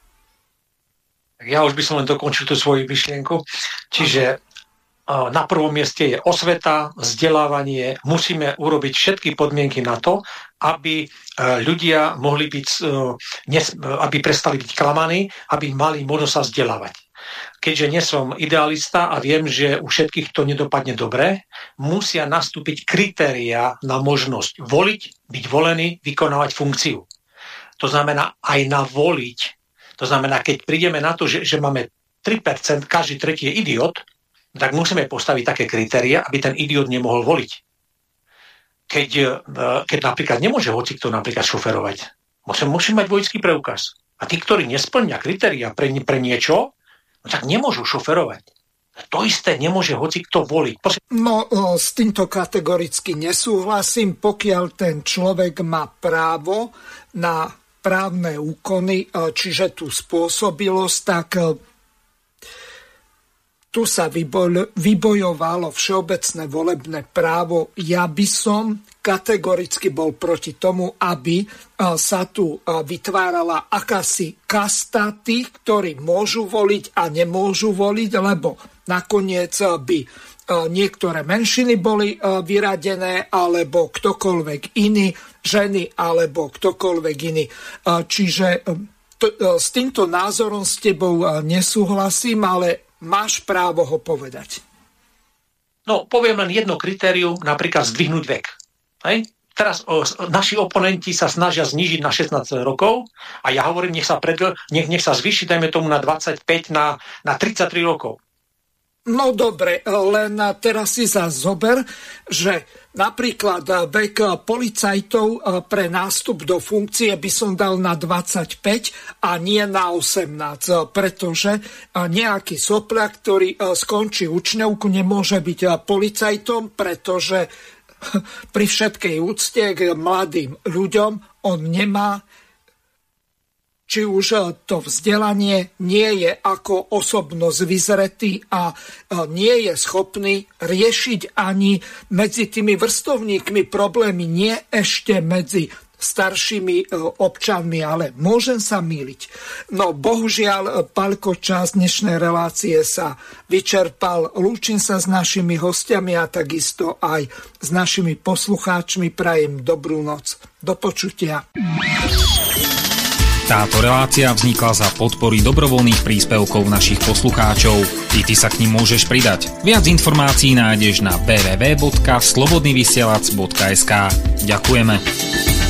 Ja už by som len dokončil tú svoju myšlienku. Čiže na prvom mieste je osveta, vzdelávanie. Musíme urobiť všetky podmienky na to, aby ľudia mohli byť, aby prestali byť klamaní, aby mali možnosť sa vzdelávať. Keďže nie som idealista a viem, že u všetkých to nedopadne dobre, musia nastúpiť kritériá na možnosť voliť, byť volený, vykonávať funkciu. To znamená aj na voliť. To znamená, keď prídeme na to, že máme 3%, každý tretí je idiot, tak musíme postaviť také kritériá, aby ten idiot nemohol voliť. Keď napríklad nemôže hocikto napríklad šoferovať, musí mať vodičský preukaz. A tí, ktorí nesplňa kritériá pre niečo, no tak nemôžu šoferovať. To isté nemôže hocikto voliť. No, s týmto kategoricky nesúhlasím. Pokiaľ ten človek má právo na právne úkony, čiže tú spôsobilosť, tak tu sa vybojovalo všeobecné volebné právo. Ja by som kategoricky bol proti tomu, aby sa tu vytvárala akási kasta tých, ktorí môžu voliť a nemôžu voliť, lebo nakoniec by niektoré menšiny boli vyradené, alebo ktokoľvek iný, ženy, alebo ktokoľvek iný. Čiže s týmto názorom s tebou nesúhlasím, ale máš právo ho povedať. No, poviem len jedno kritérium, napríklad zdvihnúť vek. Hej? Teraz naši oponenti sa snažia znížiť na 16 rokov a ja hovorím, nech sa zvýši, dajme tomu na 25, na 33 rokov. No dobre, len teraz si zober, že napríklad vek policajtov pre nástup do funkcie by som dal na 25 a nie na 18, pretože nejaký sopľak, ktorý skončí učňovku, nemôže byť policajtom, pretože pri všetkej úcte k mladým ľuďom on nemá, či už to vzdelanie nie je ako osobnosť vyzretý a nie je schopný riešiť ani medzi tými vrstovníkmi problémy, nie ešte medzi staršími občanmi, ale môžem sa mýliť. No bohužiaľ, Paľko, čas dnešnej relácie sa vyčerpal. Lúčim sa s našimi hostiami a takisto aj s našimi poslucháčmi. Prajem dobrú noc. Do počutia. Táto relácia vznikla za podpory dobrovoľných príspevkov našich poslucháčov. Ty sa k nim môžeš pridať. Viac informácií nájdeš na www.slobodnyvysielac.sk. Ďakujeme.